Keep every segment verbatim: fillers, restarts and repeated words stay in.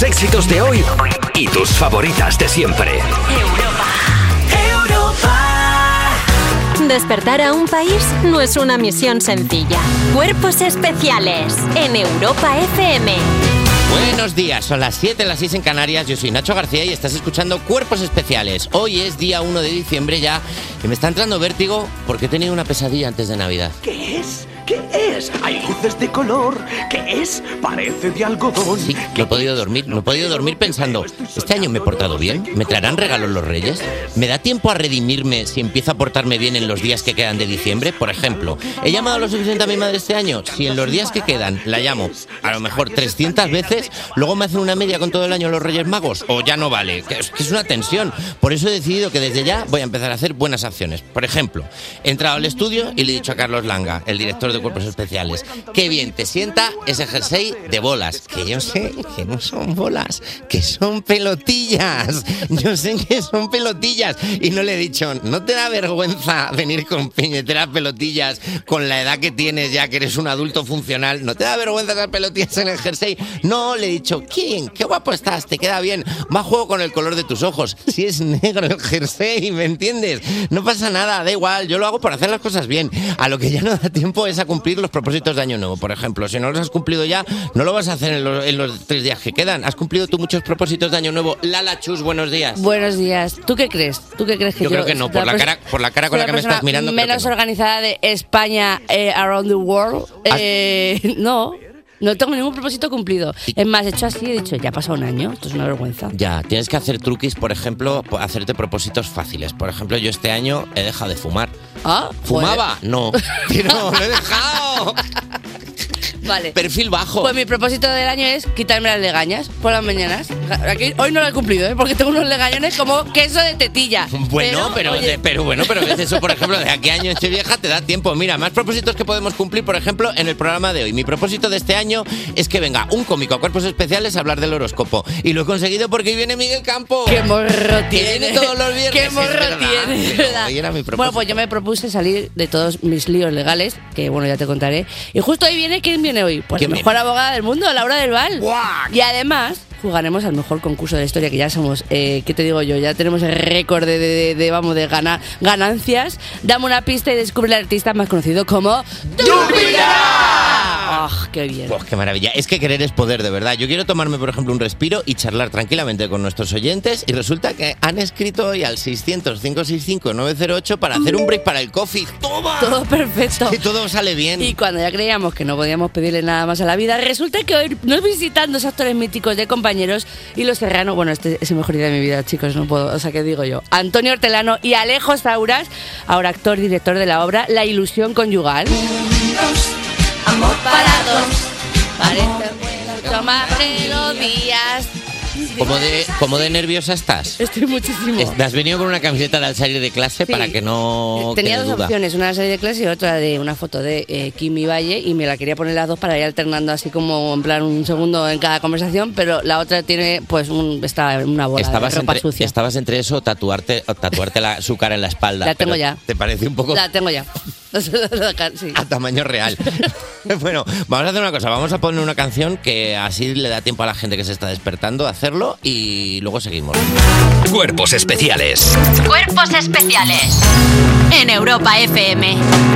Los éxitos de hoy y tus favoritas de siempre. Europa, Europa. Despertar a un país no es una misión sencilla. Cuerpos especiales en Europa F M. Buenos días, son las siete, las seis en Canarias. Yo soy Nacho García y estás escuchando Cuerpos Especiales. Hoy es día uno de diciembre ya y me está entrando vértigo porque he tenido una pesadilla antes de Navidad. ¿Qué es? ¿Qué es? Hay luces de color. ¿Qué es? Parece de algodón. Sí, no he podido dormir, no he podido dormir pensando, ¿este año me he portado bien? ¿Me traerán regalos los Reyes? ¿Me da tiempo a redimirme si empiezo a portarme bien en los días que quedan de diciembre? Por ejemplo, ¿he llamado lo suficiente a mi madre este año? Si en los días que quedan la llamo a lo mejor trescientas veces, luego me hacen una media con todo el año los Reyes Magos, o ya no vale, que es, que es una tensión. Por eso he decidido que desde ya voy a empezar a hacer buenas acciones. Por ejemplo, he entrado al estudio y le he dicho a Carlos Langa, el director de Cuerpos Especiales, qué bien te sienta ese jersey de bolas, que yo sé que no son bolas, que son pelotillas, yo sé que son pelotillas, y no le he dicho, ¿no te da vergüenza venir con puñeteras pelotillas con la edad que tienes ya, que eres un adulto funcional? ¿No te da vergüenza esas pelotillas en el jersey? No, le he dicho, ¿quién? Qué guapo estás, te queda bien, va a juego con el color de tus ojos, si es negro el jersey, ¿me entiendes? No pasa nada, da igual, yo lo hago por hacer las cosas bien. A lo que ya no da tiempo es a cumplir los propósitos de Año Nuevo, por ejemplo. Si no los has cumplido ya, no lo vas a hacer en los, en los tres días que quedan. ¿Has cumplido tú muchos propósitos de Año Nuevo? Lala Chus, buenos días. Buenos días. ¿Tú qué crees? ¿Tú qué crees que yo? Yo creo que no, por la, cara, por la cara con la que me estás mirando. Menos no. organizada de España eh, around the world. Eh, no. No tengo ningún propósito cumplido. Es más, he hecho así, he dicho, ya ha pasado un año, esto es una vergüenza. Ya, tienes que hacer truquis, por ejemplo, hacerte propósitos fáciles. Por ejemplo, yo este año he dejado de fumar. ¿Ah? ¿Fumaba? Pues... No, pero lo he dejado. Vale. Perfil bajo. Pues mi propósito del año es quitarme las legañas por las mañanas. Aquí, hoy no lo he cumplido, ¿eh? Porque tengo unos legañones como queso de tetilla. Bueno, pero, pero, de, pero bueno, pero ves eso, por ejemplo, de aquí a año estoy vieja, te da tiempo. Mira, más propósitos que podemos cumplir, por ejemplo, en el programa de hoy. Mi propósito de este año es que venga un cómico a Cuerpos Especiales a hablar del horóscopo. Y lo he conseguido porque hoy viene Miguel Campo. ¡Qué morro tiene! Viene todos los viernes. ¡Qué morro tiene! ¿Verdad? Hoy era mi propósito. Bueno, pues yo me propuse salir de todos mis líos legales, que bueno, ya te contaré. Y justo hoy viene, ¿quién viene hoy? Pues la mejor abogada del mundo, Laura del Val. ¡Guau! Y además jugaremos al mejor concurso de la historia, que ya somos, eh, ¿qué te digo yo? Ya tenemos el récord de, de, de, de vamos, de gana, ganancias. Dame una pista y descubre al artista más conocido como Dupila. ¡Oh, qué bien! Pues qué maravilla. Es que querer es poder, de verdad. Yo quiero tomarme, por ejemplo, un respiro y charlar tranquilamente con nuestros oyentes, y resulta que han escrito hoy al seiscientos, cinco seis cinco, nueve cero ocho para hacer un break para el coffee. ¡Toma! Todo perfecto. Que todo sale bien. Y cuando ya creíamos que no podíamos pedirle nada más a la vida, resulta que hoy nos visitan dos actores míticos de Compañeros y Los Serrano. Bueno, este es el mejor día de mi vida, chicos, no puedo, o sea, ¿qué digo yo? Antonio Hortelano y Alejo Sauras, ahora actor y director de la obra La Ilusión Conyugal. Amor para dos, parece mucho más que los días. ¿Cómo de, ¿Cómo de nerviosa estás? Estoy muchísimo. ¿Has venido con una camiseta de al salir de clase? Sí. Para que no tenía quede dos duda. Opciones, una de salir de clase y otra de una foto de eh, Kimi Valle, y me la quería poner las dos para ir alternando así como en plan un segundo en cada conversación, pero la otra tiene pues un, está una bola estabas de ropa entre, sucia. Estabas entre eso o tatuarte, o tatuarte la, su cara en la espalda. La tengo ya. ¿Te parece un poco...? La tengo ya. Sí. A tamaño real. Bueno, vamos a hacer una cosa. Vamos a poner una canción que así le da tiempo a la gente que se está despertando a hacerlo, y luego seguimos. Cuerpos Especiales. Cuerpos Especiales en Europa F M.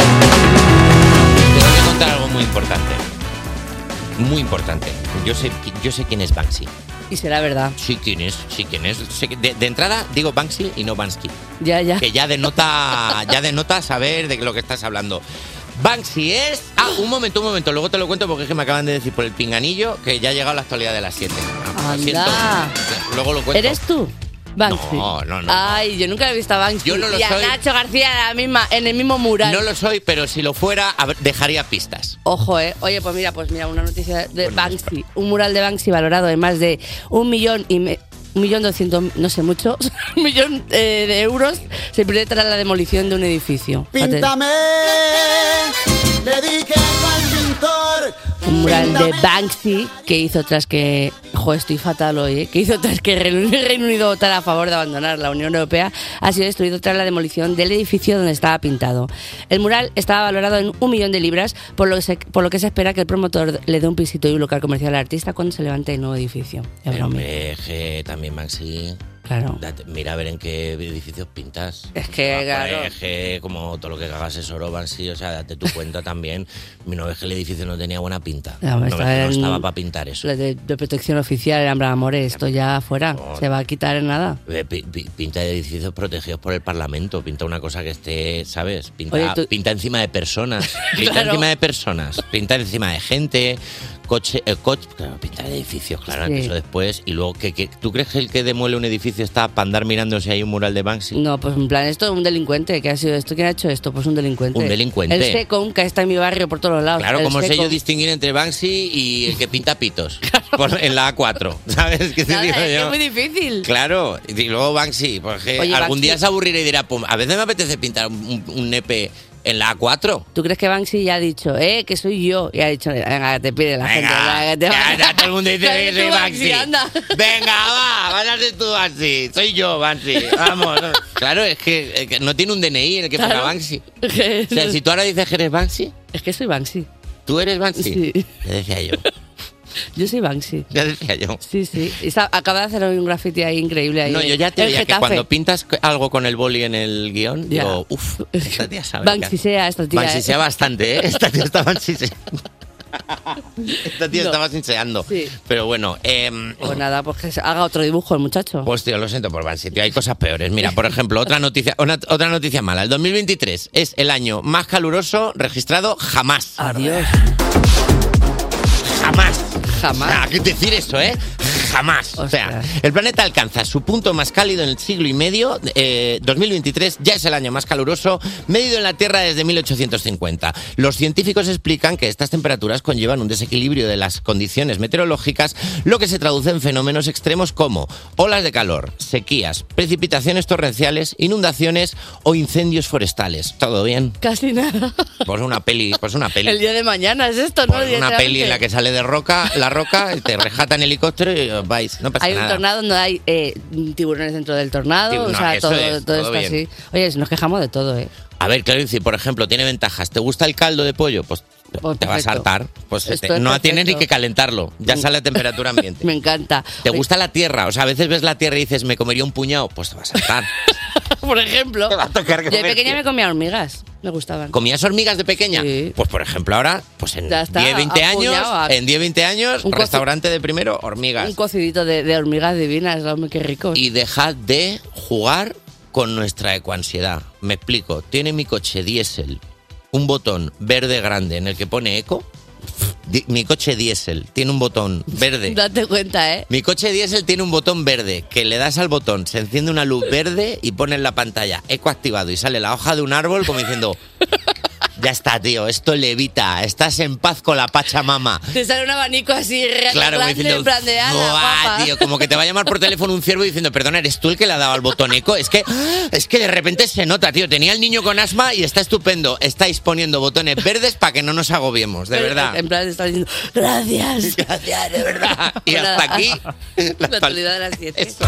Tengo que contar algo muy importante. Muy importante. Yo sé, yo sé quién es Banksy. Y será verdad. Sí, quién es, sí, quién es. De, de entrada digo Banksy y no Bansky. Ya, ya. Que ya denota, ya denota saber de lo que estás hablando. Banksy es... Ah, un momento, un momento, luego te lo cuento porque es que me acaban de decir por el pinganillo que ya ha llegado la actualidad de las siete. Anda. Lo siento. Luego lo cuento. ¿Eres tú? Banksy. No, no, no. Ay, yo nunca he visto a Banksy. Yo no lo y a soy. Nacho García la misma, en el mismo mural. No lo soy, pero si lo fuera, dejaría pistas. Ojo, eh. Oye, pues mira, pues mira, una noticia de bueno, Banksy. Un mural de Banksy valorado en más de un millón y me... un millón doscientos, no sé mucho, un millón eh, de euros se pierde tras la demolición de un edificio. Píntame, le dije al pintor Un mural de Banksy que hizo tras que... Joder, estoy fatal hoy, ¿eh? Que hizo tras que el Reino Unido votara a favor de abandonar la Unión Europea, ha sido destruido tras la demolición del edificio donde estaba pintado. El mural estaba valorado en un millón de libras, por lo que se, por lo que se espera que el promotor le dé un pisito y un local comercial al artista cuando se levante el nuevo edificio. Hombre, que también Banksy... Claro. Date, mira a ver en qué edificios pintas. Es que, claro. Es que como todo lo que cagas es oro, Banksy, o sea, date tu cuenta también. Mi no es que el edificio no tenía buena pinta. No, no, estaba, no estaba para pintar eso. De, de protección oficial, eran amores, esto ya fuera. No. Se va a quitar en nada. P -p pinta de edificios protegidos por el Parlamento. Pinta una cosa que esté, ¿sabes? Pinta, Oye, tú... pinta encima de personas. Pinta Claro. encima de personas. Pinta encima de gente. Coche, eh, coche, claro, pintar edificios, claro, Sí. eso después. Y luego, ¿qué, qué, ¿tú crees que el que demuele un edificio está para andar mirando si hay un mural de Banksy? No, pues en plan, esto es un delincuente. ¿Qué ha sido esto? ¿Quién ha hecho esto? Pues un delincuente. Un delincuente. El Secom, que está en mi barrio por todos lados. Claro, El como sé Secom. yo distinguir entre Banksy y el que pinta pitos por, en la A cuatro, ¿sabes? ¿Qué te Nada, digo es que yo? es muy difícil. Claro, y luego Banksy, porque Oye, algún Banksy- día se aburrirá y dirá, pues a veces me apetece pintar un, un nepe en la A cuatro. ¿Tú crees que Banksy ya ha dicho, eh, que soy yo? Y ha dicho, venga, te pide la gente. Venga, venga, que te ya, va- ya todo el mundo dice que Tú, soy Banksy. anda. Venga, va, vas a ser tú Banksy. Soy yo, Banksy. Vamos. Claro, es que, es que no tiene un D N I el que ponga Claro. Banksy. O sea, si tú ahora dices que eres Banksy, Es que soy Banksy. tú eres Banksy. Sí. Ya decía yo. Yo soy Banksy. Ya decía yo. Sí, sí. Y sa- acaba de hacer hoy un graffiti ahí increíble. Ahí No, en- yo ya te en veía que Getafe. cuando pintas algo con el boli en el guión, Ya. digo, uff, esta tía sabe. Banksy sea esta tía. Banksy ¿eh? sea bastante, ¿eh? Esta tía está bansiseando. Esta tía No. está bansiseando. Sí. Pero bueno, eh, Pues nada, pues que se haga otro dibujo el muchacho. pues tío, lo siento por Banksy, tío, hay cosas peores. Mira, por ejemplo, otra noticia, una- otra noticia mala. El dos mil veintitrés es el año más caluroso registrado jamás. Adiós. Jamás. Jamás. Ah, ¿qué decir eso, eh? Jamás. O sea, el planeta alcanza su punto más cálido en el siglo y medio. Eh, dos mil veintitrés ya es el año más caluroso medido en la Tierra desde mil ochocientos cincuenta. Los científicos explican que estas temperaturas conllevan un desequilibrio de las condiciones meteorológicas, lo que se traduce en fenómenos extremos como olas de calor, sequías, precipitaciones torrenciales, inundaciones o incendios forestales. ¿Todo bien? Casi nada. Pues una peli, pues una peli. El día de mañana es esto, ¿no? Pues una peli en la que sale de roca, la roca, te rejata en helicóptero y os vais. No pasa Hay un nada. tornado donde hay eh, tiburones dentro del tornado, Tib- o no, sea, eso todo, es, todo todo esto bien. así. Oye, si nos quejamos de todo, ¿eh? A ver, claro, si por ejemplo tiene ventajas. ¿Te gusta el caldo de pollo? Pues, Pues te vas a perfecto. hartar. Pues Esto te- es no perfecto. tienes ni que calentarlo. Ya sale a temperatura ambiente. Me encanta. ¿Te Oye, gusta la tierra? O sea, a veces ves la tierra y dices, me comería un puñado. Pues te vas a hartar. Por ejemplo, Te va a tocar yo de comer, pequeña tío. me comía hormigas. Me gustaban. ¿Comías hormigas de pequeña? Sí. Pues por ejemplo ahora, pues en Ya está, diez, veinte años, apuñado a- en diez, veinte años, Un coci- restaurante de primero, hormigas. Un cocidito de, de hormigas divinas, hombre, qué rico. Y dejad de jugar con nuestra ecoansiedad. Me explico. Tiene mi coche diésel un botón verde grande en el que pone eco. Di- Mi coche diésel tiene un botón verde. Date cuenta, ¿eh? Mi coche diésel tiene un botón verde que le das al botón, se enciende una luz verde y pone en la pantalla eco activado y sale la hoja de un árbol como diciendo, ya está, tío, esto levita, estás en paz con la Pachamama. Te sale un abanico así, re Claro, como grande, diciendo, en plan de ala, "Buah, guapa". tío, como que te va a llamar por teléfono un ciervo diciendo, perdona, ¿eres tú el que le ha dado al botón eco? Es que, es que de repente se nota, tío, tenía el niño con asma y está estupendo. Estáis poniendo botones verdes para que no nos agobiemos, de Pero, verdad. En plan, está diciendo, gracias. Gracias, de verdad. Y Pues hasta nada. aquí La actualidad de las siete. Eso.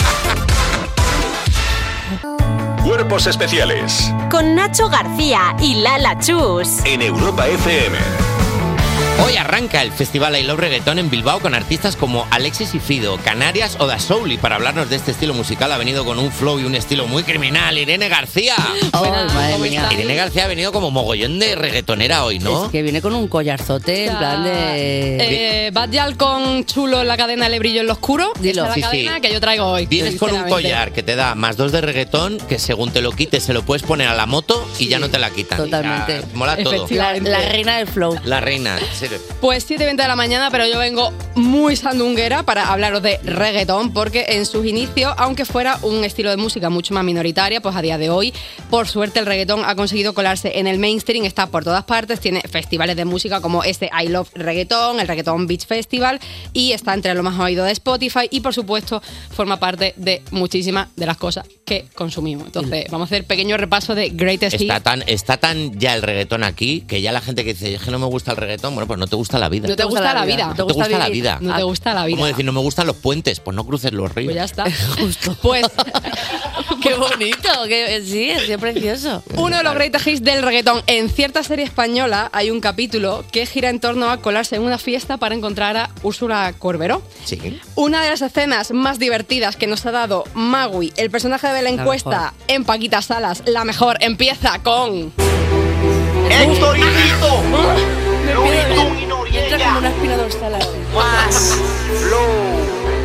Cuerpos especiales Con Nacho García y Lala Chus. en Europa F M. Hoy arranca el Festival I Love Reggaeton en Bilbao con artistas como Alexis y Fido, Canarias o Da Soul. Y para hablarnos de este estilo musical ha venido con un flow y un estilo muy criminal Irene García. Oh, madre mía. Irene García ha venido como mogollón de reggaetonera hoy, ¿no? Es que viene con un collarzote en plan de... Eh, Bad Gyal con chulo en la cadena Le Brillo en lo Oscuro. Dilo. Esa es la Sí, cadena sí. que yo traigo hoy. Vienes con un sinceramente. collar que te da más dos de reggaetón, que según te lo quites se lo puedes poner a la moto y ya no te la quitan. Totalmente. Ya, mola todo. Efectivamente. La, la reina del flow. La reina. Sí. Pues siete y veinte de la mañana, pero yo vengo muy sandunguera para hablaros de reggaetón, porque en sus inicios, aunque fuera un estilo de música mucho más minoritaria, pues a día de hoy, por suerte, el reggaetón ha conseguido colarse en el mainstream, está por todas partes, tiene festivales de música como este I Love Reggaeton, el Reggaeton Beach Festival, y está entre lo más oído de Spotify, y por supuesto forma parte de muchísimas de las cosas que consumimos. Entonces, vamos a hacer pequeño repaso de Greatest Está Hits. tan, está tan ya el reggaetón aquí que ya la gente que dice, es que no me gusta el reggaetón, bueno, pues no te gusta la vida. No te gusta la vida. No te gusta la vida. No te gusta la vida. Como decir, no me gustan los puentes, pues no cruces los ríos. Pues ya está. Justo. Pues Qué bonito, que, sí, es precioso. uno de los greatest hits del reggaetón. En cierta serie española hay un capítulo que gira en torno a colarse en una fiesta para encontrar a Úrsula Corberó. Sí. Una de las escenas más divertidas que nos ha dado Magui, el personaje de la encuesta en Paquita Salas, la mejor, empieza con... ¡Héctor y Tito! Looney y Noriega. Entra como un aspirador salado. Más flow.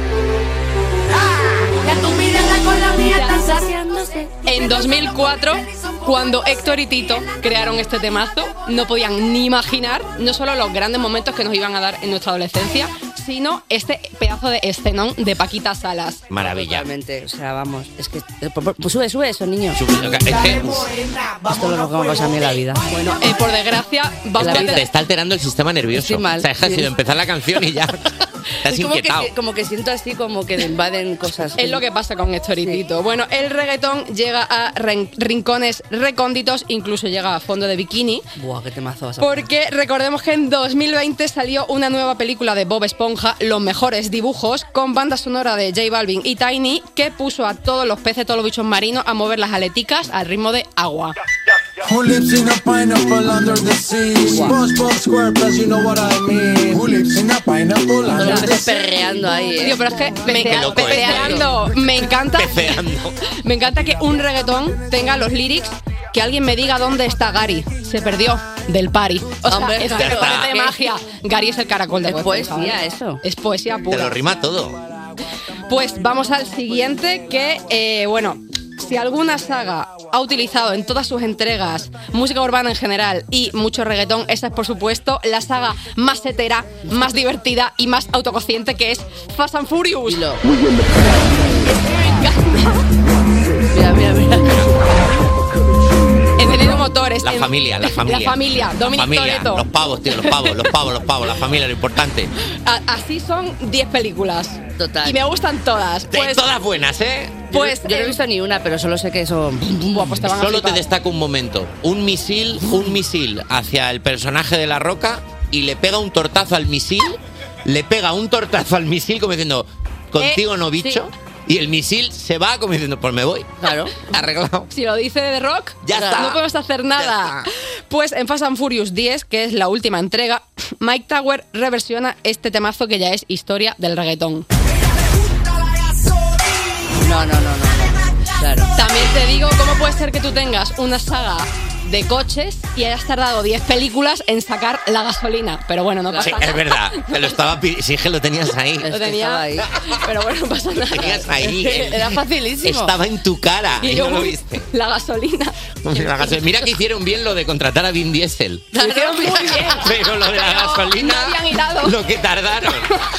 En dos mil cuatro, cuando Héctor y Tito crearon este temazo, no podían ni imaginar no solo los grandes momentos que nos iban a dar en nuestra adolescencia, sino este pedazo de escenón de Paquita Salas. Maravilla. Totalmente, o sea, vamos, es que... Pues sube, sube eso, niño. Sube, es que, uf, esto es lo que me pasa a mí en la vida. Bueno, eh, por desgracia, vamos te, a te está alterando el sistema nervioso. Estoy mal, o sea, ha sí. sido empezar la canción y ya te has Es como que, inquietado. como que siento así como que me invaden cosas. Es lo que pasa con Héctor y Tito. Bueno, el reggaetón llega a ren- rincones recónditos, incluso llega a fondo de bikini. Buah, qué temazo vas a Porque recordemos que en dos mil veinte salió una nueva película de Bob Esponja, Los mejores dibujos, con banda sonora de J Balvin y Tiny, que puso a todos los peces, todos los bichos marinos a mover las aleticas al ritmo de agua. Who lives in a pineapple under the sea? SpongeBob SquarePants, you know what I mean. Who lives in a pineapple under the sea? perreando ahí, ¿eh? Tío, pero es que me, Qué loco es, peceando, me encanta, Peceando. me encanta que un reggaetón tenga los lyrics que alguien me diga dónde está Gary. Se perdió del party. O sea, Hombre, es que claro, me parece ¿qué? magia. Gary es el caracol de Es Bob poesía, Esponja, ¿eh? eso. Es poesía Te pura. lo rima todo. Pues vamos al siguiente que, eh, bueno, si alguna saga ha utilizado en todas sus entregas música urbana en general y mucho reggaetón, esa es por supuesto la saga más hetera, más divertida y más autoconsciente, que es Fast and Furious. Dilo. Me encanta. Mira, mira, mira. Encendiendo motores. La en- familia, la familia. La familia, Dominic familia, Toretto. los pavos, tío, los pavos, los pavos, los pavos, la familia, lo importante. A- Así son diez películas. Total. Y me gustan todas. De Pues, todas buenas, ¿eh? pues Yo no he eh, visto ni una, pero solo sé que son... buah, pues te van a Solo te flipar. destaco un momento. Un misil, un misil hacia el personaje de La Roca y le pega un tortazo al misil, le pega un tortazo al misil como diciendo, contigo Eh, no bicho, y el misil se va como diciendo, pues me voy. Claro. Arreglado. Si lo dice The Rock, Ya está. no podemos hacer nada. Ya Pues en Fast and Furious diez, que es la última entrega, Mike Tower reversiona este temazo que ya es historia del reggaetón. No, no, no, no, no. Claro. También te digo, ¿cómo puede ser que tú tengas una saga de coches y hayas tardado diez películas en sacar la gasolina? Pero bueno, no pasa Sí, nada. es verdad. Te lo estaba pidiendo. Sí, es que lo tenías ahí. Es Lo que tenía, estaba ahí. pero bueno, no pasa nada. Lo tenías ahí. Era facilísimo. Estaba en tu cara. Y Y yo, no lo uy, viste. la gasolina. La gasolina. Mira que hicieron bien lo de contratar a Vin Diesel. Lo hicieron muy bien. Pero lo de la Pero gasolina, no habían hilado. lo que tardaron.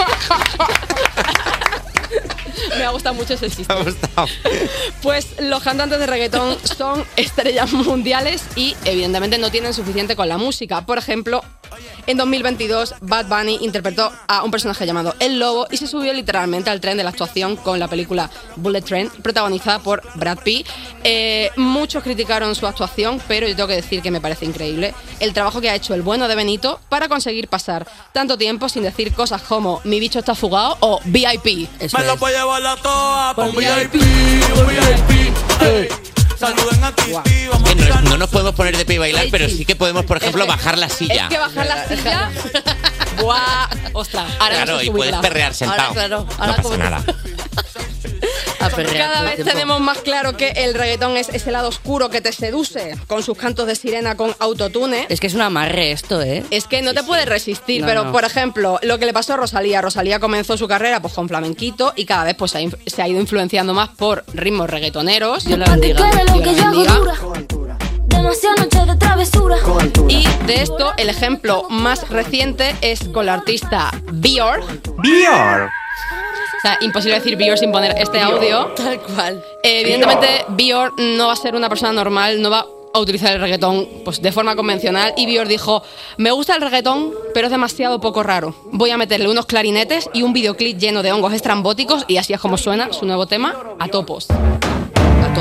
Me ha gustado mucho ese Me chiste. ha gustado. Pues los cantantes de reggaetón son estrellas mundiales y evidentemente no tienen suficiente con la música. Por ejemplo, en dos mil veintidós Bad Bunny interpretó a un personaje llamado El Lobo y se subió literalmente al tren de la actuación con la película Bullet Train, protagonizada por Brad Pitt. Eh, muchos criticaron su actuación, pero yo tengo que decir que me parece increíble el trabajo que ha hecho el bueno de Benito para conseguir pasar tanto tiempo sin decir cosas como mi bicho está fugado o V I P. Eso Me lo es. voy a llevar la toa con V I P, V I P. Hey. Saluden a Titi, vamos Que a no, tirarnos. no nos podemos poner de pie y bailar, pero sí que podemos, por ejemplo, bajar la silla. Es que bajar la silla. ¡Buah! ¡Ostras! Ahora Claro, no sé y puedes subirla. perrear sentado. Ahora, claro, ahora no pasa como- nada. A perrear Cada todo el vez tiempo. tenemos más claro que el reggaetón es ese lado oscuro que te seduce con sus cantos de sirena con autotune. Es que es un amarre esto, ¿eh? Es que no te puedes resistir, No, pero no. por ejemplo, lo que le pasó a Rosalía. Rosalía comenzó su carrera pues con flamenquito y cada vez pues se ha, inf- se ha ido influenciando más por ritmos reggaetoneros. Dios la bendiga. Dios la bendiga. Demasiadas noches de travesura. Y de esto, el ejemplo más reciente es con la artista Bior. Bior. O sea, imposible decir Bior sin poner este audio. Tal cual. Eh, evidentemente, Bior no va a ser una persona normal, no va a utilizar el reggaetón pues, de forma convencional. Y Bior dijo, me gusta el reggaetón, pero es demasiado poco raro. Voy a meterle unos clarinetes y un videoclip lleno de hongos estrambóticos y así es como suena su nuevo tema, A Topos. A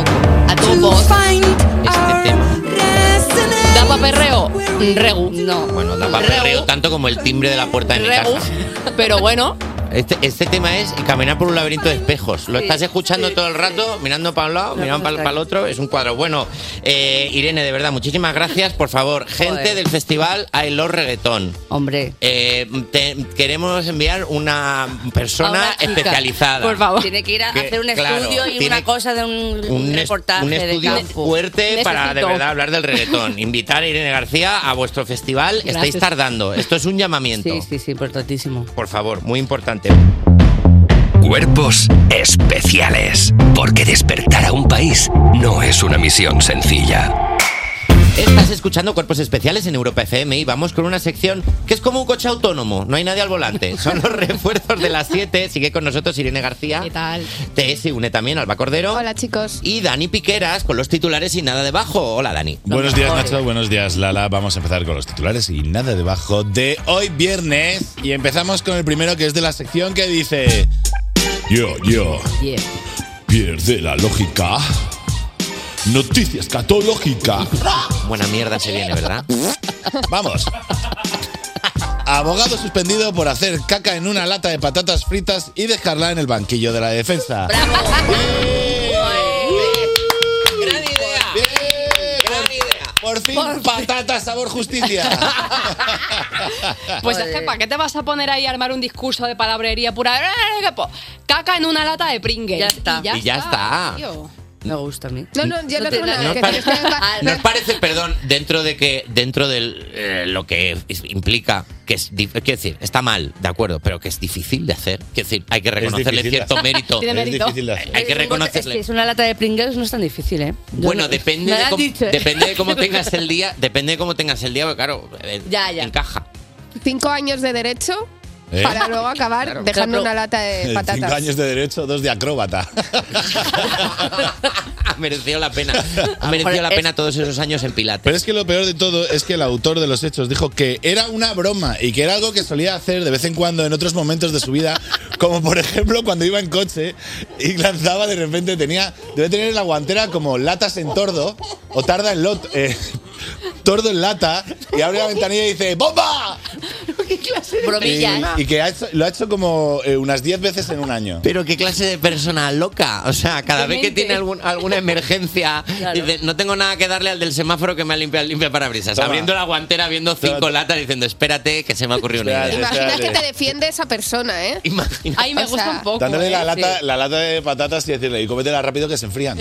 A tu voz. Este tema. ¿Da pa' perreo? Regu. No. Bueno, da para perreo tanto como el timbre de la puerta de mi Regu. casa. Pero bueno. Este, este tema es caminar por un laberinto de espejos. Lo Sí, estás escuchando sí, todo el rato, mirando para un lado, Una mirando cosa para, para el otro. Es un cuadro. Bueno, eh, Irene, de verdad, muchísimas gracias. Por favor, gente Joder. del festival I Love Reggaeton. Hombre. Eh, te- queremos enviar una persona A una chica. especializada. Por favor. Tiene que ir a Que, hacer un claro, estudio y tiene una cosa de un, Un, es- reportaje un estudio de campo. fuerte Necesito. para de verdad hablar del reggaetón. Invitar a Irene García a vuestro festival. Gracias. Estáis tardando. Esto es un llamamiento. Sí, sí, sí, importantísimo. Por favor, muy importante. Cuerpos especiales. Porque despertar a un país no es una misión sencilla. Estás escuchando Cuerpos Especiales en Europa F M y vamos con una sección que es como un coche autónomo, no hay nadie al volante. Son los refuerzos de las siete. Sigue con nosotros Irene García. ¿Qué tal? Te se une también Alba Cordero. Hola, chicos. Y Dani Piqueras con los titulares y nada debajo. Hola, Dani. Buenos días, Nacho. Buenos días, Lala. Vamos a empezar con los titulares y nada debajo de hoy viernes. Y empezamos con el primero, que es de la sección que dice... Yo, yo. Yeah. Pierde la lógica. Noticia escatológica. Buena mierda se viene, ¿verdad? Vamos. Abogado suspendido por hacer caca en una lata de patatas fritas y dejarla en el banquillo de la defensa. ¡Bravo! ¡Gran idea! Bien. ¡Gran idea! Por fin, patatas sabor justicia. Pues es Joder. que, ¿para qué te vas a poner ahí a armar un discurso de palabrería pura? Caca en una lata de Pringles. Ya está. Y ya está. tío. Me gusta a mí. No, no, yo no, No te- tengo nada ¿No os que pare- decir. Ah, ¿Nos parece, perdón, dentro de que dentro de lo que es- implica que es dif- quiero decir, está mal, de acuerdo, pero que es difícil de hacer? Quiero decir, hay que reconocerle difícil de cierto hacer. mérito. Tiene Es mérito. difícil de hacer. Hay que Es reconocerle. que es una lata de Pringles, no es tan difícil, ¿eh? Yo Bueno, no- depende me de, lo han cómo, dicho, ¿eh? depende de cómo tengas el día, depende de cómo tengas el día, porque claro, eh, Ya, ya. encaja. Cinco años de derecho ¿Eh? para luego acabar dejando Claro. una lata de patatas. Cinco años de derecho, dos de acróbata. Ha merecido la pena. Ha merecido la es- pena todos esos años en Pilates. Pero es que lo peor de todo es que el autor de los hechos dijo que era una broma y que era algo que solía hacer de vez en cuando en otros momentos de su vida, como por ejemplo cuando iba en coche y lanzaba de repente, tenía, debe tener en la guantera como latas en tordo o tarda en lot, eh, tordo en lata y abre la ventanilla y dice ¡bomba! Bromilla, ¿eh? Y, y que ha hecho- lo ha hecho como eh, unas diez veces en un año. Pero qué clase de persona loca. O sea, cada vez que Demente. tiene algún- alguna emergencia, Claro. dice, no tengo nada que darle al del semáforo que me ha limpiado el limpia parabrisas. Toma. Abriendo la guantera, viendo cinco Toma. latas, diciendo, espérate, que se me ha ocurrido una Espérate. idea. Imagina Espérate. que te defiende esa persona, ¿eh? Imagina. Ay, me O gusta sea, un poco. Dándole ¿eh? la lata, sí. la lata de patatas y decirle, y cómetela rápido que se enfrían. ¡Ay,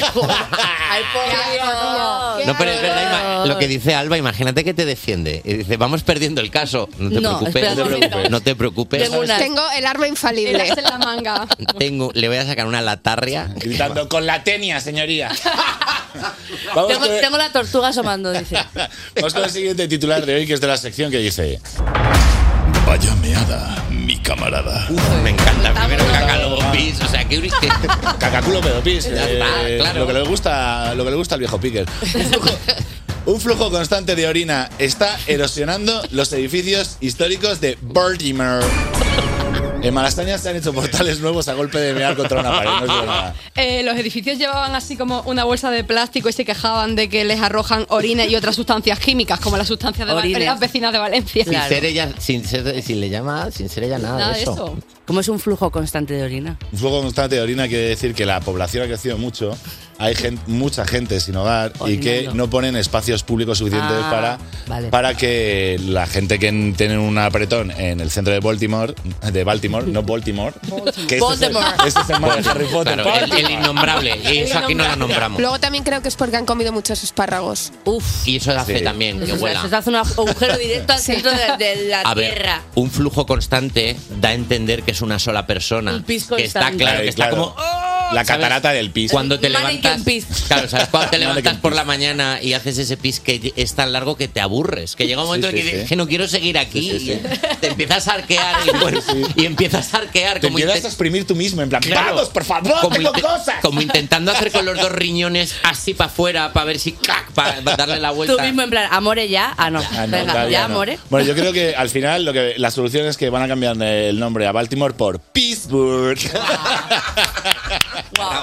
por Dios! No, pero es verdad, ima- lo que dice Alba, imagínate que te defiende. Y dice, vamos perdiendo el caso. No te No, preocupes. espera un momento. No te preocupes. Tengo una- Tengo el arma El infalible. as en la manga. Tengo, le voy a sacar una latarria. Gritando, con la tenia, señoría. Vamos Tengo, con el- tengo la tortuga asomando, dice. Vamos con el siguiente titular de hoy, que es de la sección que dice... Vaya meada, mi camarada. Me encanta. Primero caca, luego pis. O sea, que... que- Cacaculo pedopis. Ya está, eh, claro. Lo que le gusta, lo que le gusta al viejo Piquer. Un flujo, un flujo constante de orina está erosionando los edificios históricos de Baltimore. En Malasaña se han hecho portales nuevos a golpe de mear contra una pared. No es verdad. Eh, los edificios llevaban así como una bolsa de plástico y se quejaban de que les arrojan orines y otras sustancias químicas, como las sustancias de Val- Orines. las vecinas de Valencia. Sin ser ella, sin ser, sin le llama, sin ser ella nada, Nada de eso. ¿Cómo es un flujo constante de orina? Un flujo constante de orina quiere decir que la población ha crecido mucho, hay gen- mucha gente sin hogar y que Orinando. no ponen espacios públicos suficientes Ah, para, vale. para que la gente que n- tiene un apretón en el centro de Baltimore, de Baltimore, no Baltimore, que ese es el- Baltimore. ese es el mar de Harry Potter. Claro, el, el Baltimore. innombrable. Y eso aquí no lo nombramos. Luego también creo que es porque han comido muchos espárragos. Uf. Y eso hace Sí. también que Eso, huela. eso te hace un agujero directo al centro de, de la A ver, tierra. un flujo constante da a entender que es una sola persona. Un pis que está constante. claro, que Ay, está claro. como. ¡oh! La ¿sabes? catarata del pis. Cuando te Mannequin levantas. pis. Claro, ¿sabes? Cuando te levantas Mannequin por pis. la mañana y haces ese pis que es tan largo que te aburres. Que llega un momento Sí, en que sí, dices sí. que no quiero seguir aquí. Sí, sí, sí. Y te empiezas a arquear el cuerpo. Y empiezas a arquear Te como, empiezas inte- a exprimir tú mismo, en plan, Claro. vamos, por favor, como tengo inte- cosas. como intentando hacer con los dos riñones así para afuera para ver si clac, para darle la vuelta. Tú mismo en plan, amore ya. Ah, no. Ah, no, Venga, todavía ya, no. amore. Bueno, yo creo que al final lo que la solución es que van a cambiar el nombre a Baltimore por Pittsburgh. Wow.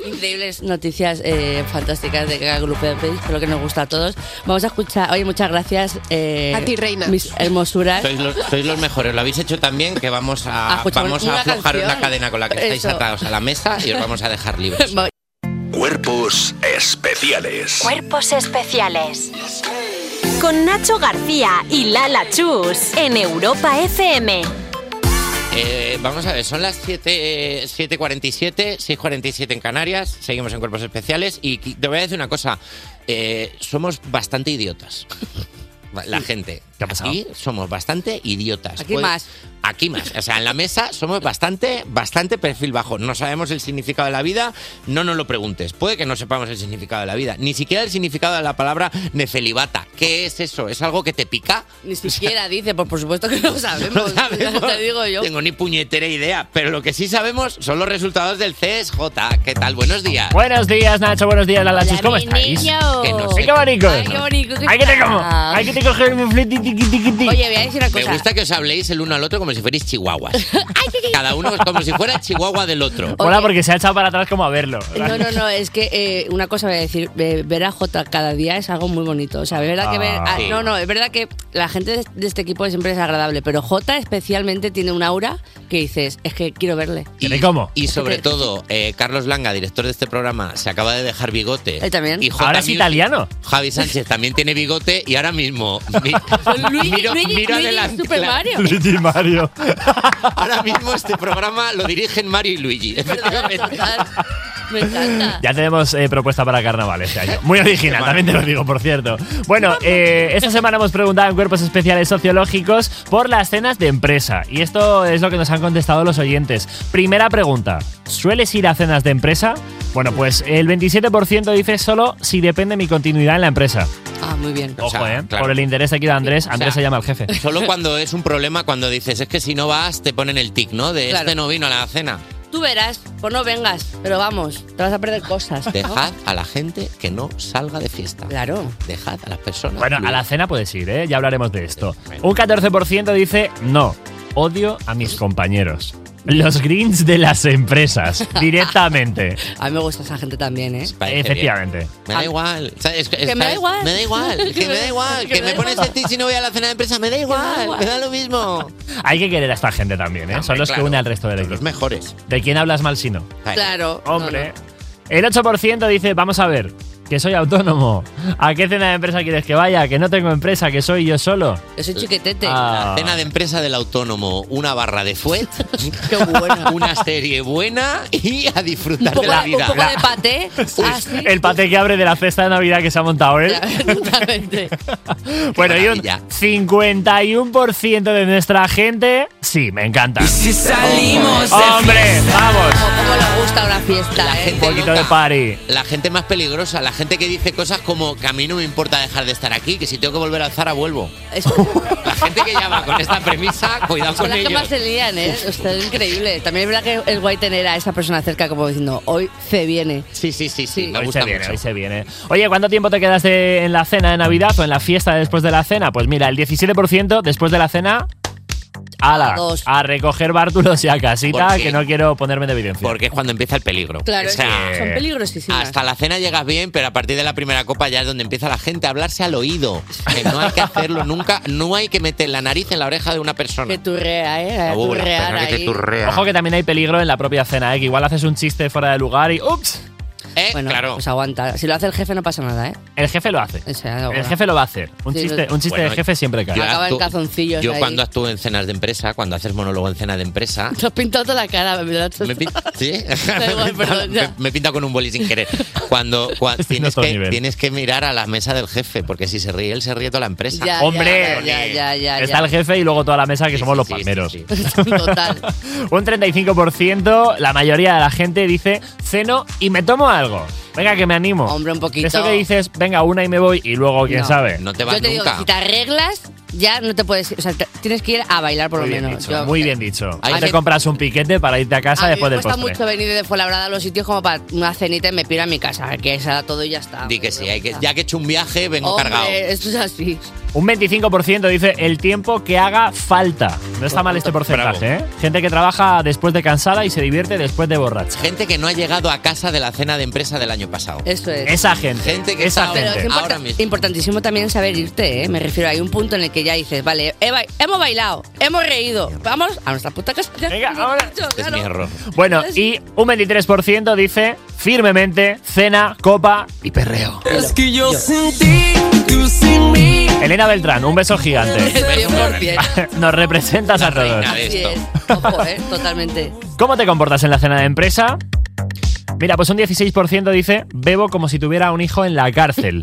Increíbles noticias eh, fantásticas de cada grupo de país, por lo que nos gusta a todos. Vamos a escuchar, oye, muchas gracias. Eh, A ti, reina. Mis hermosuras. Sois los, sois los mejores, lo habéis hecho también, que vamos a, Ah, escucha, vamos una a aflojar canción. una cadena con la que estáis Eso. atados a la mesa y os vamos a dejar libres. Cuerpos especiales. Cuerpos especiales. Con Nacho García y Lala Chus en Europa F M. Eh, vamos a ver, son las siete cuarenta y siete, seis cuarenta y siete en Canarias, seguimos en Cuerpos Especiales y te voy a decir una cosa, eh, somos bastante idiotas. La gente. ¿Qué ha pasado? Aquí somos bastante idiotas. Aquí Pues- más. Aquí más. O sea, en la mesa somos bastante, bastante perfil bajo. No sabemos el significado de la vida, no nos lo preguntes. Puede que no sepamos el significado de la vida. Ni siquiera el significado de la palabra nefelibata. ¿Qué es eso? ¿Es algo que te pica? Ni siquiera dice, pues por supuesto que no sabemos. sabemos. Te digo yo. Tengo ni puñetera idea. Pero lo que sí sabemos son los resultados del C S J. ¿Qué tal? Buenos días. Buenos días, Nacho. Buenos días, Lala Chus. ¿Cómo mi estáis? niño. Que no sé. ¡Ay, qué bonito! Ay, qué bonito. ¿qué ¡Ay, que te tal? como! ¡Ay, que te coge mi fleti, tiqui, tiqui, tiqui! Oye, voy a decir una Me cosa. gusta que os habléis el uno al otro como si fuerais chihuahuas. Cada uno es como si fuera el chihuahua del otro. Mola porque se ha echado para atrás como a verlo. No, no, no, es que eh, una cosa voy a decir, eh, ver a Jota cada día es algo muy bonito. O sea, es verdad que ver. Ah. ah, Sí. No, no, es verdad que la gente de, de este equipo siempre es agradable, pero Jota especialmente tiene un aura que dices, es que quiero verle. ¿Y cómo? Y sobre todo, eh, Carlos Langa, director de este programa, se acaba de dejar bigote. Él también. Y J Ahora es Music, italiano. Javi Sánchez también tiene bigote y ahora mismo mi- Luigi, miro, Luigi, miro Luigi, adelante. Super claro. Mario. Luigi Mario. Ahora mismo este programa lo dirigen Mario y Luigi. efectivamente. Me encanta. Ya tenemos eh, propuesta para carnaval este año. Muy original, también te lo digo, por cierto. Bueno, eh, esta semana hemos preguntado en Cuerpos Especiales Sociológicos por las cenas de empresa. Y esto es lo que nos han contestado los oyentes. Primera pregunta. ¿Sueles ir a cenas de empresa? Bueno, pues el veintisiete por ciento dice solo si depende mi continuidad en la empresa. Ah, muy bien. O Ojo, sea, eh. claro. Por el interés aquí de Andrés, O Andrés sea, se llama al jefe. Solo cuando es un problema, cuando dices, es que si no vas, te ponen el tic, ¿no? De Claro. este no vino a la cena. Tú verás, pues no vengas, pero vamos, te vas a perder cosas. ¿no? Dejad a la gente que no salga de fiesta. Claro. Dejad a las personas. Bueno, a la cena puedes ir, ¿eh? Ya hablaremos de esto. Un catorce por ciento dice no, odio a mis compañeros. Los greens de las empresas, directamente. A mí me gusta esa gente también, ¿eh? Parece Efectivamente. bien. Me da igual. ¿Sabes? Es- Que me da ¿sabes? igual. Me da igual. Que me da igual. Que Que me me da pones igual. el tic si no voy a la cena de empresa. Me da igual. igual. Me da lo mismo. Hay que querer a esta gente también, ¿eh? Hombre, Son los claro. que une al resto del Son equipo. los mejores. ¿De quién hablas mal si no? Claro. Hombre. El ocho por ciento dice, vamos a ver, que soy autónomo. ¿A qué cena de empresa quieres que vaya? Que no tengo empresa, que soy yo solo. Yo soy chiquetete. Ah. La cena de empresa del autónomo, una barra de fuet, Qué buena. una serie buena y a disfrutar Un de poco, la un vida. poco de paté. Ah, sí. El paté que abre de la cesta de Navidad que se ha montado él. Totalmente. Bueno, y un maravilla. cincuenta y uno por ciento de nuestra gente, sí, me encanta. Si salimos de ¡Hombre, vamos! Cómo le gusta una fiesta, La ¿eh? gente Un poquito loca, de party. La gente más peligrosa, la gente que dice cosas como que a mí no me importa dejar de estar aquí, que si tengo que volver al Zara vuelvo. Es- La gente que llama con esta premisa, cuidado Son con las que ellos. más se lían, ¿eh? O sea, es increíble. También es verdad que es guay tener a esa persona cerca como diciendo, hoy se viene. Sí, sí, sí, sí, Sí. me Hoy gusta se viene, mucho. hoy se viene. Oye, ¿cuánto tiempo te quedas de- en la cena de Navidad o en la fiesta después de la cena? Pues mira, el diecisiete por ciento después de la cena, ala, A dos. a recoger bártulos y a casita, ¿Por qué? que no quiero ponerme de evidencia. Porque es cuando empieza el peligro. Claro, O es que sea, son peligrosísimas. hasta la cena llegas bien, pero a partir de la primera copa ya es donde empieza la gente a hablarse al oído. Que no hay que hacerlo nunca, no hay que meter la nariz en la oreja de una persona. Que turrea, ¿eh? A Uh, la turrear persona que te ahí. turrea. Ojo que también hay peligro en la propia cena, ¿eh? Que igual haces un chiste fuera de lugar y ¡ups! Eh, Bueno, claro. pues aguanta. Si lo hace el jefe no pasa nada, ¿eh? El jefe lo hace. O sea, no, El bueno. jefe lo va a hacer. Un Sí, chiste, no- un chiste Bueno, de jefe siempre cae. yo Acaba en actúo- calzoncillos Yo ahí. cuando actúo en cenas de empresa, cuando haces monólogo en cena de empresa, Te has pintado toda la cara, ¿verdad? me pinta, ¿sí? Da igual, perdón, ya. me, me pinta con un boli sin querer. Cuando, cuando Este no tienes, es otro que, nivel. tienes que mirar a la mesa del jefe, porque si se ríe él, se ríe toda la empresa. Ya, ¡Hombre! Ya, ya, ya, ya, Está ya. el jefe y luego toda la mesa que Sí, somos sí, los sí, palmeros. sí, sí. Total. Un treinta y cinco por ciento, la mayoría de la gente dice ceno y me tomo algo. Venga, que me animo. Hombre, un poquito. Eso que dices, venga, una y me voy y luego, quién No. sabe. No te vas Yo te digo nunca. que si te arreglas, ya no te puedes ir. O sea, te- tienes que ir a bailar por Muy lo bien menos. dicho, Yo- muy bien dicho. Hay Ahí te gente- compras un piquete para irte a casa A mí después me del cuesta postre. mucho venir de Fuenlabrada a los sitios como para una cenita y me piro a mi casa, que esa todo y ya está. Di que sí, hay que, ya que he hecho un viaje, vengo Hombre, cargado. esto es así. Un veinticinco por ciento dice el tiempo que haga falta. No está mal este porcentaje, ¿eh? Gente que trabaja después de cansada y se divierte después de borracha. Gente que no ha llegado a casa de la cena de empresa del año pasado. Eso es. Esa gente. Gente que esa está Pero es gente. importa- ahora mismo. importantísimo también saber irte, ¿eh? Me refiero, hay un punto en el que ya dices, vale, he ba- hemos bailado, hemos reído, vamos a nuestra puta casa. Ya, Venga, lo he ahora. dicho, Es claro. mi error. Bueno, y un veintitrés por ciento dice firmemente cena, copa y perreo. Es que yo sin ti, tú sin mí. Elena Beltrán, un beso gigante. cien por ciento. Nos representas a todos. reina de Así esto. es. Ojo, ¿eh? Totalmente. ¿Cómo te comportas en la cena de empresa? Mira, pues un dieciséis por ciento dice bebo como si tuviera un hijo en la cárcel.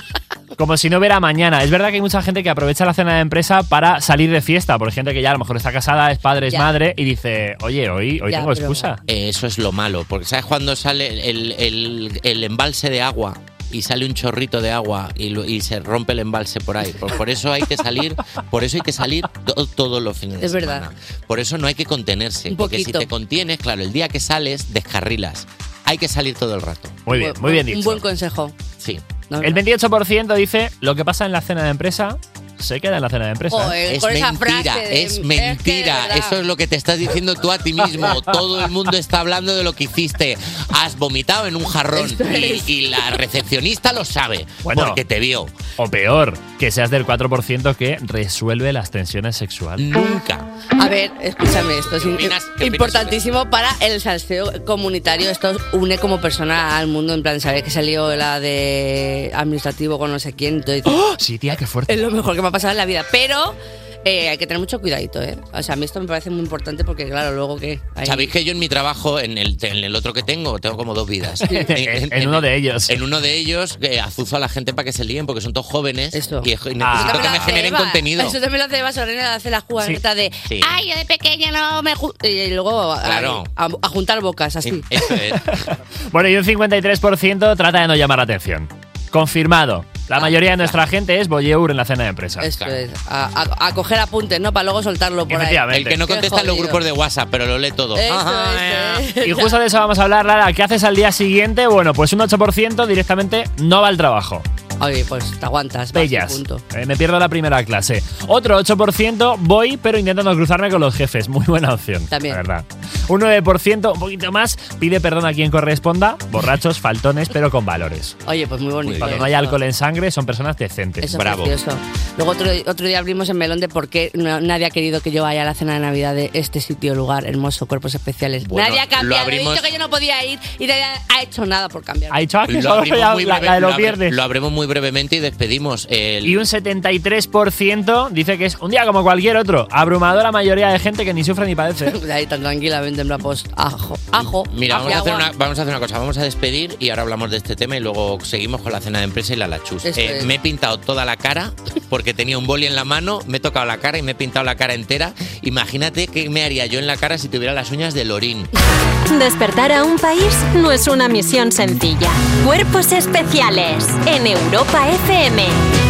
Como si no hubiera mañana. Es verdad que hay mucha gente que aprovecha la cena de empresa para salir de fiesta. Por gente que ya a lo mejor está casada, es padre, es Ya. madre y dice, oye, hoy, hoy Ya, tengo pero- excusa. Eh, Eso es lo malo, porque ¿sabes cuando sale el, el- el embalse de agua? Y sale un chorrito de agua y, lo- y se rompe el embalse por ahí. Por, por eso hay que salir, por eso hay que salir to- todos los fines de Es semana. verdad. Por eso no hay que contenerse, Un porque si poquito. te contienes, claro, el día que sales descarrilas. Hay que salir todo el rato. Muy bien, muy bien Un dicho. buen consejo. Sí. ¿no? El veintiocho por ciento dice lo que pasa en la cena de empresa se queda en la cena de empresa. Joder, Es con esa mentira, frase de- es que, mentira. de verdad. Eso es lo que te estás diciendo tú a ti mismo. Todo el mundo está hablando de lo que hiciste. Has vomitado en un jarrón Esto y, es. y la recepcionista lo sabe Bueno. porque te vio. O peor, que seas del cuatro por ciento que resuelve las tensiones sexuales. Nunca. A ver, escúchame, esto es ¿Qué in- opinas- qué opinas importantísimo para el salseo comunitario. Esto une como persona al mundo, en plan, sabes que salió la de administrativo con no sé quién, entonces Sí, tía, qué fuerte. es lo mejor que me ha pasado en la vida. Pero eh, hay que tener mucho cuidadito, ¿eh? O sea, a mí esto me parece muy importante porque, claro, luego que... Sabéis que yo en mi trabajo, en el, en el otro que tengo, tengo como dos vidas. En- en uno de ellos. En uno de ellos, eh, azuzo a la gente para que se líen porque son todos jóvenes Eso. y, y necesito Ah. que me generen Eva, contenido. Eso también lo hace Eva Sorena, hace la jugarreta de Sí. ay, yo de pequeña no me... ju-". Y luego a- Claro. a, a juntar bocas, así. Eso es. Bueno, y un cincuenta y tres por ciento trata de no llamar la atención. Confirmado. La mayoría de nuestra gente es voyeur en la cena de empresa. Esto es, a, a- a coger apuntes, ¿no? Para luego soltarlo por ahí. Efectivamente. El que no Qué contesta en los jodido. grupos de WhatsApp, pero lo lee todo. Eso, Ajá, eso, Y justo de eso vamos a hablar, Lara. ¿Qué haces al día siguiente? Bueno, pues un ocho por ciento directamente no va al trabajo. Oye, pues te aguantas. vas y Bellas. punto. Eh, me pierdo la primera clase. Otro ocho por ciento voy, pero intento no cruzarme con los jefes. Muy buena opción. También. La verdad. Un nueve por ciento, un poquito más, pide perdón a quien corresponda. Borrachos, faltones, pero con valores. Oye, pues muy bonito. Cuando no hay eso. alcohol en sangre, son personas decentes. Eso Bravo. es precioso. Luego otro, otro día abrimos el melón de por qué no- nadie ha querido que yo vaya a la cena de Navidad de este sitio, lugar hermoso, Cuerpos Especiales. Bueno, nadie ha cambiado. lo abrimos- He dicho que yo no podía ir y nadie ha hecho nada por cambiar. Ha dicho, ah, que Lo solo abrimos la, muy la- breve- la de lo los abre- viernes. Lo abrimos muy brevemente y despedimos. El, Y un setenta y tres por ciento dice que es un día como cualquier otro. Abrumadora mayoría de gente que ni sufre ni padece. De ahí tan tranquilamente en plan, pues ajo, ajo. Mira, ajo vamos y a, hacer agua. una, vamos a hacer una cosa. Vamos a despedir y ahora hablamos de este tema y luego seguimos con la cena de empresa y la lachus. Eso Eh, es. me he pintado toda la cara porque tenía un boli en la mano, me he tocado la cara y me he pintado la cara entera. Imagínate qué me haría yo en la cara si tuviera las uñas de Lorín. Despertar a un país no es una misión sencilla. Cuerpos especiales en Europa F M.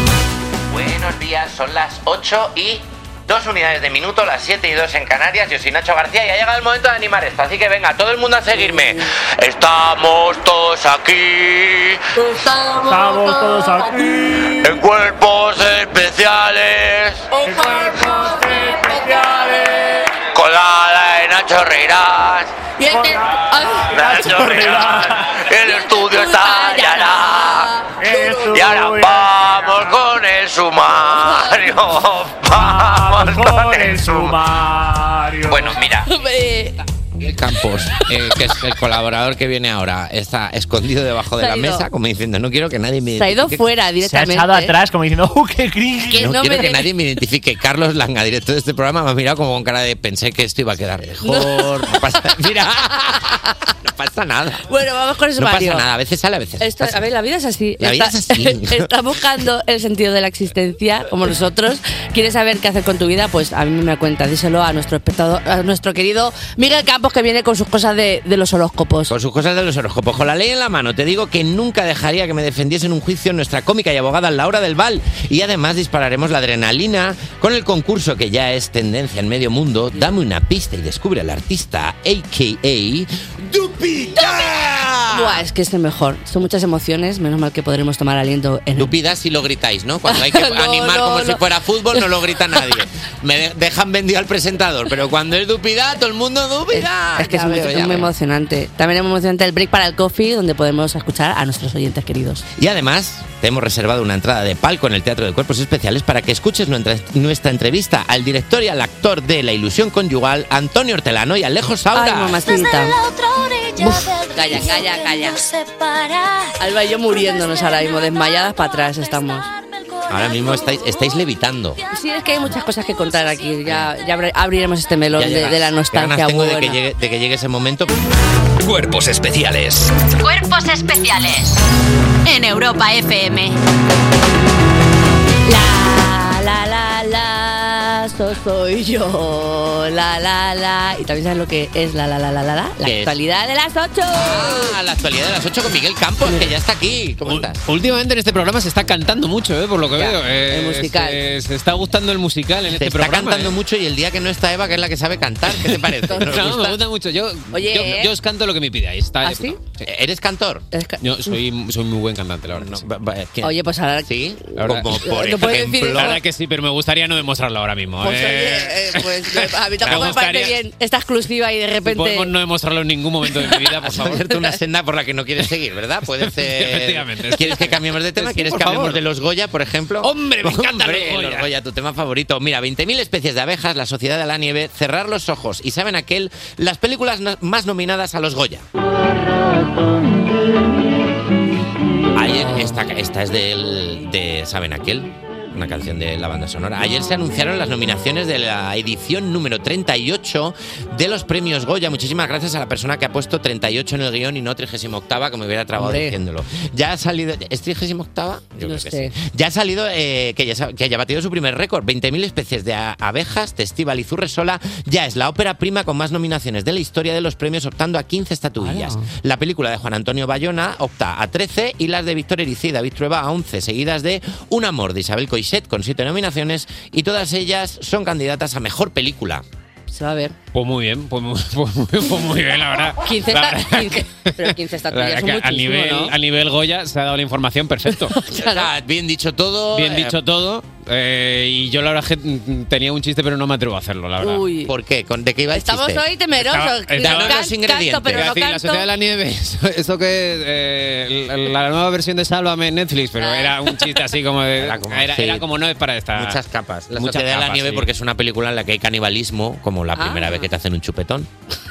Buenos días, son las ocho y dos unidades de minuto, las siete y dos en Canarias. Yo soy Nacho García y ha llegado el momento de animar esto. Así que venga, todo el mundo a seguirme. Estamos todos aquí. Estamos todos aquí. En cuerpos especiales. En cuerpos especiales. Colada en Nacho Reirás. Y el que- ay, Nacho Reirás. El estudio estallará. Eso Y ahora es. vamos con el sumario. Vamos Con el sumario. Bueno, mira, eh, Miguel Campos, eh, que es el colaborador que viene ahora, está escondido debajo de Se ha la ido. mesa, como diciendo, no quiero que nadie me se ha ido identifique. fuera Se ha directamente. echado atrás como diciendo, ¡uh, qué cringe! Que No, no quiero me que de- nadie me identifique. Carlos Langa, director de este programa, me ha mirado como con cara de pensé que esto iba a quedar mejor. No, pasa, mira, no pasa nada. Bueno, vamos con el No sumario. pasa nada, a veces sale, a veces Esto- pasa. a ver, la vida es así. La vida está, es así. está buscando el sentido de la existencia, como nosotros. ¿Quieres saber qué hacer con tu vida? Pues a mí me cuenta. Díselo a nuestro espectador, a nuestro querido Miguel Campos, que viene con sus cosas de, de los horóscopos. Con sus cosas de los horóscopos, con la ley en la mano, te digo que nunca dejaría que me defendiese en un juicio nuestra cómica y abogada Laura del Val. Y además dispararemos la adrenalina con el concurso que ya es tendencia en medio mundo. Dame una pista y descubre al artista, a k a. ¡Dupita! Buah, es que es el mejor. Son muchas emociones, menos mal que podremos tomar aliento en Dupida si lo gritáis, ¿no? Cuando hay que No, animar no, como no. si fuera fútbol, no lo grita nadie. Me de- dejan vendido al presentador, pero cuando es Dupida, todo el mundo Dupida. Es que es Ya muy, veo, ya muy veo. emocionante. También es muy emocionante el break para el coffee, donde podemos escuchar a nuestros oyentes queridos. Y además, te hemos reservado una entrada de palco en el Teatro de Cuerpos Especiales para que escuches nuestra, nuestra entrevista al director y al actor de La Ilusión Conyugal, Antonio Hortelano y Alejo Saura. Ay, mamacita. Uf, calla, calla, calla. Alba y yo muriéndonos ahora mismo, desmayadas para atrás estamos. Ahora mismo estáis, estáis levitando. Sí, es que hay muchas cosas que contar aquí. Ya, ya abri- abriremos este melón Ya de, llegas. de la Qué nostalgia ganas tengo de buena. que, llegue, de que llegue ese momento. Cuerpos especiales. Cuerpos especiales en Europa F M. La, la, la, la, so soy yo. La, la, la. Y también sabes lo que es la, la, la, la, la, la. La ¿Qué es? actualidad de las ocho. Ah, la actualidad de las ocho con Miguel Campos, que ya está aquí. ¿Cómo estás? Últimamente en este programa se está cantando mucho, ¿eh? Por lo que Ya, veo. Eh, el musical. Se, se está gustando el musical en Te este está programa. cantando ¿eh? mucho y el día que no está Eva, que es la que sabe cantar, ¿qué te parece? ¿Nos No, gusta? me gusta mucho. Yo, Oye, yo, ¿eh? yo os canto lo que me pidáis. Está ¿Ah, sí? ¿Eres cantor? Yo soy, soy muy buen cantante, la verdad. sí. Oye, pues ahora. ¿Sí? La verdad, Como por ¿No puedes decir ejemplo... eso? la verdad que sí, pero me gustaría no demostrarlo ahora mismo. Pues, ¿eh? oye, eh, pues a mí tampoco Me me parece gustaría- bien esta exclusiva y de repente. Podemos no demostrarlo en ningún momento de mi vida, por Has favor. abierto una senda por la que no quieres seguir, ¿verdad? Puede ser... Efectivamente. ¿Quieres que cambiemos de tema? Sí, ¿Quieres por que hablemos favor. de los Goya, por ejemplo? ¡Hombre, me encantan Hombre, los Goya! Goya, tu tema favorito. Mira, veinte mil especies de abejas, La Sociedad de la Nieve, Cerrar los ojos y ¿saben aquel? Las películas no- más nominadas a los Goya. Ayer, esta, esta es del, de ¿saben aquel? Una canción de la banda sonora. Ayer se anunciaron las nominaciones de la edición número treinta y ocho de los premios Goya. Muchísimas gracias a la persona que ha puesto treinta y ocho en el guión y no trigésima octava, que me hubiera trabado Hombre. diciéndolo. Ya ha salido... ¿Es trigésima octava? Yo No creo que sé. sí. Ya ha salido eh, que, ya, sa- que haya batido su primer récord. veinte mil especies de a- abejas, de Estíbaliz Urresola. Ya es la ópera prima con más nominaciones de la historia de los premios, optando a quince estatuillas. La película de Juan Antonio Bayona opta a trece y las de Víctor Erice y David Trueba a once, seguidas de Un amor de Isabel Coixet con siete nominaciones y todas ellas son candidatas a mejor película. Se va a ver. Pues muy bien, pues muy, pues muy- pues muy bien, la verdad. quince, La esta- verdad quince pero quince La estatuillas verdad son que a muchísimo, nivel, ¿no? a nivel Goya se ha dado la información perfecto. O sea, bien dicho todo. Bien eh, dicho todo. eh, y yo la verdad es que mm, tenía un chiste, pero no me atrevo a hacerlo, la verdad. Uy. ¿Por qué? ¿Con- ¿De qué iba el Estamos chiste? hoy temerosos. Estaba- estaba- Can- los ingredientes. Canto, pero Iba a no decir, la canto. Sociedad de la Nieve, eso, eso que eh, la, la nueva versión de Sálvame en Netflix, pero era un chiste así como de. Era como- era, sí. era como no es para esta. Muchas capas. La Muchas Sociedad de la capas, Nieve sí. porque es una película en la que hay canibalismo, como la primera Ah. vez que te hacen un chupetón.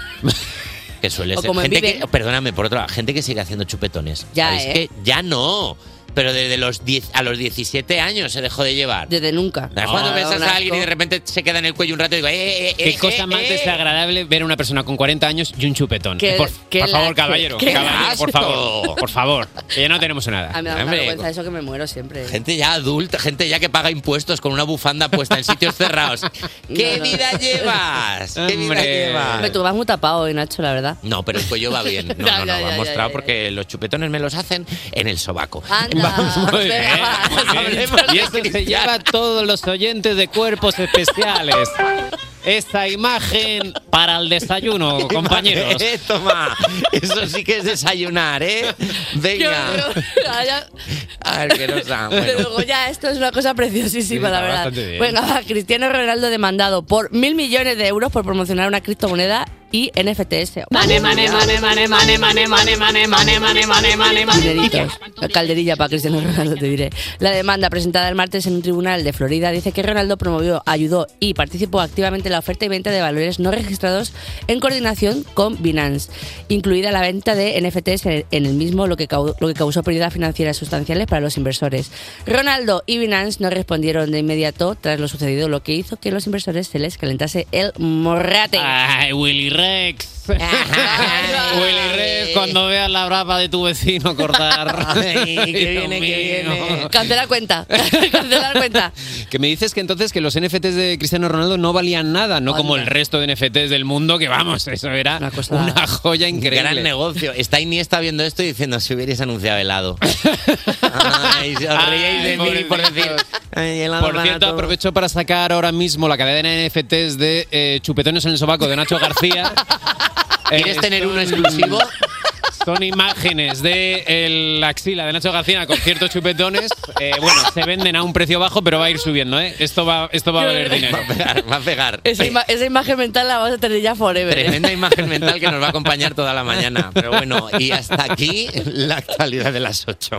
Que suele O ser. como en Gente Viven. que, perdóname, por otra, gente que sigue haciendo chupetones. Ya, ¿Sabéis ¿eh? que ya no? Pero desde los diez a los diecisiete años se dejó de llevar. Desde nunca. ¿Sabes cuando Ah, besas un a alguien y asco. de repente se queda en el cuello un rato y digo, eh, eh, Qué eh, cosa eh, más eh? desagradable ver a una persona con cuarenta años y un chupetón. Qué- por qué por favor, la- caballero. qué caballero, por asco. favor. Por favor. Que ya no tenemos nada. A mí me da una Hombre, vergüenza eso que me muero siempre. Gente ya adulta, gente ya que paga impuestos con una bufanda puesta en sitios cerrados. ¿Qué No, no. vida llevas? ¿Qué vida Hombre. llevas? Me tú vas muy tapado hoy, Nacho, la verdad. No, pero el cuello va bien. No, Ya, no, no, ya, va ya, mostrado ya, ya. porque los chupetones me los hacen en el sobaco. Anda. Muy bien, venga, va. muy bien. Hablemos Y de esto se Cristiano. lleva a todos los oyentes de Cuerpos Especiales. Esta imagen para el desayuno, compañeros. Eh, toma, eso sí que es desayunar, ¿eh? Venga. Ya- A ver qué nos da. Pero Bueno. luego ya esto es una cosa preciosísima, Sí, la está verdad. bastante bien. Venga, va, Cristiano Ronaldo demandado por mil millones de euros por promocionar una criptomoneda y N F Ts. Mane, mane, mane, mane, mane, mane, mane, mane, mane, mane, mane, mane, mane. Dineritos. Calderilla para Cristiano Ronaldo, te diré. La demanda presentada el martes en un tribunal de Florida dice que Ronaldo promovió, ayudó y participó activamente en la oferta y venta de valores no registrados en coordinación con Binance, incluida la venta de N F Ts en en el mismo, lo que, cau- lo que causó pérdidas financieras sustanciales para los inversores. Ronaldo y Binance no respondieron de inmediato tras lo sucedido, lo que hizo que a los inversores se les calentase el morrate. Ay, Willy Rex. Willy Rex, cuando veas la brava de tu vecino cortar. Ay, que Dios viene, que mío. viene. Cancela cuenta. Cancela cuenta. Que me dices que entonces que los N F Ts de Cristiano Ronaldo no valían nada, no como el resto de N F Ts del mundo, que vamos, eso era una, cosa- joya increíble. Gran negocio. Está Iniesta viendo esto y diciendo, si hubierais anunciado helado. Ay, si os reíais de mí por decir... "Ay, helado Por cierto, barato". aprovecho para sacar ahora mismo la cadena de N F Ts de eh, Chupetones en el sobaco de Nacho García. ¿Quieres Eh, tener uno son- exclusivo? son imágenes de el- la axila de Nacho García con ciertos chupetones. Eh, bueno, se venden a un precio bajo, pero va a ir subiendo, ¿eh? Esto va, esto va a valer dinero. Va a pegar, va a pegar. Esa, ima- esa imagen mental la vas a tener ya forever. ¿eh? Tremenda imagen mental que nos va a acompañar toda la mañana. Pero bueno, y hasta aquí la actualidad de las ocho.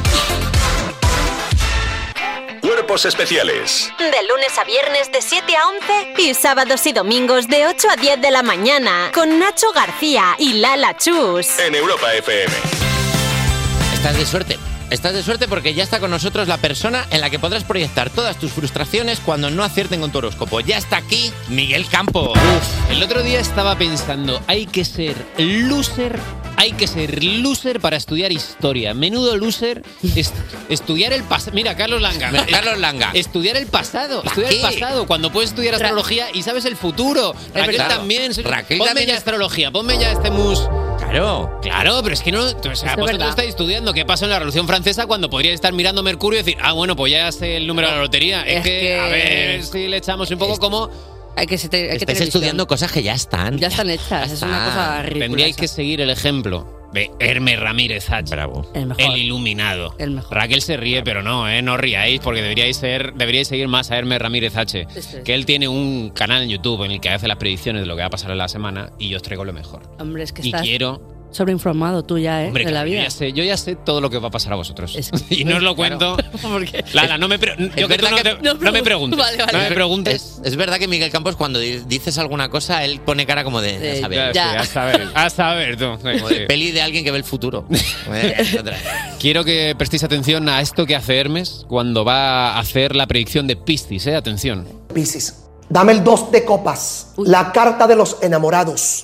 Cuerpos especiales De lunes a viernes de siete a once y sábados y domingos de ocho a diez de la mañana con Nacho García y Lala Chus. en Europa F M. Estás de suerte. Estás de suerte porque ya está con nosotros la persona en la que podrás proyectar todas tus frustraciones cuando no acierten con tu horóscopo. Ya está aquí Miguel Campos. Uf, el otro día estaba pensando, hay que ser loser, hay que ser loser para estudiar historia. Menudo loser, est- estudiar el pasado. Mira, Carlos Langa. Carlos Langa. Estudiar el pasado, estudiar el qué? pasado, cuando puedes estudiar astrología y sabes el futuro. Raquel verdad. también. Raquel ponme también ya es- astrología, ponme ya este mus. Claro. Claro, pero es que no. O sea, es vosotros verdad. estáis estudiando qué pasó en la Revolución Francesa cuando podríais estar mirando Mercurio y decir, ah, bueno, pues ya sé el número de la lotería. Es, Es que, que- a ver si le echamos un poco como. Hay que, se te- hay que Estáis tener estudiando visión. cosas que ya están. Ya están hechas, es una está. cosa ridícula. Tendríais esa. que seguir el ejemplo de Hermes Ramírez H. Bravo. El mejor. El iluminado. El mejor. Raquel se ríe, pero no, ¿eh? No ríais porque deberíais ser, deberíais seguir más a Hermes Ramírez H. Sí, sí. Que él tiene un canal en YouTube en el que hace las predicciones de lo que va a pasar en la semana y yo os traigo lo mejor. Hombre, es que Y estás quiero. sobreinformado tú ya, ¿eh? Hombre, de la claro, yo vida. ya sé, yo ya sé todo lo que va a pasar a vosotros. Es- y no os lo cuento. Porque- Lala, no me, pre- yo que tú verdad no, que- te- no no me preguntes. Vale, vale. No me preguntes. Es, es verdad que Miguel Campos, cuando di- dices alguna cosa, él pone cara como de. De- Ya sabes, ya. Sí, a saber, a saber tú. como de peli de alguien que ve el futuro. Eh, otra. Quiero que prestéis atención a esto que hace Hermes cuando va a hacer la predicción de Piscis, ¿eh? Atención. Piscis, dame el dos de copas, la carta de los enamorados.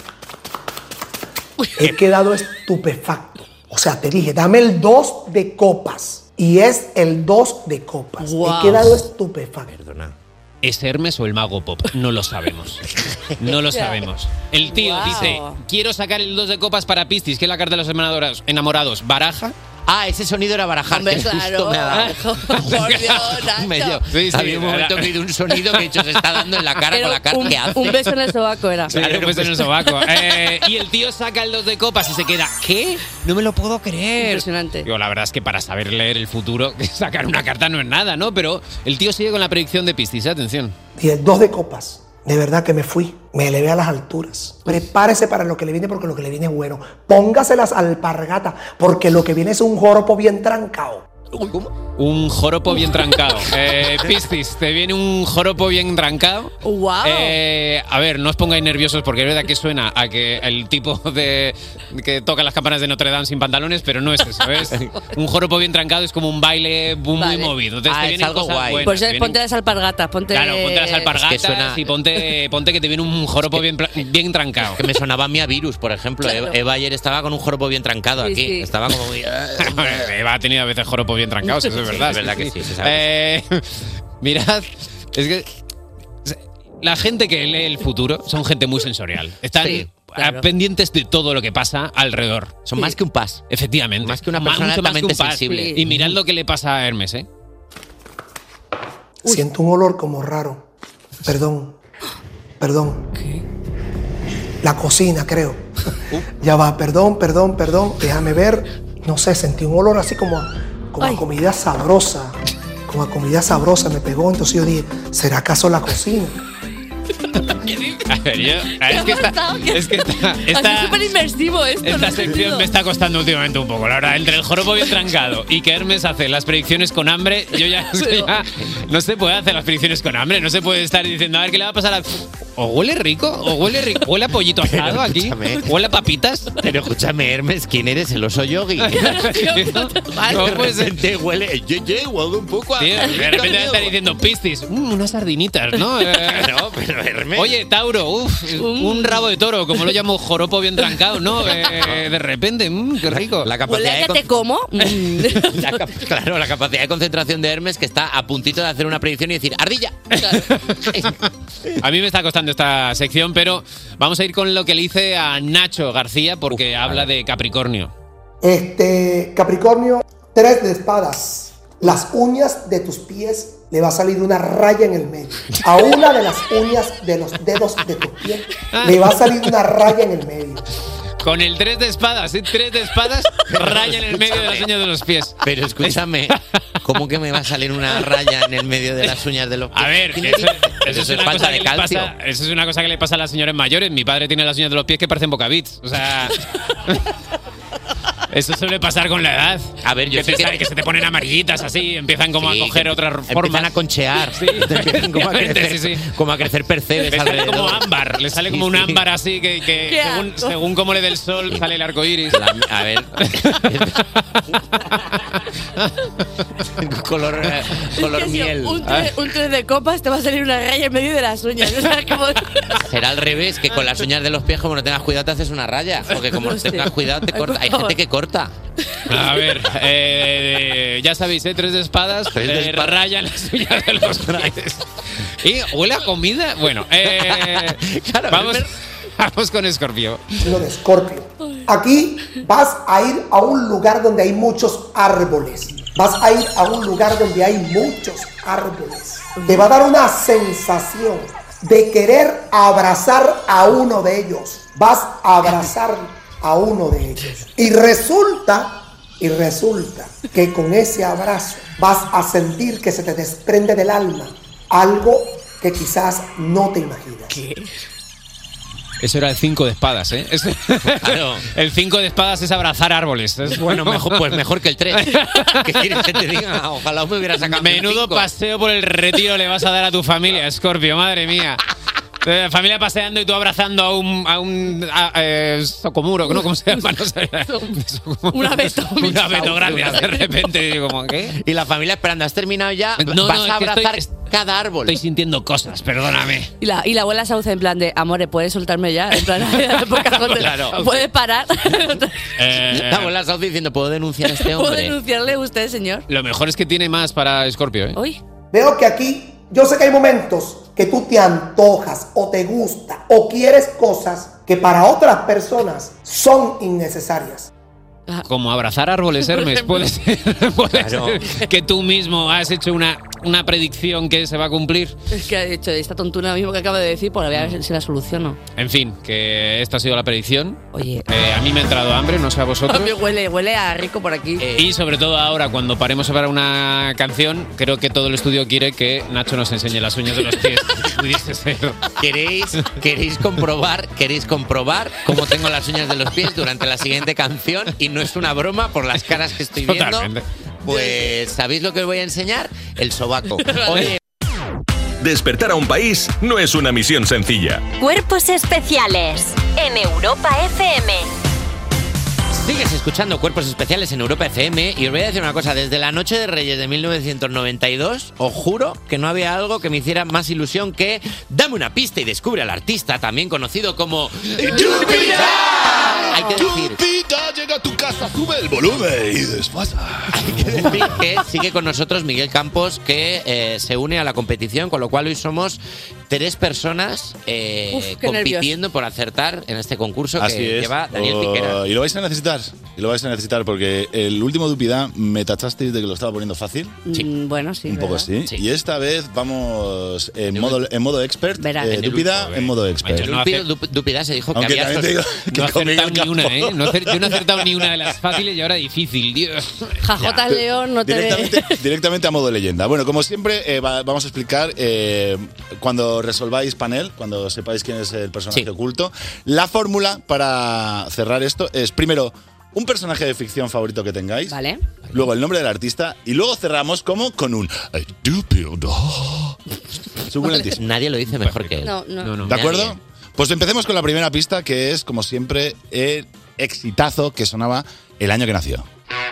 He quedado estupefacto. O sea, te dije, dame el dos de copas. Y es el dos de copas. Wow. He quedado estupefacto. Perdona. ¿Es Hermes o el mago pop? No lo sabemos. No lo sabemos. El tío Wow. dice, quiero sacar el dos de copas para Piscis, que es la carta de los enamorados. enamorados. Baraja. Ah, ese sonido era barajar. Hombre, que justo claro. me ha dado. Por Dios, Me Nacho. dio- Sí, sí, había un momento era- que he oído un sonido que he dicho se está dando en la cara Era con la cara un, que hace. un beso en el sobaco era. Sí, un beso en el sobaco. Eh, y el tío saca el dos de copas y se queda, ¿qué? No me lo puedo creer. Impresionante. Digo, la verdad es que para saber leer el futuro, sacar una carta no es nada, ¿no? Pero el tío sigue con la predicción de Piscis, ¿eh? Atención. Y el dos de copas. De verdad que me fui. Me elevé a las alturas. Prepárese para lo que le viene porque lo que le viene es bueno. Póngase las alpargatas porque lo que viene es un joropo bien trancado. ¿Cómo? Un joropo bien trancado. Eh, Piscis, te viene un joropo bien trancado. ¡Wow! Eh, a ver, no os pongáis nerviosos porque es verdad que suena a que el tipo de que toca las campanas de Notre Dame sin pantalones, pero no es eso, ¿ves? Un joropo bien trancado es como un baile muy, muy Vale. movido. Entonces Ah, te es vienen algo cosas guay. buenas, Pues te eh, vienen- ponte las alpargatas, ponte... Claro, ponte las alpargatas Es que suena- y ponte, ponte que te viene un joropo bien, pla- bien trancado. Que me sonaba a mí a virus, por ejemplo. Claro. Eva- Eva ayer estaba con un joropo bien trancado Sí, aquí. sí. Estaba como muy. Eva ha tenido a veces joropos bien trancados, eso es verdad. Es verdad que sí, se sabe. Eh, mirad, es que la gente que lee el futuro son gente muy sensorial. Están Sí, claro. a- pendientes de todo lo que pasa alrededor. Son más que un pas. Efectivamente. Más que una Ma- persona mucho más que un altamente pas. sensible. Y mirad lo que le pasa a Hermes, ¿eh? Siento un olor como raro. Perdón. Perdón. La cocina, creo. Ya va, perdón, perdón, perdón. Déjame ver. No sé, sentí un olor así como, a- como a comida sabrosa. Como a comida sabrosa me pegó. Entonces yo dije, ¿será acaso la cocina? A ver, yo, es que está, es que está, Ha está- sido súper inmersivo esto. esta no he sección entendido. me está costando últimamente un poco. La verdad, entre el joropo bien trancado y que Hermes hace las predicciones con hambre, yo ya, Pero- ya no se puede hacer las predicciones con hambre. No se puede estar diciendo, a ver qué le va a pasar a. O huele rico, o huele rico, huele a pollito asado Pero aquí, escúchame. huele a papitas. Pero escúchame, Hermes, ¿quién eres? ¿El oso yogi? No, De pues, repente huele. Ye, ye, huele un poco a. tío, de repente va a estar diciendo Piscis, "Mm, unas sardinitas, ¿no? Eh, No, pero Hermes. Oye, Tauro, uf, un rabo de toro, como lo llamo, joropo bien trancado, ¿no? Eh, de repente, mm, qué rico. La Huele capacidad a de que con- te como. Mm. la cap- claro, la capacidad de concentración de Hermes que está a puntito de hacer una predicción y decir ¡ardilla! A mí me está costando esta sección, pero vamos a ir con lo que le hice a Nacho García, porque habla de Capricornio. Este, Capricornio, tres de espadas. Las uñas de tus pies le va a salir una raya en el medio. A una de las uñas de los dedos de tus pies le va a salir una raya en el medio. Con el tres de espadas, ¿eh? Tres de espadas, raya en el medio de las uñas de los pies. Pero escúchame, ¿cómo que me va a salir una raya en el medio de las uñas de los pies? A ver, ¿Quién eso, dice? eso es Eso una es falta cosa de que le calcio. pasa, eso es una cosa que le pasa a las señoras mayores. Mi padre tiene las uñas de los pies que parecen bocabits. O sea... Eso suele pasar con la edad. A ver, yo que, sé te que- sale- que se te ponen amarillitas así, empiezan como Sí, a coger que otras formas. Empiezan a conchear. Sí, Empiezan como a crecer, sí, sí. como a crecer percebes Le sale alrededor. como ámbar, le sale Sí, como un sí. ámbar así que, que Qué según, asco. según cómo le dé el sol sale el arco iris. A ver. color eh, color Es que si miel. Un tres, un tres de copas te va a salir una raya en medio de las uñas. O sea, como... Será al revés, que con las uñas de los pies, como no tengas cuidado, te haces una raya. Porque como no tengas cuidado, te corta. Hay gente que corta. A ver, eh, ya sabéis, ¿eh? Tres de espadas, Tres de eh, espadas. rayan las uñas de los pies. Y huele a comida. Bueno, eh, vamos, vamos con Scorpio. Signo de Escorpio. Aquí vas a ir a un lugar donde hay muchos árboles. Vas a ir a un lugar donde hay muchos árboles. Te va a dar una sensación de querer abrazar a uno de ellos. Vas a abrazar a uno de ellos. Y resulta, y resulta que con ese abrazo vas a sentir que se te desprende del alma algo que quizás no te imaginas. Eso era el cinco de espadas, ¿eh? Es- Claro. El cinco de espadas es abrazar árboles. Es Bueno, mejor, pues mejor que el tres. ¿Qué quieres que te diga? Ojalá me hubiera sacado un Menudo cinco. paseo por el Retiro le vas a dar a tu familia, Scorpio, madre mía. Eh, familia paseando y tú abrazando a un, a un a, eh, socomuro, ¿no? ¿Cómo se llama? No sé. Un abeto. Un abeto grande, de repente digo, como, ¿qué? Y la familia esperando, ¿has terminado ya? No, Vas no, a es que abrazar estoy- cada árbol. Estoy sintiendo cosas, perdóname. Y la, y la abuela Sauce en plan de, amore, ¿puedes soltarme ya? En plan, por cajón de- Claro. ¿puedes parar? La abuela Sauce diciendo, ¿puedo denunciar a este ¿Puedo hombre? denunciarle a usted, señor? Lo mejor es que tiene más para Scorpio, ¿eh? Uy. Veo que aquí, yo sé que hay momentos que tú te antojas o te gusta o quieres cosas que para otras personas son innecesarias. Como abrazar árboles, Hermes. Puede ser, puede Claro. ser que tú mismo has hecho una, una predicción que se va a cumplir. Es que ha hecho esta tontuna mismo que acabo de decir, pues a ver si la soluciono. En fin, que esta ha sido la predicción. Oye. Eh, a mí me ha entrado hambre, no sé a vosotros. Huele, huele a rico por aquí. Y sobre todo ahora, cuando paremos para una canción, creo que todo el estudio quiere que Nacho nos enseñe las uñas de los pies. Pudiese ser. ¿Queréis, queréis comprobar, queréis comprobar cómo tengo las uñas de los pies durante la siguiente canción y no es una broma por las caras que estoy viendo? Totalmente. Pues, ¿sabéis lo que os voy a enseñar? El sobaco. Oye, Despertar a un país no es una misión sencilla. Cuerpos especiales en Europa F M. sigues escuchando Cuerpos Especiales en Europa F M y os voy a decir una cosa, desde la Noche de Reyes de mil novecientos noventa y dos, os juro que no había algo que me hiciera más ilusión que dame una pista y descubre al artista también conocido como Júpiter. Hay que decir Júpiter llega a tu casa, sube el volumen y desfasa. Hay que decir que sigue con nosotros Miguel Campos, que eh, se une a la competición, con lo cual hoy somos tres personas eh, Uf, qué compitiendo nervios. por acertar en este concurso Así que es. lleva Daniel Oh, Piquera. y lo vais a necesitar. Y lo vais a necesitar porque el último Dupida me tachasteis de que lo estaba poniendo fácil. Mm, bueno, sí. Un poco ¿verdad? sí. Y esta vez vamos en modo, en modo expert. Verás. Eh, En el Dupida último, en modo expert. En el último Dup- Dupida se dijo que Aunque había también te digo que No he con acertado Miguel ni una, Campos- ¿eh? No acer- yo no he acertado ni una de las fáciles y ahora difícil, Dios. Jajota León, no te ve. Directamente, directamente a modo leyenda. Bueno, como siempre, eh, va- vamos a explicar eh, cuando resolváis panel, cuando sepáis quién es el personaje oculto. La fórmula para cerrar esto es primero un personaje de ficción favorito que tengáis. Vale. Luego el nombre del artista y luego cerramos como con un estúpido. Suculentísimo. Nadie lo dice mejor que él. No, no. ¿De acuerdo? Pues empecemos con la primera pista, que es, como siempre, el exitazo que sonaba el año que nació.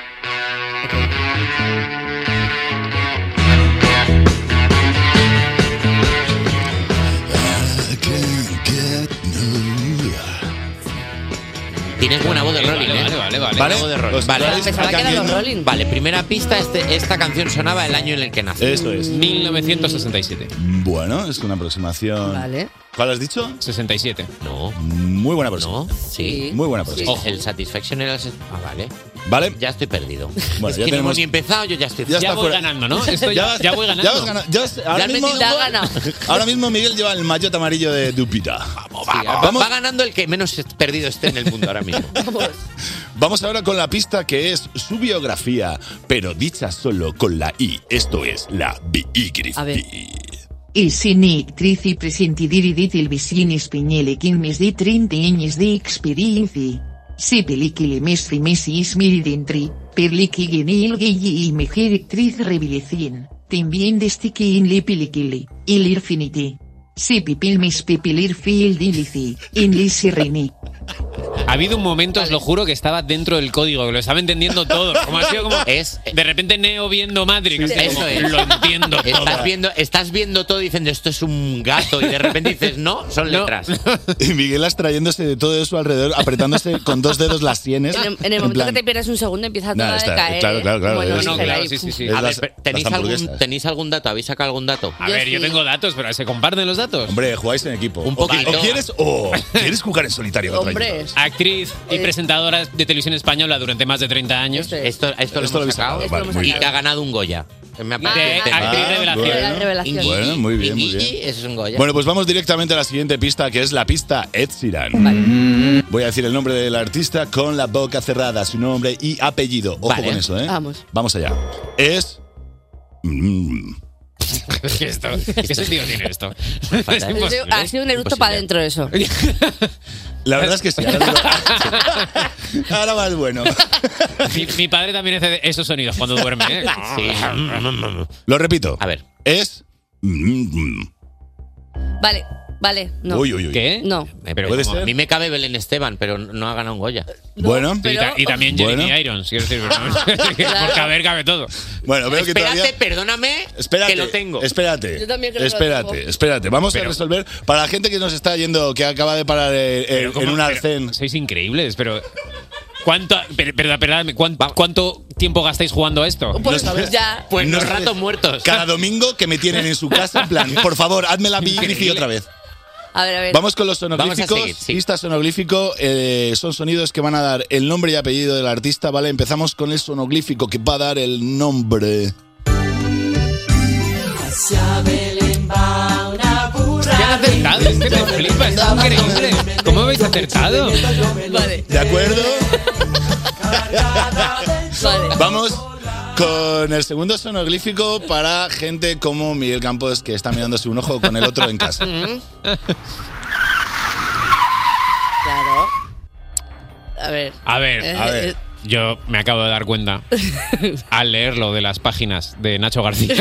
Tienes buena voz de Vale, Rolling, vale, ¿eh? vale, vale, vale. Buena Vale, voz de Rolling. pues Vale. vais Pensaba que eran los atendiendo. Rolling. Vale, primera pista, este, esta canción sonaba el año en el que nació. Esto es. mil novecientos sesenta y siete. Bueno, es una aproximación. Vale. ¿Cuál has dicho? sesenta y siete. No, Muy buena persona. no, sí. Muy buena Sí. persona. Ojo, el Satisfaction era el... ses- Ah, vale. ¿Vale? Ya estoy perdido. Bueno, es ya que tenemos- no hemos ni empezado, yo ya estoy Ya está voy fuera. ganando, ¿no? Esto ya- vas- ya voy ganando. Ya vas ganando. Ya has- ahora, has mismo, metido un gol. Gana. ahora mismo Miguel lleva el maillot amarillo de Dupita. Vamos, Sí, va, vamos. va ganando el que menos perdido esté en el mundo ahora mismo. Vamos ahora con la pista que es su biografía, pero dicha solo con la I. Esto es la biografía. A ver. Isinik trici presentidiri il visinis piñelekin mis di trinti iñis di experienci. Si pelikili mis fimisis miridintri, perliki genil geyi y mejeric triz revilecin, tambien destiki in li pelikili, ilir finiti. Si pipil mis pipilir fil dilici, in li sirrini. Ha habido un momento, os lo juro, que estaba dentro del código, que lo estaba entendiendo todo. Como ha sido como. Es, de repente Neo viendo Matrix. Eso como, es. Lo entiendo todo. Estás viendo, estás viendo todo diciendo esto es un gato y de repente dices no, son No. letras. Y Miguel abstrayéndose de todo eso alrededor, apretándose con dos dedos las sienes. En el, en el momento plan, que te pierdes un segundo empieza todo Nada, a está- decaer. claro, claro, claro, Bueno, es- no, no, claro, ahí, sí, sí, sí. Es A las- ver, ¿tenéis las algún, hamburguesas. ¿tenéis algún dato? ¿Habéis sacado algún dato? A ver, yo tengo datos, pero ¿se comparten los datos? Hombre, jugáis en equipo. Un O- poquito. ¿O quieres, o quieres jugar en solitario contra Hombre. ellos? Actriz y Eh. presentadora de televisión española durante más de treinta años. Esto es. Esto, esto, lo Esto lo hemos habéis sacado. sacado, vale, muy y bien. que ha ganado un Goya. Me De apetece. actriz Ah, revelación. bueno. La revelación. Bueno, muy bien, muy bien. Ingui, eso es un Goya. Bueno, pues vamos directamente a la siguiente pista, que es la pista Ed Sheeran. Voy a decir el nombre del artista con la boca cerrada, su nombre y apellido. Ojo Vale. con eso, ¿eh? Vamos. Vamos allá. Es... Mm. ¿Qué, esto? ¿Qué sentido tiene esto? Fatal. Es imposible. Ha sido un eructo para adentro eso. La verdad es que sí. Ahora, digo- ahora más bueno. Mi, mi padre también hace esos sonidos cuando duerme. ¿eh? Sí. Lo repito. A ver. Es... Mm. Vale, vale. No. Uy, uy, uy. ¿Qué? No. Pero ¿Puede como- ser? A mí me cabe Belén Esteban, pero no ha ganado un Goya. Bueno. Y, ta- y también Jeremy Bueno. Irons, quiero decir. pero no, por caber cabe todo. Bueno, veo que Espérate, todavía... perdóname, Espérate, que lo tengo. Espérate. Yo también creo que lo espérate, tengo. espérate. Vamos Pero- a resolver. Para la gente que nos está yendo, que acaba de parar eh, eh, Pero ¿cómo? en un Pero arcén. Sois increíbles, pero. ¿Cuánto, per- perdón, perdón, ¿cuánto, ¿Cuánto tiempo gastáis jugando a esto? Pues No sabes. ya. Pues No los sabes. ratos muertos. Cada domingo que me tienen en su casa, en plan, por favor, hazme la biografía Increíble. otra vez. A ver, a ver. Vamos con los Vamos a sonoglíficos. seguir, sí. Pista sonoglífico eh, son sonidos que van a dar el nombre y apellido del artista, ¿vale? Empezamos con el sonoglífico que va a dar el nombre. ¿Qué han acertado? Es que me flipa, es increíble. ¿Cómo habéis acertado? Vale, ¿De acuerdo? vale. Vamos con el segundo sonoglífico para gente como Miguel Campos, que está mirándose un ojo con el otro en casa. Claro. A ver. A ver, Eh, A ver. eh, yo me acabo de dar cuenta al leer lo de las páginas de Nacho García.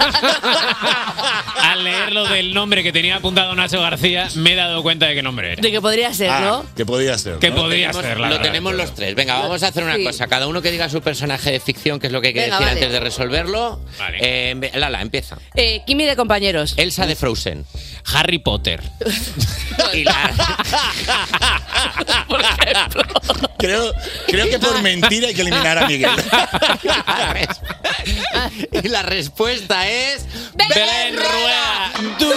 Al leer lo del nombre que tenía apuntado Nacho García, me he dado cuenta de qué nombre era. De que podría ser, Ah, ¿no? que podía ser. Que ¿no? podría Tenemos- ser, la lo verdad. tenemos los tres. Venga, vamos a hacer una Sí. cosa. Cada uno que diga su personaje de ficción, que es lo que hay que Venga, decir vale. antes de resolverlo. Vale. Eh, empe- Lala, empieza. Eh, Kimi de compañeros. Elsa de Frozen. Harry Potter. Y la, Creo, creo que por mentir hay que eliminar a Miguel. la res- y la respuesta es. Belén Rueda.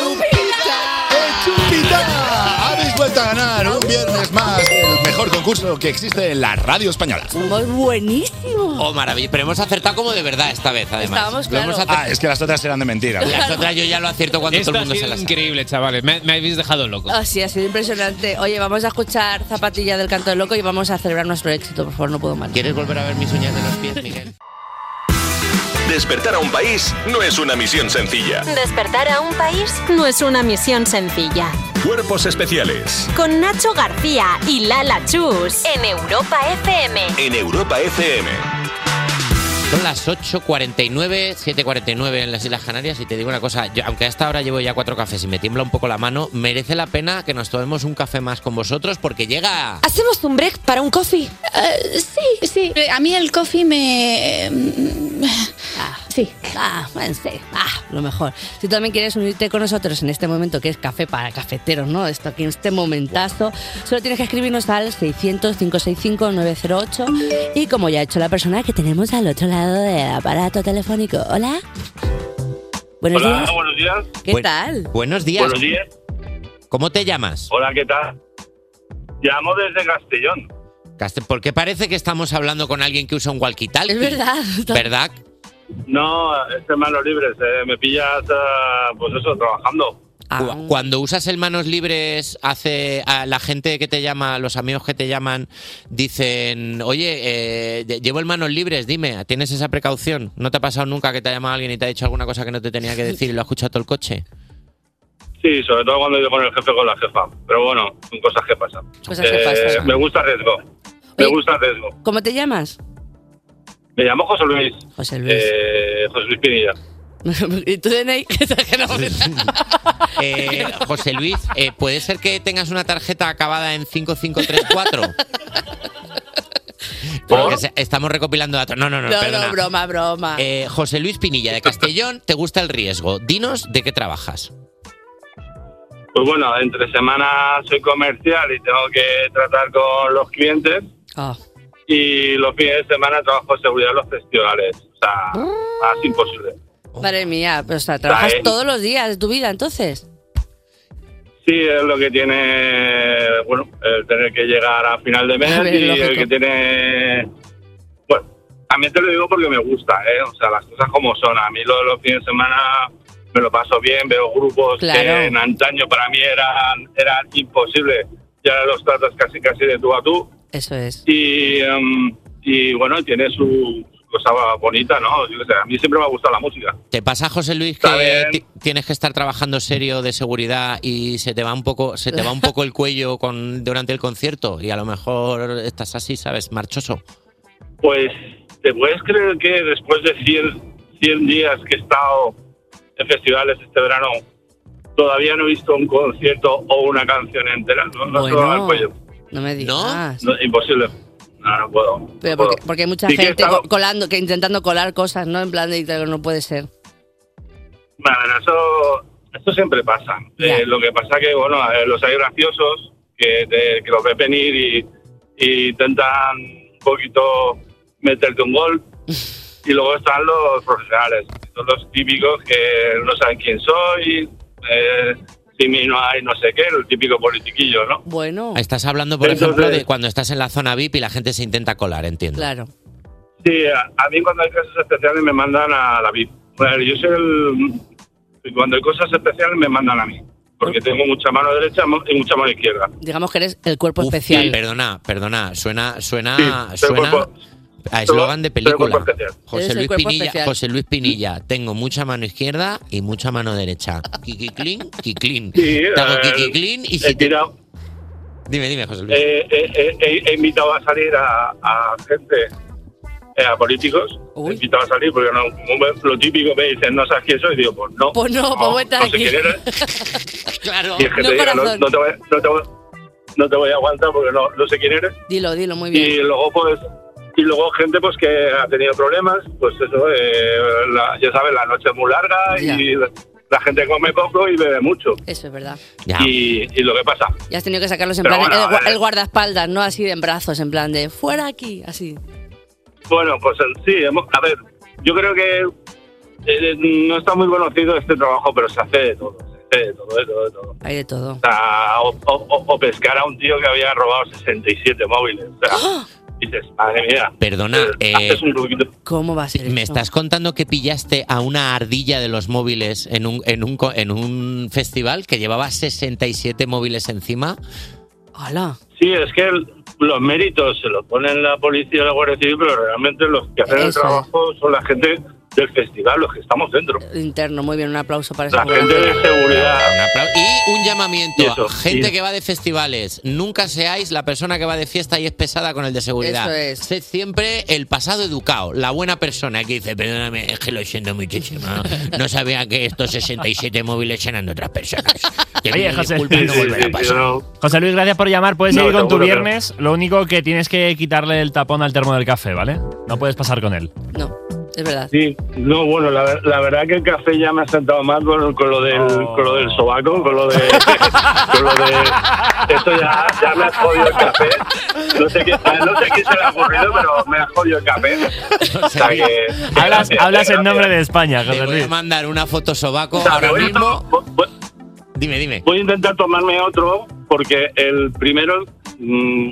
¡Chupita! Habéis vuelto a ganar un viernes más el mejor concurso que existe en la radio española. Somos buenísimos. Oh, maravilla. Pero hemos acertado como de verdad esta vez, además. Estábamos, Lo claro. hemos acertado. Ah, es que las otras eran de mentira. Las otras yo ya lo acierto cuando Esto todo ha el mundo se sido las sabe. increíble, chavales. Me, me habéis dejado loco. Así ha sido impresionante. Oye, vamos a escuchar Zapatilla del Canto del Loco y vamos a celebrar nuestro éxito. Por favor, no puedo más. ¿Quieres volver a ver mis uñas de los pies, Miguel? Despertar a un país no es una misión sencilla. Despertar a un país no es una misión sencilla. Cuerpos especiales Con Nacho García y Lala Chus en Europa F M. en Europa F M. Son las ocho cuarenta y nueve, siete cuarenta y nueve en las Islas Canarias y te digo una cosa, yo, aunque a esta hora llevo ya cuatro cafés y me tiembla un poco la mano, merece la pena que nos tomemos un café más con vosotros porque llega... ¿Hacemos un break para un coffee? Eh, sí, sí. A mí el coffee me... Ah, Sí. ah, bueno, sí, ah, lo mejor. Si tú también quieres unirte con nosotros en este momento que es café para cafeteros, ¿no? Esto aquí en este momentazo, solo tienes que escribirnos al seiscientos, cinco seis cinco, nueve cero ocho y como ya ha hecho la persona que tenemos al otro lado del aparato telefónico. Hola. Buenos Hola, días. buenos días. ¿Qué Buen- tal? Buenos días. Buenos días. ¿Cómo te llamas? Hola, ¿qué tal? Llamo desde Castellón. Caste- Porque parece que estamos hablando con alguien que usa un walkie-talkie. Es verdad. ¿Verdad? No, es de manos libres. Eh. Me pillas, uh, pues eso, trabajando. Cu- Cuando usas el manos libres, hace a la gente que te llama, los amigos que te llaman, dicen, oye, eh, llevo el manos libres, dime, ¿tienes esa precaución? ¿No te ha pasado nunca que te ha llamado alguien y te ha dicho alguna cosa que no te tenía que decir y lo ha escuchado todo el coche? Sí, sobre todo cuando he ido con el jefe o con la jefa. Pero bueno, son cosas que pasan. Cosas que pasan. Me gusta el riesgo. Me Oye, gusta el riesgo. ¿Cómo te llamas? Me llamo José Luis. José Luis. Eh, José Luis Pinilla. ¿Y tú, D N I? Que no- Eh, José Luis, eh, ¿puede ser que tengas una tarjeta acabada en cinco cinco tres cuatro? Porque se- estamos recopilando datos. No, no, no, No, perdona. no, broma, broma. Eh, José Luis Pinilla, de Castellón, ¿te gusta el riesgo? Dinos de qué trabajas. Pues bueno, entre semana soy comercial y tengo que tratar con los clientes. Ah. Y los fines de semana trabajo en seguridad en los festivales. O sea, más imposible. Madre mía, pero o sea, trabajas Vale. todos los días de tu vida, entonces. Sí, es lo que tiene, bueno, el tener que llegar a final de mes A ver, y lógico. el que tiene... Bueno, también te lo digo porque me gusta, ¿eh? O sea, las cosas como son. A mí lo de los fines de semana me lo paso bien, veo grupos Claro. que en antaño para mí eran, eran imposibles. Ya los tratas casi casi de tú a tú. Eso es. Y, em, y bueno, tiene su cosa bonita, ¿no? Yo qué sé, a mí siempre me ha gustado la música. ¿Te pasa, José Luis, Está que bien. ti- tienes que estar trabajando serio de seguridad y se te va un poco, se te va un poco el cuello con, durante el concierto y a lo mejor estás así, ¿sabes? Marchoso. Pues, ¿te puedes creer que después de cien días que he estado en festivales este verano, todavía no he visto un concierto o una canción entera? No, no se me va el cuello. No me digas. No, imposible. No, no puedo. Pero no puedo. porque, porque hay mucha Sí que he gente estado- co- colando, que intentando colar cosas, ¿no? En plan de no puede ser. Bueno, eso, esto siempre pasa. Eh, lo que pasa que, bueno, eh, los hay graciosos que, te- que los ves venir y, y intentan un poquito meterte un gol. Y luego están los profesionales, son los típicos que no saben quién soy, eh, si mí no hay no sé qué, el típico politiquillo, ¿no? Bueno. Estás hablando, por Entonces- ejemplo, de cuando estás en la zona V I P y la gente se intenta colar, entiendo. Claro. Sí, a, a mí cuando hay casos especiales me mandan a la V I P. Bueno, yo soy el... Cuando hay cosas especiales me mandan a mí, porque tengo mucha mano derecha y mucha mano izquierda. Digamos que eres el cuerpo Uf, especial. Perdona, perdona, suena, suena, Sí, soy suena cuerpo- a eslogan de soy cuerpo película. especial. José Eres el Luis cuerpo Pinilla, especial. José Luis Pinilla, tengo mucha mano izquierda y mucha mano derecha. Kikiclin, kiclin. Sí, Te hago eh, kikiclin y he si te... tirado- Dime, dime, José Luis. Eh, eh, eh, he, he invitado a salir a, a gente, eh, a políticos, he invitado a salir porque no, como me- lo típico me dicen, no sabes quién soy, y digo, pues no. Pues no, pues voy a estar no sé aquí. quién eres. Claro. Y es que No, te diga, no, corazón. no te voy, no, te voy, no te voy a aguantar porque no, no sé quién eres. Dilo, dilo, muy bien. Y luego, pues, y luego gente pues que ha tenido problemas, pues eso, eh, la- ya sabes, la noche es muy larga y la, la gente come poco y bebe mucho. Eso es verdad. Y, y lo que pasa. Y has tenido que sacarlos en Pero plan, bueno, el, gua- eh. el guardaespaldas, ¿no? Así de en brazos, en plan de fuera aquí, así. Bueno, pues eh, sí, hemos- a ver, yo creo que eh, no está muy conocido este trabajo, pero se hace de todo, se hace de todo, de todo, de todo. Hay de todo. O, sea, o, o- o pescar a un tío que había robado sesenta y siete móviles. O sea, dices, madre mía. Perdona, eh, haces un poquito. ¿Cómo va a ser ¿me eso? estás contando que pillaste a una ardilla de los móviles en un, en un, co- en un festival que llevaba sesenta y siete móviles encima? ¡Hala! Sí, es que el- los méritos se los ponen la policía y la Guardia Civil, pero realmente los que hacen el Eso trabajo son la gente del festival, los que estamos dentro. Interno, muy bien, un aplauso para La esa gente de seguridad. Un apla- Y un llamamiento Y eso, a gente y- que va de festivales. Nunca seáis la persona que va de fiesta y es pesada con el de seguridad. Eso es. Sed siempre el pasado educado, la buena persona que dice, perdóname, es que lo siento muchísimo. No sabía que estos sesenta y siete móviles eran de otras personas. Que Oye, me José, disculpen, no volverá a pasar. José Luis, gracias por llamar. Puedes No, seguir con tu seguro que no. viernes. Lo único que tienes que quitarle el tapón al termo del café, ¿vale? No puedes pasar con él. No, es verdad. Sí, no, bueno, la, ver- la verdad que el café ya me ha sentado mal con, con lo del Oh. con lo del sobaco, con lo de con lo de eso ya, ya me ha jodido el café. No sé qué, no sé qué se le ha ocurrido, pero me ha jodido el café. O sea que, que Hablas, gracias, hablas en gracias. nombre de España, Te José voy a Luis. mandar una foto sobaco O sea, ahora voy a mismo. to- voy- Dime, dime. Voy a intentar tomarme otro porque el primero mm,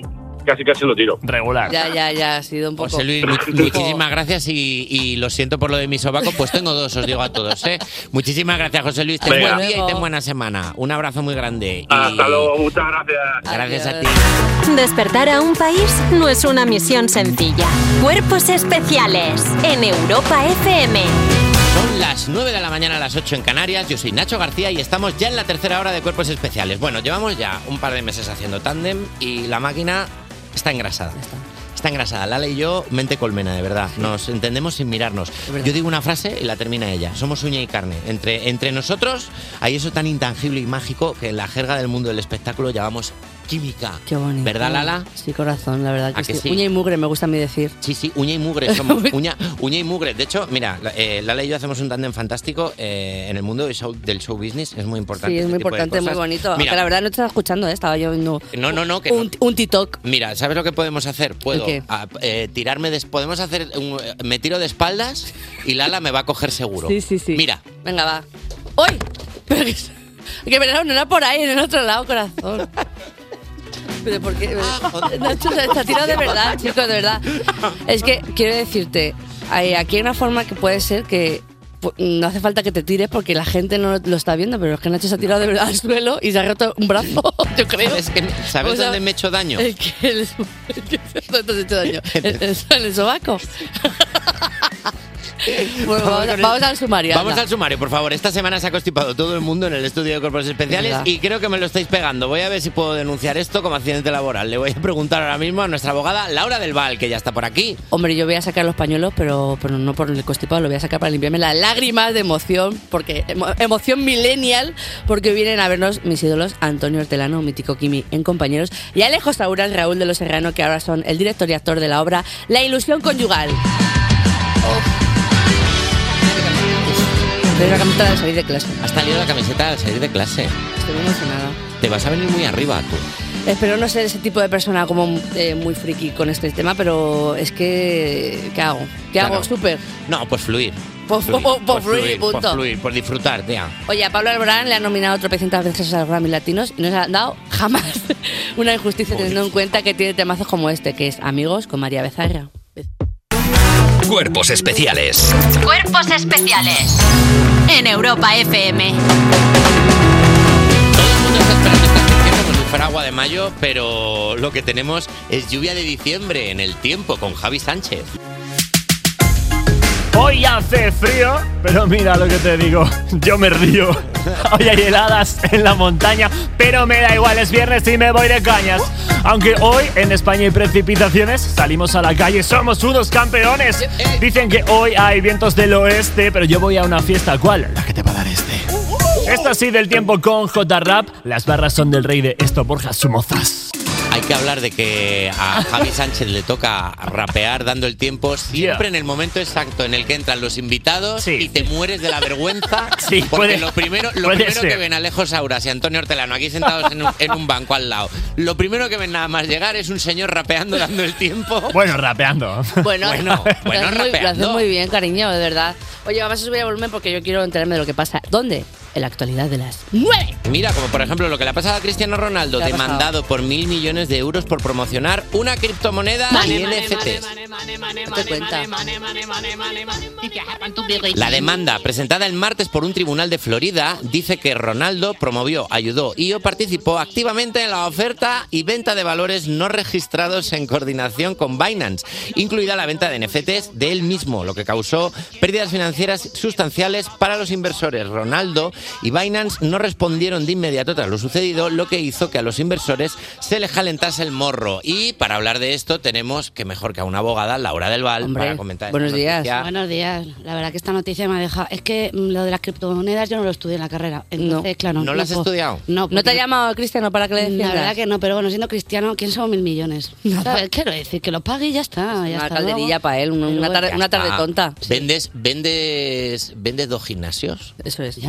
casi casi lo tiro. Regular. Ya, ya, ya, ha sido un poco... José Luis, mu- muchísimas gracias y, y lo siento por lo de mi sobaco, pues tengo dos, os digo a todos, ¿eh? Muchísimas gracias, José Luis. Ten Venga. buen día y ten buena semana. Un abrazo muy grande. Y Hasta luego, muchas gracias. gracias a ti. Despertar a un país no es una misión sencilla. Cuerpos especiales en Europa F M. Son las nueve de la mañana a las ocho en Canarias. Yo soy Nacho García y estamos ya en la tercera hora de Cuerpos Especiales. Bueno, llevamos ya un par de meses haciendo tándem y la máquina está engrasada. Está engrasada. Lala y yo, mente colmena, de verdad. Nos entendemos sin mirarnos. Yo digo una frase y la termina ella. Somos uña y carne. Entre, entre nosotros hay eso tan intangible y mágico que en la jerga del mundo del espectáculo llamamos química. Qué bonito. ¿Verdad, Lala? Sí, corazón, la verdad que, ¿A que sí. sí? Uña y mugre, me gusta a mí decir. Sí, sí, uña y mugre somos. uña, uña y mugre. De hecho, mira, eh, Lala y yo hacemos un tándem fantástico eh, en el mundo del show, del show business. Es muy importante. Sí, es este muy tipo de importante, muy cosas. bonito. Mira, Aunque la verdad no estaba escuchando, ¿eh? Estaba yo viendo no, no, no. Que un, no. un TikTok. Mira, ¿sabes lo que podemos hacer? Puedo ¿El qué? a- eh, tirarme de... Podemos hacer... Un, me tiro de espaldas y Lala me va a coger seguro. Sí, sí, sí. Mira. Venga, va. ¡Uy! Pero que, que pero no era por ahí, en el otro lado, corazón. Pero ¿por qué? Nacho, se está tirado de verdad, chicos, de verdad. Es que quiero decirte, hay- aquí hay una forma que puede ser que pu- no hace falta que te tires porque la gente no lo está viendo, pero es que Nacho se ha tirado de verdad al suelo y se ha roto un brazo, yo creo. ¿Sabes, que, ¿sabes O sea, dónde me he hecho daño? Es que el, es que ¿dónde te has hecho daño? ¿En, en- en el sobaco? Bueno, vamos, a- vamos al sumario. Vamos anda. al sumario, por favor. Esta semana se ha constipado todo el mundo en el estudio de Cuerpos Especiales ¿Verdad? y creo que me lo estáis pegando. Voy a ver si puedo denunciar esto como accidente laboral. Le voy a preguntar ahora mismo a nuestra abogada Laura del Val, que ya está por aquí. Hombre, yo voy a sacar los pañuelos, pero, pero no por el constipado, lo voy a sacar para limpiarme las lágrimas de emoción, porque emo- emoción millennial, porque vienen a vernos mis ídolos Antonio Hortelano, mítico Kimi en Compañeros, y Alejo Sauras, Raúl de los Serrano, que ahora son el director y actor de la obra La Ilusión Conyugal. Tengo la camiseta de salir de clase. Has salido la camiseta al salir de clase. Estoy muy emocionada. Te vas a venir muy arriba tú. Espero no ser ese tipo de persona como eh, muy friki con este tema, pero es que... ¿Qué hago? ¿Qué hago? Claro. Súper. No, pues fluir. Por, por, por, por fluir, punto. Por fluir, por disfrutar, tía. Oye, a Pablo Alborán le han nominado tropecientas veces a los Grammy Latinos y no se han dado jamás una injusticia teniendo en cuenta que tiene temazos como este, que es Amigos con María Becerra. Cuerpos especiales. Cuerpos especiales en Europa F M. Como si fuera agua de mayo, pero lo que tenemos es lluvia de diciembre en el tiempo con Javi Sánchez. Hoy hace frío, pero mira lo que te digo, yo me río. Hoy hay heladas en la montaña, pero me da igual, es viernes y me voy de cañas. Aunque hoy en España hay precipitaciones, salimos a la calle, somos unos campeones. Dicen que hoy hay vientos del oeste, pero yo voy a una fiesta, ¿cuál? La que te va a dar este. Esto así del tiempo con J-Rap, las barras son del rey de esto, Borja Somozas. Hay que hablar de que a Javi Sánchez le toca rapear dando el tiempo siempre Yeah. en el momento exacto en el que entran los invitados Sí. y te mueres de la vergüenza. Sí, porque puede- lo primero, lo puede primero ser. que ven Alejo Sauras y Antonio Hortelano aquí sentados en un, en un banco al lado, lo primero que ven nada más llegar es un señor rapeando dando el tiempo. Bueno, rapeando. Bueno, Bueno, bueno, lo, haces muy, lo haces rapeando. muy bien, cariño, de verdad. Oye, vamos a subir el volumen porque yo quiero enterarme de lo que pasa. ¿Dónde? En la actualidad de las nueve. Mira, como por ejemplo lo que le ha pasado a Cristiano Ronaldo, ¿Qué ha demandado por mil millones de euros por promocionar una criptomoneda y N F Ts. Date cuenta. La demanda, presentada el martes por un tribunal de Florida, dice que Ronaldo promovió, ayudó y o participó activamente en la oferta y venta de valores no registrados en coordinación con Binance, incluida la venta de N F Ts de él mismo, lo que causó pérdidas financieras sustanciales para los inversores. Ronaldo y Binance no respondieron de inmediato tras lo sucedido, lo que hizo que a los inversores se les calentase el morro. Y para hablar de esto tenemos que mejor que a una abogada, Laura del Val, Hombre, para comentar buenos esta días. noticia. Buenos días. La verdad que esta noticia me ha dejado... Es que mm, lo de las criptomonedas yo no lo estudié en la carrera. Entonces, claro, ¿No lo has puedo- estudiado? No, ¿No te ha porque- llamado Cristiano para que le defiendas? La verdad que no, pero bueno, siendo cristiano, ¿quién son mil millones? ¿Sabes? Quiero decir, que lo pague y ya está. Ya Una está, calderilla luego. para él, una, Pero una bueno, tarde, ya una tarde Ah, tonta. ¿Vendes, vendes, ¿Vendes dos gimnasios? Eso es. Ya lo tienes.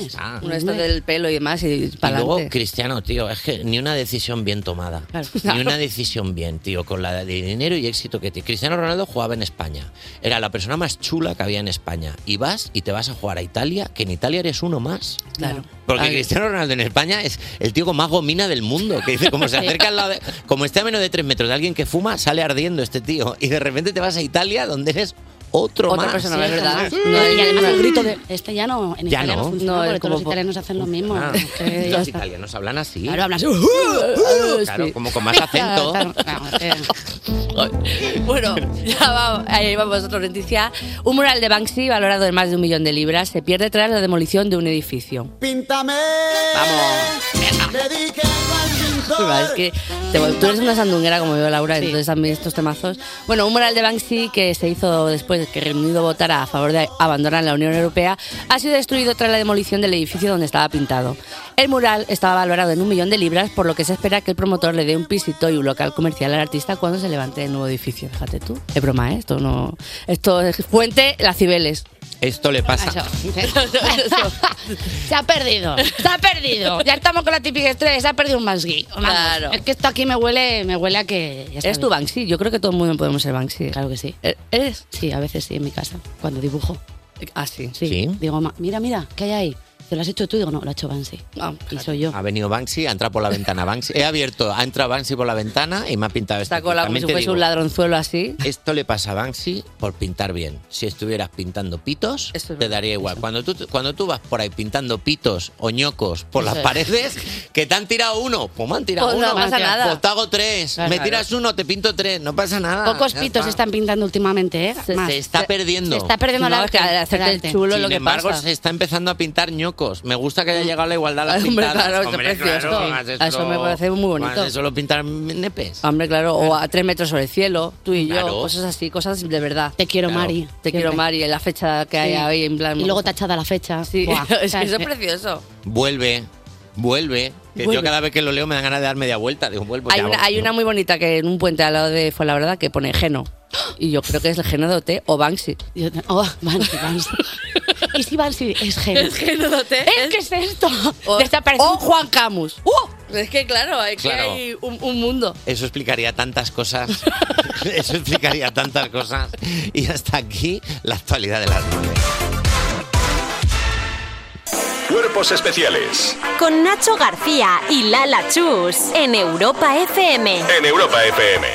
mes. Ah. Uno está del pelo y demás y Y para luego, adelante. Cristiano, tío, es que ni una decisión bien tomada. Ni una decisión bien, tío, con la de dinero y éxito que tiene. Cristiano Ronaldo jugaba en España. Era la persona más chula que había en España. Y vas y te vas a jugar a Italia, que en Italia eres uno más. Claro. Porque Ay. Cristiano Ronaldo en España es el tío con más gomina del mundo. Que dice, como se acerca al lado de, como esté a menos de tres metros de alguien que fuma, sale ardiendo este tío. Y de repente te vas a Italia donde eres otro Otra más. persona, Sí, es verdad. otro más. No, y además no, el no. grito de este ya no, en Ya Italia no, no. funciona No, porque es todos los como- italianos hacen lo mismo. Ah, Que ya los está. italianos hablan así. Claro, hablan así. Claro, Sí. como con más acento. Claro, claro, que- Bueno, ya vamos, ahí vamos, otra noticia. Un mural de Banksy valorado en más de un millón de libras se pierde tras la demolición de un edificio. Píntame. Vamos. Dedique al Es que te- tú eres una sandunguera como yo, Laura, entonces también estos temazos. Bueno, un mural de Banksy que se hizo después de que Reino Unido votara a favor de abandonar la Unión Europea ha sido destruido tras la demolición del edificio donde estaba pintado. El mural estaba valorado en un millón de libras, por lo que se espera que el promotor le dé un pisito y un local comercial al artista cuando se levante el nuevo edificio. Fíjate tú. Es broma, ¿eh? Esto no. Esto es fuente Las Cibeles. Esto le pasa. Se ha perdido, se ha perdido. Ya estamos con la típica estrella, se ha perdido un Banksy. Vamos, Claro. Es que esto aquí me huele, me huele a que... ya ¿Eres sabes. tú Banksy? Yo creo que todo el mundo podemos ser Banksy. Claro que sí. ¿Eres? Sí, a veces sí, en mi casa, cuando dibujo. Ah, sí. Sí. ¿Sí? Digo, "Ma, mira, mira, ¿qué hay ahí? ¿Te lo has hecho tú?" Digo, no, lo ha hecho Banksy. Ah, Y soy yo. Ha venido Banksy, ha entrado por la ventana Banksy. He abierto, ha entrado Banksy por la ventana y me ha pintado esto. Está colado como También si te fuese digo, un ladronzuelo así. Esto le pasa a Banksy por pintar bien. Si estuvieras pintando pitos, te daría igual. Cuando tú, cuando tú vas por ahí pintando pitos o ñocos por Eso las es. paredes, que te han tirado uno, pues me han tirado Pues no uno. pasa nada. Pues te hago tres. Claro, me claro. tiras uno, te pinto tres. No pasa nada. Pocos Ya pitos está. se están pintando últimamente, ¿eh? Se, Más. se está perdiendo. Se está perdiendo No, la es que al hacerte el chulo Sin lo que embargo, pasa. se está empezando a pintar ñocos. Me gusta que haya llegado la igualdad a las Ay, hombre, pintadas. claro, está Hombre, precioso. claro, más Eso solo- me parece muy bonito. más de solo pintar nepes. Hombre, claro, o a tres metros sobre el cielo, tú y yo, Claro. cosas así, cosas de verdad. Te quiero, Claro. Mari. Te quiero, Siempre. Mari, en la fecha que hay Sí. ahí, en plan. Y luego tachada la fecha. Sí, Buah, es que ¿sabes? eso es precioso. Vuelve, vuelve. Que Vuelve. yo cada vez que lo leo me dan ganas de dar media vuelta. Digo, vuelvo Hay ya, una, hay una muy bonita que en un puente al lado de Fuenlabrada que pone Geno. Y yo creo que es el Geno de O T o Banksy. Yo te- Oh, Banksy, Banksy. ¿Y si Banksy es Geno? Es Geno de O T. ¿Es que es esto? O, Desaparece o un- Juan Camus. ¡Uh! Es que claro, es Claro. que hay un, un mundo. Eso explicaría tantas cosas. Eso explicaría tantas cosas. Y hasta aquí la actualidad de las nueve. Cuerpos especiales Con Nacho García y Lala Chus en Europa F M. en Europa F M.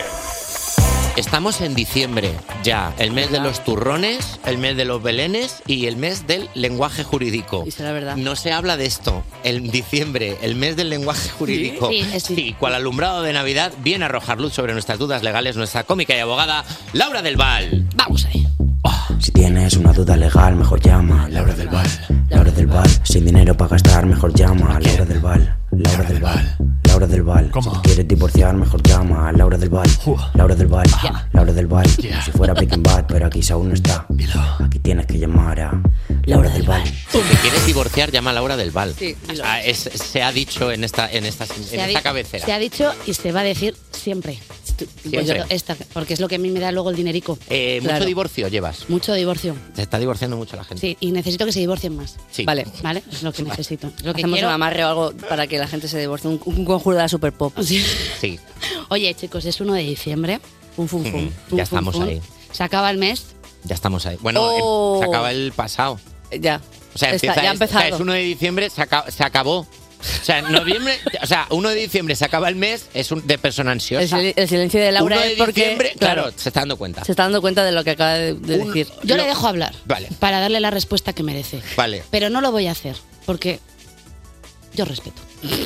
Estamos en diciembre ya, el mes de los turrones, el mes de los belenes y el mes del lenguaje jurídico. Y será verdad. No se habla de esto. En diciembre, el mes del lenguaje jurídico. Sí, es- Sí, cual alumbrado de Navidad, viene a arrojar luz sobre nuestras dudas legales nuestra cómica y abogada Laura del Val. Vamos ahí. Si tienes una duda legal, mejor llama. Laura del Val. Laura del Val. Sin dinero para gastar, mejor llama. Laura del Val. Laura del Val. Laura del Val. Si te quieres divorciar, mejor llama. Laura del Val. Laura del Val. Laura del Val. Como si fuera Breaking Bad, pero aquí aún no está. Aquí tienes que llamar a Laura del Val. Si te quieres divorciar, llama a Laura del Val. Sí, dilo. Ah, es- se ha dicho en esta, en esta, en Se ha esta di- cabecera. Se ha dicho y se va a decir siempre. Pues yo- esta, porque es lo que a mí me da luego el dinerico. Eh, Claro. Mucho divorcio llevas. Mucho divorcio. Se está divorciando mucho la gente. Sí, y necesito que se divorcien más. Sí. Vale. ¿Vale? Es lo que necesito. Es lo que Hacemos quiero. un amarre o algo para que la gente se divorcie. Un, un conjuro de la super pop. Sí. Sí. Oye, chicos, es uno de diciembre. Fum, fum, fum. Mm, Fum, ya fum, estamos fum. ahí. Se acaba el mes. Ya estamos ahí. Bueno, Oh. em- se acaba el pasado. Ya. O sea, Está- empieza ya ha este- o sea, empezado. es uno de diciembre, se, aca- se acabó. O sea, en noviembre, o sea, uno de diciembre se acaba el mes, es un, de persona El, ansiosa. sil- el silencio de Laura uno de es porque diciembre, claro, claro, se está dando cuenta. se está dando cuenta de lo que acaba de, de Un- decir. Yo Lo- le dejo hablar. Vale, Para darle la respuesta que merece. vale. Pero no lo voy a hacer. Porque yo respeto.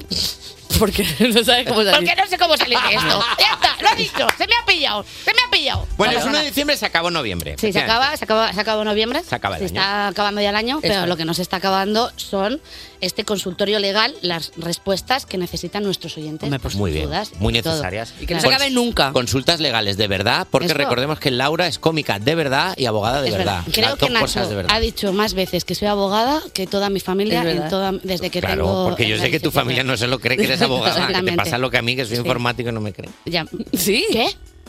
Porque no sabes cómo salir. Porque no sé cómo salir de esto. Ya está, lo he dicho. Se me ha pillado. Se me ha pillado. Bueno, No es pasa uno de nada. diciembre, se acabó noviembre. Sí, se acaba, se acaba, se acaba noviembre. Se acaba el Se año. está acabando ya el año, pero Eso. lo que no se está acabando son este consultorio legal, las respuestas que necesitan nuestros oyentes. Hombre, por sus Muy bien, dudas muy y todo. necesarias. Y que no Claro. se acabe nunca. Consultas legales de verdad, porque Esto- recordemos que Laura es cómica de verdad y abogada de Es verdad. verdad. Creo Las que dos cosas de Nacho verdad. ha dicho más veces que soy abogada que toda mi familia Es en verdad. toda, desde que Claro, tengo. porque yo la sé que tu licencia. familia no se lo cree que eres abogada. Que te Exactamente. pasa lo que a mí, que soy Sí. informático y no me cree. Ya. Sí. ¿Qué?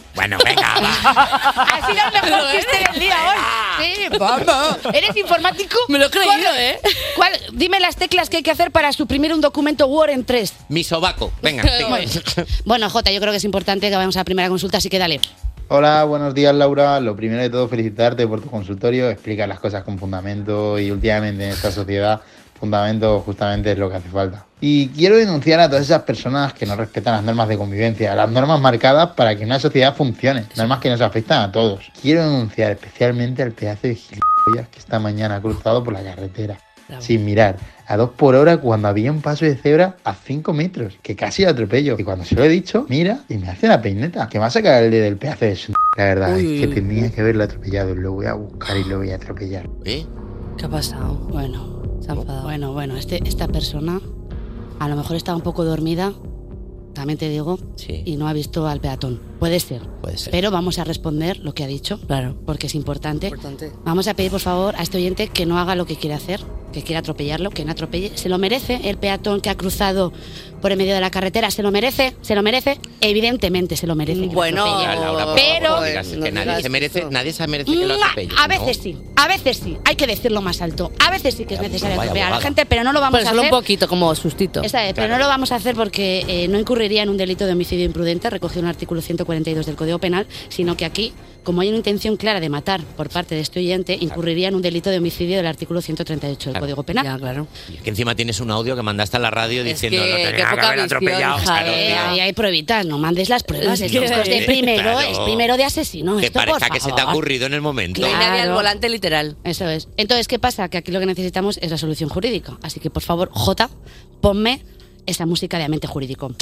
Bueno, venga, va. Ha sido el mejor chiste del día hoy. Sí, vamos. ¿Eres informático? Me lo he creído, ¿eh? ¿Cuál? Dime las teclas que hay que hacer para suprimir un documento Word en tres. Mi sobaco. Venga. Bueno. Bueno, Jota, yo creo que es importante que vayamos a la primera consulta, así que dale. Hola, buenos días, Laura. Lo primero de todo, felicitarte por tu consultorio. Explicas las cosas con fundamento y últimamente en esta sociedad, fundamento justamente es lo que hace falta. Y quiero denunciar a todas esas personas que no respetan las normas de convivencia, las normas marcadas para que una sociedad funcione, normas que nos afectan a todos. Quiero denunciar especialmente al pedazo de gilipollas que esta mañana ha cruzado por la carretera, Bravo. sin mirar, a dos por hora cuando había un paso de cebra a cinco metros, que casi lo atropello. Y cuando se lo he dicho, mira y me hace la peineta, que me va a sacar el dedo del pedazo de su... La verdad uy, es que tenía que haberlo atropellado, lo voy a buscar y lo voy a atropellar. ¿Eh? ¿Qué ha pasado? Bueno, se ha enfadado. Bueno, bueno, este, esta persona a lo mejor estaba un poco dormida, también te digo, sí. y no ha visto al peatón. Puede ser. Puede ser. Pero vamos a responder lo que ha dicho, claro, porque es importante. importante. Vamos a pedir, por favor, a este oyente que no haga lo que quiere hacer, que quiera atropellarlo, que no atropelle. Se lo merece el peatón que ha cruzado por el medio de la carretera. Se lo merece, se lo merece. Evidentemente se lo merece. Bueno, Laura, pero favor, digas, que no nadie se merece, nadie se merece que lo atropelle. A veces ¿no? sí, a veces sí. Hay que decirlo más alto. A veces sí que es necesario vaya, atropellar abogado. a la gente, pero no lo vamos pero a solo hacer. un poquito, como sustito. Esta vez, claro. Pero no lo vamos a hacer porque eh, no incurriría en un delito de homicidio imprudente recogido en el artículo ciento cuarenta y dos del Código Penal, sino que aquí, como hay una intención clara de matar por parte de este oyente, incurriría en un delito de homicidio del artículo ciento treinta y ocho del claro. Código Penal. Ya, claro. Y que encima tienes un audio que mandaste a la radio es diciendo que, no tenía que que haber atropellado. Claro, eh, ahí hay pruebitas, no mandes las pruebas. Es, que, esto es de primero, claro. es primero de asesino. Que esto, parezca por que se te ha ocurrido en el momento. Claro. Nadie al volante literal. Eso es. Entonces, ¿qué pasa? Que aquí lo que necesitamos es la solución jurídica. Así que, por favor, Jota, ponme esa música de ambiente jurídico.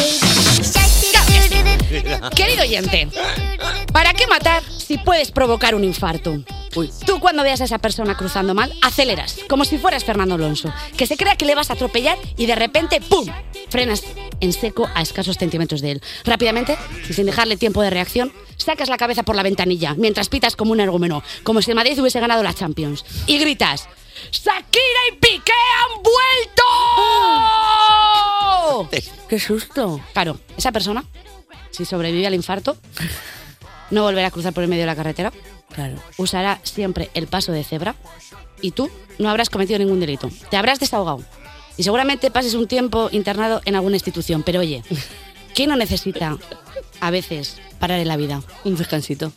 Querido oyente, ¿para qué matar si puedes provocar un infarto? Uy. Tú cuando veas a esa persona cruzando mal, aceleras, como si fueras Fernando Alonso, que se crea que le vas a atropellar y de repente, ¡pum!, frenas en seco a escasos centímetros de él. Rápidamente, y sin dejarle tiempo de reacción, sacas la cabeza por la ventanilla, mientras pitas como un energúmeno, como si el Madrid hubiese ganado la Champions, y gritas: ¡Shakira y Piqué han vuelto! ¡Qué susto! Claro, esa persona, si sobrevive al infarto, no volverá a cruzar por el medio de la carretera. Claro. Usará siempre el paso de cebra y tú no habrás cometido ningún delito. Te habrás desahogado. Y seguramente pases un tiempo internado en alguna institución. Pero oye, ¿quién no necesita a veces parar en la vida? Un descansito.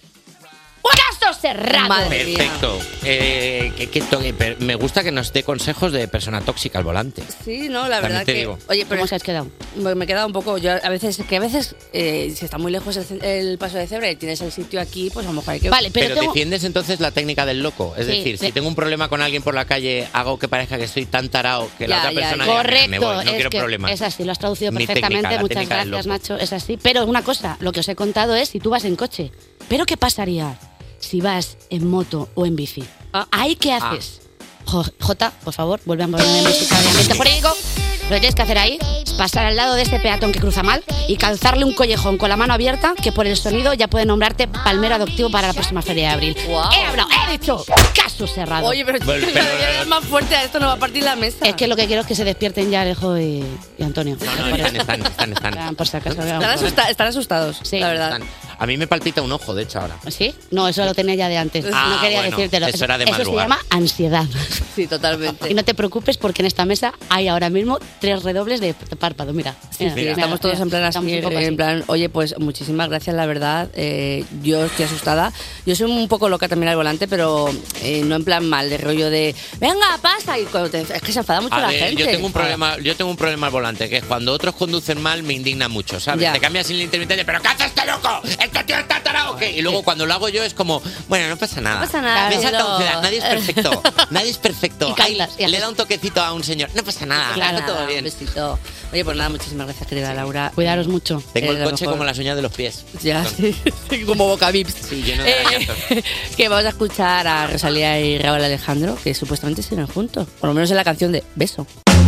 ¡Caso cerrado! Madre Perfecto. Eh, que, que to- me gusta que nos dé consejos de persona tóxica al volante. Sí, no, la También verdad te que... digo. Oye, pero ¿Cómo se has quedado? Me he quedado un poco... Yo a veces, que a veces, eh, si está muy lejos el, el paso de cebra y tienes el sitio aquí, pues a lo mejor hay que... Vale, pero, Pero tengo... defiendes entonces la técnica del loco. Es Sí, decir, sí. si tengo un problema con alguien por la calle, hago que parezca que estoy tan tarao que la Ya, otra ya, persona ya. diga, Correcto, me voy, no es quiero que problemas. es así, lo has traducido Mi perfectamente. técnica, la Muchas técnica del gracias, loco. Nacho. Es así. Pero una cosa, lo que os he contado es si tú vas en coche. ¿Pero qué pasaría si vas en moto o en bici? ¿Ahí qué haces? Jo- Jota, por favor, vuelve a poner música de ambiente jurídico. Lo que tienes que hacer ahí es pasar al lado de este peatón que cruza mal y calzarle un collejón con la mano abierta, que por el sonido ya puede nombrarte palmero adoptivo para la próxima feria de abril. Wow. He hablado, he dicho, caso cerrado. Oye, pero, Bueno, si pero- le das más fuerte a esto, no va a partir la mesa. Es que lo que quiero es que se despierten ya Alejo y, y Antonio. No, no, están, están, están, están. Por si acaso. Están, asusta- están asustados, Sí. la verdad. Están. A mí me palpita un ojo, de hecho, ahora. ¿Sí? No, eso lo tenía ya de antes. Ah, no quería bueno, decírtelo. eso era de Eso mal se lugar. llama ansiedad. Sí, totalmente. Y no te preocupes porque en esta mesa hay ahora mismo tres redobles de párpado. Mira. Sí, mira, sí, mira, estamos todos mira. en plan así, Estamos un poco en así. plan, oye, pues muchísimas gracias, la verdad. Eh, yo estoy asustada. Yo soy un poco loca también al volante, pero eh, no en plan mal, de rollo de, venga, pasa. Y cuando te- es que se enfada mucho A la ver, gente. yo tengo un problema, yo tengo un problema al volante, que es cuando otros conducen mal me indigna mucho, ¿sabes? Ya. Te cambias sin el intermitente, pero ¿qué hace este loco? ¿Este tío está tarao o qué? Y luego cuando lo hago yo es como, bueno, no pasa nada. No pasa nada, Me salta pero- un ceda, nadie es perfecto. Nadie es perfecto. Y Carlas, Ay, y le da un toquecito a un señor, no pasa nada, Claro, está todo bien. Un besito. Oye, pues nada, muchísimas gracias, querida Laura. Cuidaros mucho. Tengo Es el lo coche mejor. como las uñas de los pies. Ya, sí, como boca vips. Sí, lleno de Eh, arañazos. que vamos a escuchar a Rosalía y Raúl Alejandro, que supuestamente siguen juntos. Por lo menos en la canción de Beso.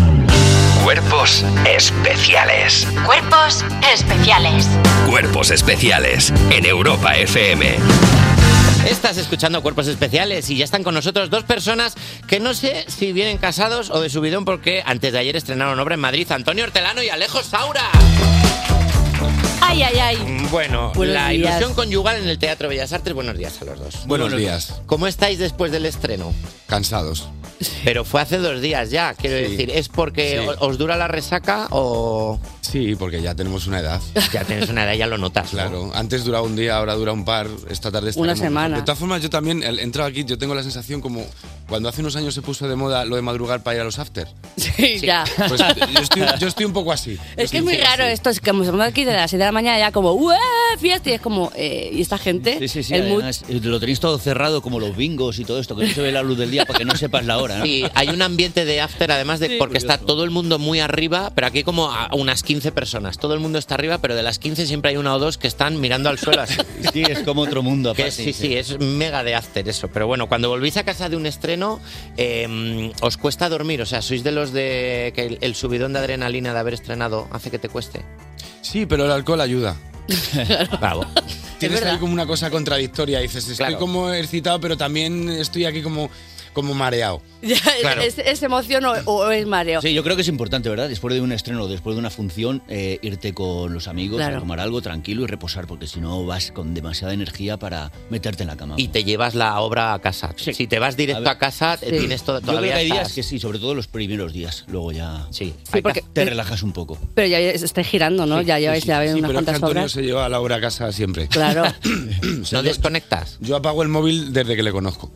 Cuerpos especiales. Cuerpos especiales. Cuerpos especiales en Europa F M. Estás escuchando Cuerpos Especiales y ya están con nosotros dos personas que no sé si vienen casados o de subidón porque antes de ayer estrenaron obra en Madrid, Antonio Hortelano y Alejo Saura. Ay, ay, ay. Bueno, Buenos la días. ilusión conyugal en el Teatro Bellas Artes. Buenos días a los dos. Buenos días. ¿Cómo estáis después del estreno? Cansados. Pero fue hace dos días ya, quiero Sí. decir. ¿Es porque Sí. os dura la resaca o...? Sí, porque ya tenemos una edad. Ya tienes una edad, ya lo notas. ¿no? Claro, antes duraba un día, ahora dura un par, esta tarde Una estaremos- semana. De todas formas, yo también he entrado aquí, yo tengo la sensación como cuando hace unos años se puso de moda lo de madrugar para ir a los after. Sí, ya. Pues yo estoy, yo estoy un poco así. Es que es muy raro esto, es que como estamos aquí de las seis de la mañana ya como ¡uah! Fiesta y es como, eh, y esta gente, Sí, sí, sí. el mood- Además, eh, lo tenéis todo cerrado como los bingos y todo esto, que no se ve la luz del día para que no sepas la hora, ¿no? Sí, hay un ambiente de after, además de Sí. porque está Curioso. todo el mundo muy arriba, pero aquí hay como a unas quince personas. Todo el mundo está arriba, pero de las quince siempre hay una o dos que están mirando al suelo así. Sí, es como otro mundo. Que aparte, sí, sí, es mega de after eso. Pero bueno, cuando volvéis a casa de un estreno, eh, os cuesta dormir. O sea, sois de los de que el, el subidón de adrenalina de haber estrenado hace que te cueste. Sí, pero el alcohol ayuda. Bravo. Tienes ahí como una cosa contradictoria. Dices, estoy Claro. como excitado, pero también estoy aquí como, como mareado. ya, es, es emoción o, o es mareo. Sí, yo creo que es importante, ¿verdad? Después de un estreno, después de una función, eh, irte con los amigos Claro. a tomar algo tranquilo y reposar, porque si no vas con demasiada energía para meterte en la cama. Y te llevas la obra a casa. Si te vas directo a, casa, Sí. tienes todo, Yo creo todavía que hay días estás- que sí, sobre todo los primeros días. Luego ya sí, Sí, porque- te relajas un poco. Pero ya estáis girando, ¿no? ya lleváis ya Sí, unas pero es que cuantas Antonio horas. se lleva a Laura a casa siempre. Claro. ¿No desconectas? Yo apago el móvil desde que le conozco.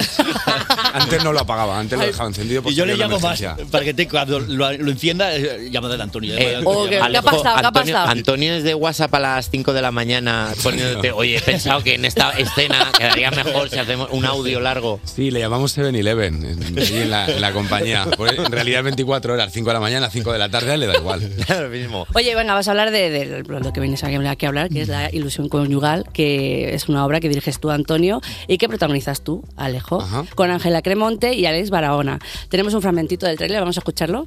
Antes no lo apagaba, antes lo dejaba encendido. por Y yo le si había una llamo más emergencia. para que te, cuando lo, lo encienda, eh, llamada de Antonio. llamada de Eh, Antonio, llamada de Alejo, Antonio. Antonio, Antonio es de WhatsApp a las cinco de la mañana poniéndote, oye, he pensado que en esta escena quedaría mejor si hacemos un audio largo. Sí, le llamamos seven eleven en, allí en, la, en la compañía. Pues en realidad veinticuatro horas, cinco de la mañana, cinco de la tarde, a él le da igual. Lo mismo. Oye, venga, vas a hablar de, de lo que vienes aquí aquí a hablar, que es la ilusión conyugal, que es una obra que diriges tú, Antonio, y que protagonizas tú, Alejo, con Ángela Cremonte y Alex Barahona. Tenemos un fragmentito del tráiler, vamos a escucharlo.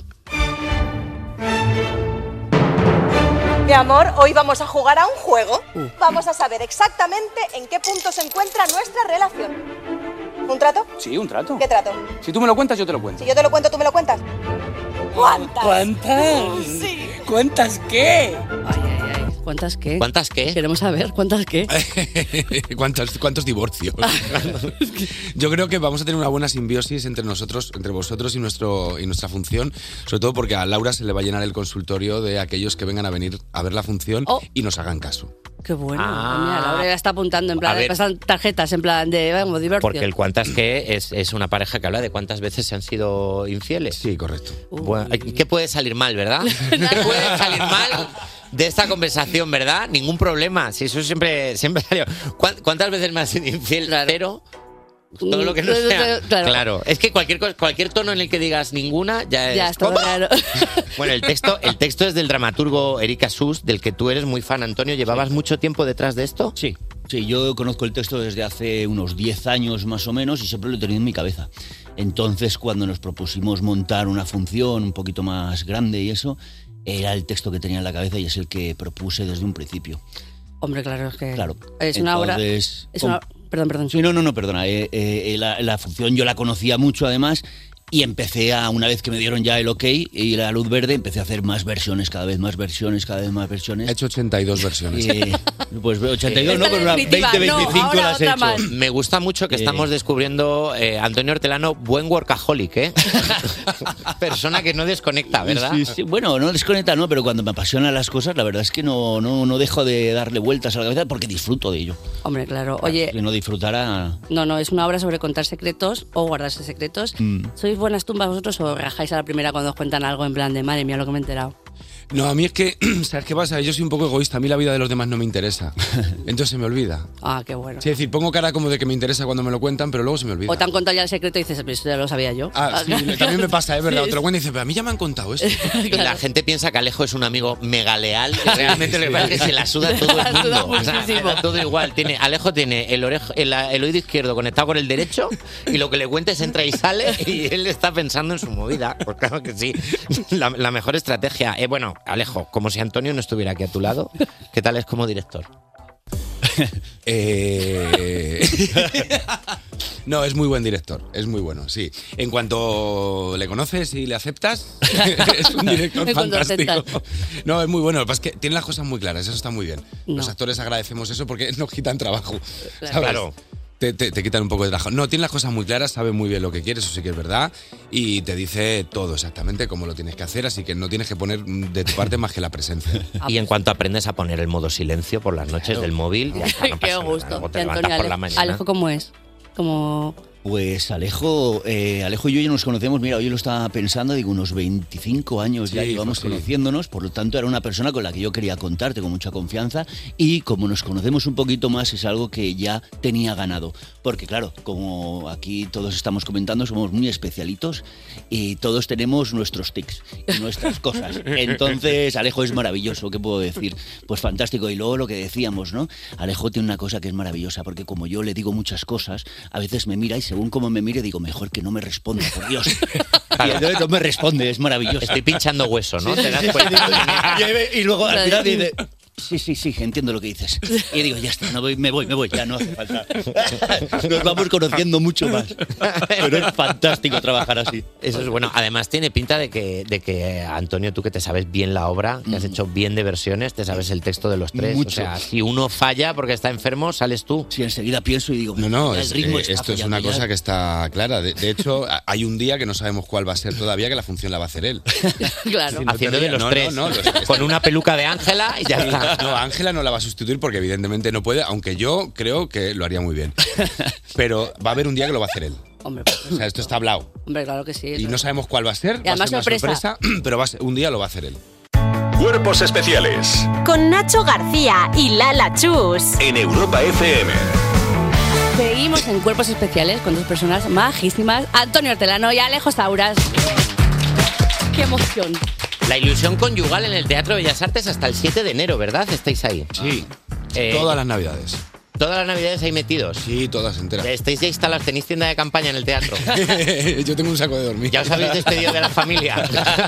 Mi amor, hoy vamos a jugar a un juego. Vamos a saber exactamente en qué punto se encuentra nuestra relación. ¿Un trato? Sí, un trato. ¿Qué trato? Si tú me lo cuentas, yo te lo cuento. Si yo te lo cuento, tú me lo cuentas. ¿Cuántas? ¿Cuántas? Sí. ¿Cuántas qué? ¿Cuántas qué? ¿Cuántas qué? Queremos saber, ¿cuántas qué? ¿Cuántos, ¿Cuántos divorcios? Yo creo que vamos a tener una buena simbiosis entre nosotros, entre vosotros y, nuestro, y nuestra función, sobre todo porque a Laura se le va a llenar el consultorio de aquellos que vengan a venir a ver la función Oh. y nos hagan caso. Qué bueno. Ah. Mira, Laura ya está apuntando en A plan, ver. de pasan tarjetas en plan de, vamos, divorcio. Porque el cuántas que es, es una pareja que habla de cuántas veces se han sido infieles. Sí, correcto. Bueno, ¿qué puede salir mal, verdad? ¿Qué puede salir mal de esta conversación, verdad? Ningún problema. Si eso siempre, siempre salió. ¿Cuán- ¿Cuántas veces me has sido infiel? Cero. Todo lo que no sea. Claro. Claro. Es que cualquier, co- cualquier tono en el que digas ninguna ya es. Ya, es todo ¿Cómo? raro. Bueno, el texto, el texto es del dramaturgo Erika Sus, del que tú eres muy fan, Antonio. ¿Llevabas mucho tiempo detrás de esto? Sí, sí, yo conozco el texto desde hace unos diez años más o menos y siempre lo he tenido en mi cabeza. Entonces, cuando nos propusimos montar una función un poquito más grande y eso, era el texto que tenía en la cabeza y es el que propuse desde un principio. Hombre, claro, es que Claro. es una obra... Entonces, Es una, perdón, perdón. Sí, no, no, no, perdona. eh, eh, la, la función yo la conocía mucho además y empecé a, una vez que me dieron ya el ok y la luz verde, empecé a hacer más versiones, cada vez más versiones, cada vez más versiones. He hecho ochenta y dos versiones. Eh, pues ochenta y dos no, pero una veinte, veinticinco las he hecho. Me gusta mucho que Eh. estamos descubriendo, eh, Antonio Hortelano, buen workaholic, ¿eh? Persona que no desconecta, ¿verdad? Sí, sí. Bueno, no desconecta, no, pero cuando me apasionan las cosas, la verdad es que no, no, no dejo de darle vueltas a la cabeza porque disfruto de ello. Hombre, claro. Oye, Si no disfrutara... no, no, es una obra sobre contar secretos o guardarse secretos. mm. ¿Sois buenas tumbas vosotros o rajáis a la primera cuando os cuentan algo en plan de madre mía lo que me he enterado? No, a mí es que, ¿sabes qué pasa? Yo soy un poco egoísta, a mí la vida de los demás no me interesa. Entonces se me olvida. Ah, qué bueno. Sí, es decir, pongo cara como de que me interesa cuando me lo cuentan, pero luego se me olvida. O te han contado ya el secreto y dices, pero eso ya lo sabía yo. Ah, sí, también me pasa, es verdad. Sí. Otro cuento y dice, pero a mí ya me han contado eso. Y la gente piensa que Alejo es un amigo mega leal. Y realmente lo que pasa es que se la suda todo el La suda mundo. O sea, muchísimo. le da todo igual. Tiene, Alejo tiene el, orejo, el, el oído izquierdo conectado con el derecho y lo que le cuentes entra y sale y él está pensando en su movida. Pues claro que sí. La, la mejor estrategia. Eh, bueno, Alejo, como si Antonio no estuviera aquí a tu lado, ¿qué tal es como director? Eh... No, es muy buen director, es muy bueno, sí. En cuanto le conoces y le aceptas, es un director fantástico. No, es muy bueno, lo que pasa es que tiene las cosas muy claras, eso está muy bien. No. Los actores agradecemos eso porque nos quitan trabajo, ¿sabes? Claro. Te, te, te quitan un poco de trabajo. No, tiene las cosas muy claras, sabe muy bien lo que quiere, eso sí que es verdad, y te dice todo exactamente cómo lo tienes que hacer, así que no tienes que poner de tu parte más que la presencia. Y en cuanto aprendes a poner el modo silencio por las noches claro. del móvil, ya está, no Qué pasa gusto. Nada. Luego te Antonio, levantas por Ale- la mañana. Alejo, ¿cómo es? Como... Pues Alejo, eh, Alejo y yo ya nos conocemos, mira, hoy lo estaba pensando, digo, unos veinticinco años ya Sí, llevamos pues sí. conociéndonos, por lo tanto era una persona con la que yo quería contarte con mucha confianza y como nos conocemos un poquito más es algo que ya tenía ganado, porque claro, como aquí todos estamos comentando, somos muy especialitos y todos tenemos nuestros tics y nuestras cosas, entonces Alejo es maravilloso, ¿qué puedo decir? Pues fantástico, y luego lo que decíamos, ¿no? Alejo tiene una cosa que es maravillosa, porque como yo le digo muchas cosas, a veces me mira y según como me mire digo, mejor que no me responda, por Dios. Y entonces no me responde, es maravilloso. Estoy pinchando hueso, ¿no? Sí, ¿Te das sí, sí, cuenta? sí. Y luego al final dice, sí, sí, sí, entiendo lo que dices. Y digo, ya está, no voy, me voy, me voy, ya no hace falta. Nos vamos conociendo mucho más. Pero es fantástico trabajar así. Eso es bueno. Además tiene pinta de que, de que Antonio, tú que te sabes bien la obra, que has hecho bien de versiones, te sabes el texto de los tres. Mucho. O sea, si uno falla porque está enfermo, sales tú. Sí, enseguida pienso y digo, No, no, el es, ritmo eh, está esto es fallando una ya. cosa que está clara. De, de hecho, a- hay un día que no sabemos cuál va a ser todavía, que la función la va a hacer él. Claro. Sí, no te Haciendo de rías. los No, tres. no, no, los- Con una peluca de Ángela y ya Sí, está. No, Ángela no la va a sustituir porque evidentemente no puede, aunque yo creo que lo haría muy bien. Pero va a haber un día que lo va a hacer él. Hombre, O sea, esto está hablado. hombre, claro que sí. Y no sabemos cuál va a ser. Y además va a ser una sorpresa. pero va a ser- un día lo va a hacer él. Cuerpos especiales Con Nacho García y Lala Chus. en Europa F M. Seguimos en Cuerpos Especiales con dos personas majísimas, Antonio Hortelano y Alejo Sauras. ¡Qué emoción! La ilusión conyugal en el Teatro Bellas Artes hasta el siete de enero, ¿verdad? ¿Estáis ahí? Sí. Eh, Todas las navidades. ¿Todas las navidades ahí metidos? Sí, todas enteras. ¿Estáis ya instalados? ¿Tenéis tienda de campaña en el teatro? Yo tengo un saco de dormir. ¿Ya os habéis despedido de la familia?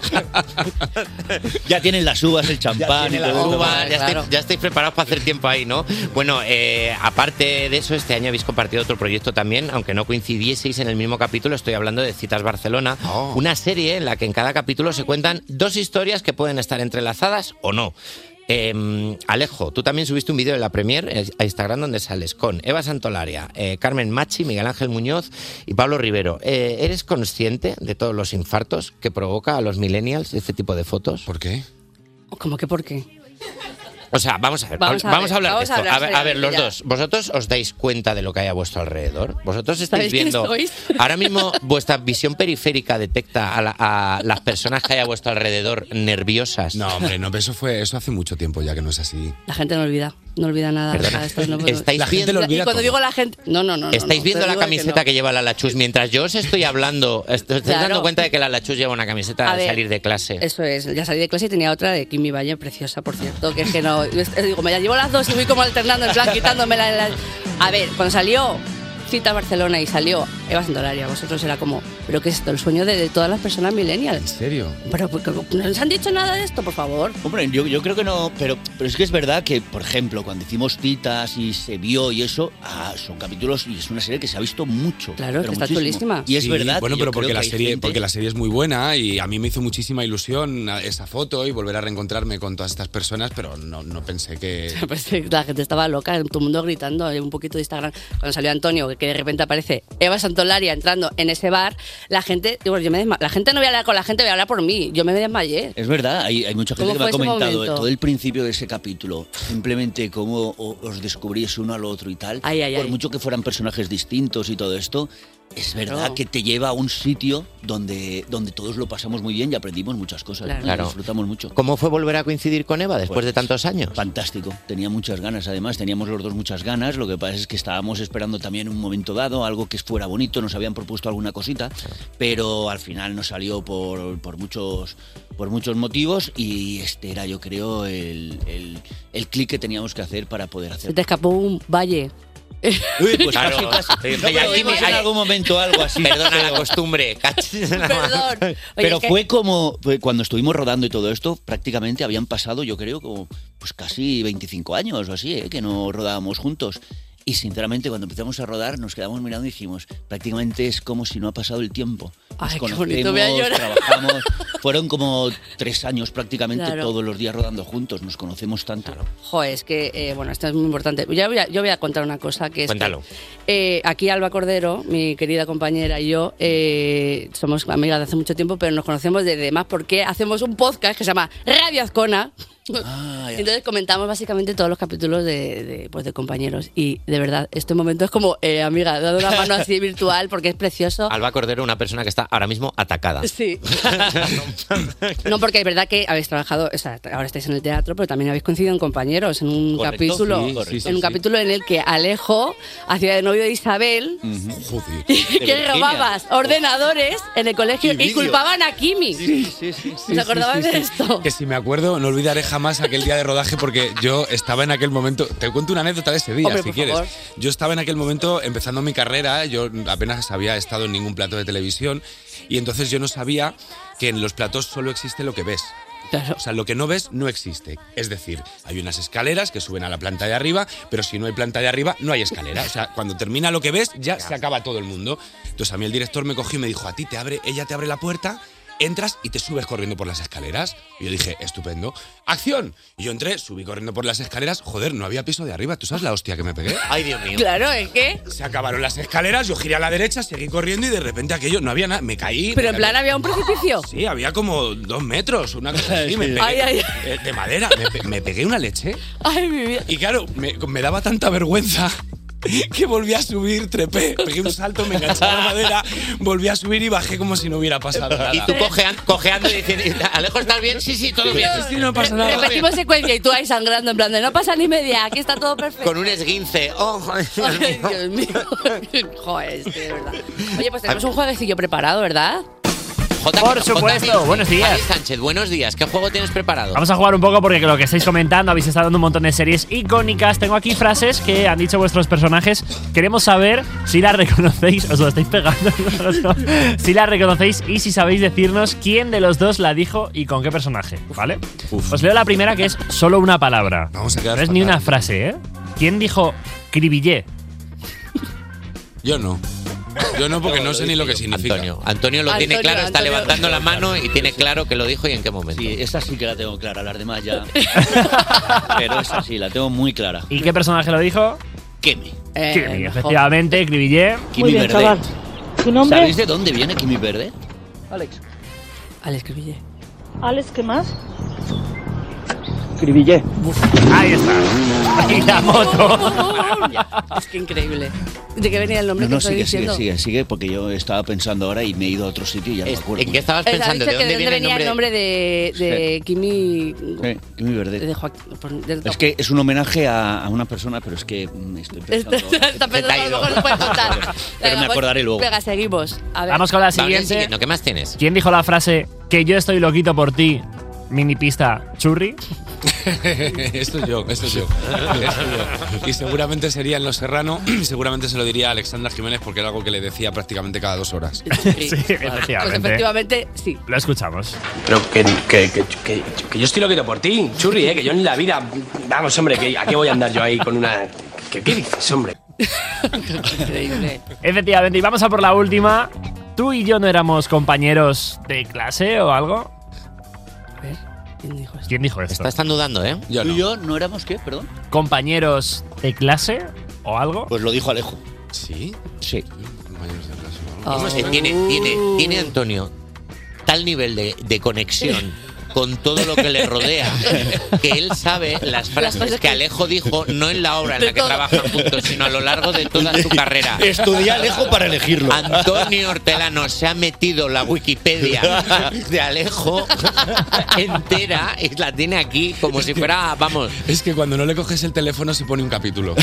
Ya tienen las uvas, el champán. Tiene y las todo esto. uvas, ya, estáis, ya estáis preparados para hacer tiempo ahí, ¿no? Bueno, eh, aparte de eso, este año habéis compartido otro proyecto también, aunque no coincidieseis en el mismo capítulo, estoy hablando de Citas Barcelona, Oh. una serie en la que en cada capítulo se cuentan dos historias que pueden estar entrelazadas o no. Eh, Alejo, tú también subiste un vídeo de la Premier eh, a Instagram donde sales con Eva Santolaria, eh, Carmen Machi, Miguel Ángel Muñoz y Pablo Rivero. Eh, ¿Eres consciente de todos los infartos que provoca a los millennials este tipo de fotos? ¿Por qué? ¿Cómo que por qué? O sea, vamos a ver, Vamos vamos, a ver, a hablar vamos de a esto. A hablar ver, a ver, los seriamente dos. ¿Vosotros os dais cuenta de lo que hay a vuestro alrededor? ¿Vosotros estáis ¿Sabéis quién viendo? sois? Ahora mismo vuestra visión periférica detecta a, la- a las personas que hay a vuestro alrededor nerviosas. No, hombre, no, eso fue, eso hace mucho tiempo ya que no es así. La gente no olvida, no olvida nada. Perdona, O sea, esto no- estáis La gente viendo, lo olvida Y cuando todo. digo la gente... No, no, no. no, estáis no, viendo te la digo que camiseta no. que, lleva la Lachus. Mientras yo os estoy hablando, est- os estáis Claro. dando cuenta de que la Lachus lleva una camiseta A de ver, salir de clase. Eso es, ya salí de clase y tenía otra de Kimi Valle, preciosa, por cierto, que es que no... es- Digo, me la llevo las dos y voy como alternando, en plan, quitándome la... la- A ver, cuando salió Cita Barcelona y salió Eva Santolaria, vosotros era como, ¿pero qué es esto? El sueño de, de todas las personas millennials. ¿En serio? Pero, ¿por qué ¿no os han dicho nada de esto, por favor? Hombre, yo, yo creo que no, pero, pero es que es verdad que, por ejemplo, cuando hicimos citas y se vio y eso, ah, son capítulos y es una serie que se ha visto mucho. Claro, pero que está muchísimo. chulísima. Y es Sí, verdad. Bueno, que yo pero porque creo la, que hay serie, gente- porque la serie es muy buena y a mí me hizo muchísima ilusión esa foto y volver a reencontrarme con todas estas personas, pero no, no pensé que... Pues la gente estaba loca, todo el mundo gritando, hay un poquito de Instagram. Cuando salió Antonio, que de repente aparece Eva Santolaria entrando en ese bar, la gente, digo, yo me desma- la gente no voy a hablar con la gente, voy a hablar por mí. Yo me desmayé. Es verdad, hay, hay mucha gente ¿Cómo que me ha fue ese comentado momento? todo el principio de ese capítulo, simplemente cómo o- os descubrís uno al otro y tal. Ay, ay, por ay. mucho que fueran personajes distintos y todo esto, es verdad Claro. que te lleva a un sitio donde, donde todos lo pasamos muy bien y aprendimos muchas cosas. Claro. ¿no? Claro. Disfrutamos mucho. ¿Cómo fue volver a coincidir con Eva después Pues, de tantos años? Fantástico, tenía muchas ganas, además teníamos los dos muchas ganas, lo que pasa es que estábamos esperando también un momento dado, algo que fuera bonito, nos habían propuesto alguna cosita, pero al final no salió por, por muchos por muchos motivos y este era yo creo el, el, el clic que teníamos que hacer para poder Se hacerlo. te escapó un valle. Uy, pues Claro, casi, casi. sí, No, y pero aquí vimos me- en hay- algún momento algo así. Perdona la pero- costumbre. Perdón. Oye, Pero es que- fue como, fue cuando estuvimos rodando y todo esto, prácticamente habían pasado, yo creo, como pues casi veinticinco años o así, ¿eh? Que no rodábamos juntos. Y sinceramente, cuando empezamos a rodar, nos quedamos mirando y dijimos, prácticamente es como si no ha pasado el tiempo. Nos Ay, qué bonito, voy a conocemos, llorar. trabajamos. Fueron como tres años prácticamente Claro. todos los días rodando juntos. Nos conocemos tanto. Joder, es que, eh, bueno, esto es muy importante. Yo voy a, yo voy a contar una cosa que es Cuéntalo. que, eh, aquí Alba Cordero, mi querida compañera y yo, eh, somos amigas de hace mucho tiempo, pero nos conocemos desde más porque hacemos un podcast que se llama Radio Azcona. Ah, ya. Entonces comentamos básicamente todos los capítulos de, de, pues, de compañeros. Y de verdad, este momento es como, eh, amiga, dado una mano así virtual porque es precioso. Alba Cordero, una persona que está ahora mismo atacada. Sí. No, porque es verdad que habéis trabajado, o sea, ahora estáis en el teatro, pero también habéis coincidido en compañeros, en un Correcto, capítulo, sí, correcto, en un sí. capítulo en el que Alejo hacía de novio de Isabel, Joder. que robabas ordenadores en el colegio Y y, vídeos. culpaban a Kimi. Sí, sí, sí. ¿Os acordabais sí, de sí. esto? Que si me acuerdo, no olvidaré jamás aquel día de rodaje porque yo estaba en aquel momento. Te cuento una anécdota de ese día, Hombre, si por quieres. favor. Yo estaba en aquel momento empezando mi carrera, yo apenas había estado en ningún plato de televisión y entonces yo no sabía que en los platos solo existe lo que ves. Claro. O sea, lo que no ves no existe. Es decir, hay unas escaleras que suben a la planta de arriba, pero si no hay planta de arriba, no hay escalera. O sea, cuando termina lo que ves, ya se acaba todo el mundo. Entonces a mí el director me cogió y me dijo, a ti te abre, ella te abre la puerta, entras y te subes corriendo por las escaleras. Y yo dije, estupendo. ¡Acción! Y yo entré, subí corriendo por las escaleras. Joder, no había piso de arriba. ¿Tú sabes la hostia que me pegué? Ay, Dios mío. Claro, es que... Se acabaron las escaleras, yo giré a la derecha, seguí corriendo y de repente aquello, no había nada, me caí. Pero me en plan caí. había un precipicio. Sí, había como dos metros, una cosa así. Me pegué, Ay, ay, eh, de madera, me, pe- me pegué una leche. Ay, mi vida. Y claro, me, me daba tanta vergüenza que volví a subir, trepé, pegué un salto, me enganché a la madera, volví a subir y bajé como si no hubiera pasado nada. Y tú cojean- cojeando y diciendo, Alejo, ¿estás bien? Sí, sí, todo bien. Sí, no pasa nada. Repetimos secuencia y tú ahí sangrando en plan de no pasa ni media, aquí está todo perfecto. Con un esguince. Oh, joder, Dios Ay, mío. Dios mío. Joder, es que de verdad. Oye, pues tenemos un jueguecillo preparado, ¿verdad? J- Por J- supuesto, J- buenos días. Javi Sánchez, buenos días. ¿Qué juego tienes preparado? Vamos a jugar un poco porque lo que estáis comentando, habéis estado dando un montón de series icónicas. Tengo aquí frases que han dicho vuestros personajes. Queremos saber si las reconocéis, os lo estáis pegando, si las reconocéis y si sabéis decirnos quién de los dos la dijo y con qué personaje, ¿vale? Os leo la primera que es solo una palabra. Vamos a quedar No es ni fatal. una frase, ¿eh? ¿Quién dijo cribillé? Yo no. Yo no, porque no sé ni lo que significa. Antonio. Antonio lo tiene Antonio, claro, está Antonio. levantando la mano y tiene claro que lo dijo y en qué momento. Sí, esa sí que la tengo clara, las demás ya. Pero esa sí, la tengo muy clara. ¿Y qué personaje lo dijo? Kemi. Eh, Kimi, mejor. efectivamente, cribillé. Kimi bien, Verde. chaval. ¿Tu nombre? ¿Sabéis de dónde viene Kimi Verde? Alex. Alex Cribillé. Alex, ¿qué más? Cribillé. Ahí está. Y la moto. Es que increíble. ¿De qué venía el nombre No, que no, estoy sigue, diciendo? sigue, sigue, sigue, porque yo estaba pensando ahora y me he ido a otro sitio y ya no me Es- acuerdo. ¿En qué estabas Eh, has pensando? dicho ¿De que dónde viene el venía nombre? el nombre de, de Kimi... Sí, Kimi Verde. De Joaquín. de- Es que es un homenaje a, a una persona, pero es que mm, estoy pensando. Está, está pensando, a lo mejor lo puedes contar. Pero me pues, acordaré luego. Venga, seguimos. A ver. Vamos con la Vamos al siguiente. siguiente. ¿Qué más tienes? ¿Quién dijo la frase que yo estoy loquito por ti? Mini pista churri. Esto es yo, esto es yo. Esto es yo. Y seguramente sería en Los Serrano y seguramente se lo diría a Alexandra Jiménez porque era algo que le decía prácticamente cada dos horas. Sí, Sí, efectivamente. Pues efectivamente, sí. Lo escuchamos. Pero que, que, que, que- que yo estoy loquito por ti, churri, ¿eh? Que yo en la vida... Vamos, hombre, que ¿a qué voy a andar yo ahí con una... ¿Qué, qué dices, hombre? Increíble. Efectivamente. Y vamos a por la última. ¿Tú y yo no éramos compañeros de clase o algo? A ver, ¿quién dijo esto? ¿Quién dijo esto? Está- Están dudando, ¿eh? Yo ¿Tú no. y yo no éramos qué? Perdón. ¿Compañeros de clase o algo? Pues lo dijo Alejo. ¿Sí? Sí. Compañeros de clase, ¿no? Oh. Eh, tiene, tiene, tiene Antonio tal nivel de, de conexión con todo lo que le rodea que él sabe las frases cosas que que- Alejo dijo no en la obra en De la que todo. trabajan juntos, sino a lo largo de toda su carrera. Estudié Alejo para elegirlo. Antonio Hortelano se ha metido la Wikipedia de Alejo entera y la tiene aquí como si fuera, vamos. Es que cuando no le coges el teléfono se pone un capítulo.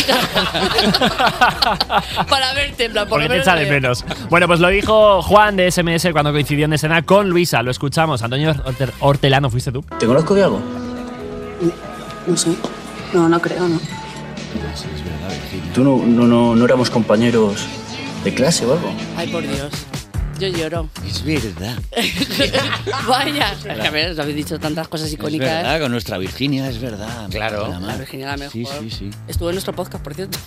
Para verte, en plan, por Porque lo te menos echa de veo. menos. Bueno, pues lo dijo Juan de S M S cuando coincidió en escena con Luisa. Lo escuchamos. Antonio Horte- Hortelano, ¿fuiste tú? ¿Te conozco de algo? No sé. No, no creo, no. Sí, es verdad, Virginia. ¿Tú no, no, no, no éramos compañeros de clase o algo? Ay, por Dios. Yo lloro. Es verdad. Vaya. Es que, a ver, os habéis dicho tantas cosas Es icónicas. verdad, con nuestra Virginia, es verdad. Claro. La La mar. Virginia la mejor. Sí, sí, sí. Estuvo en nuestro podcast, por cierto.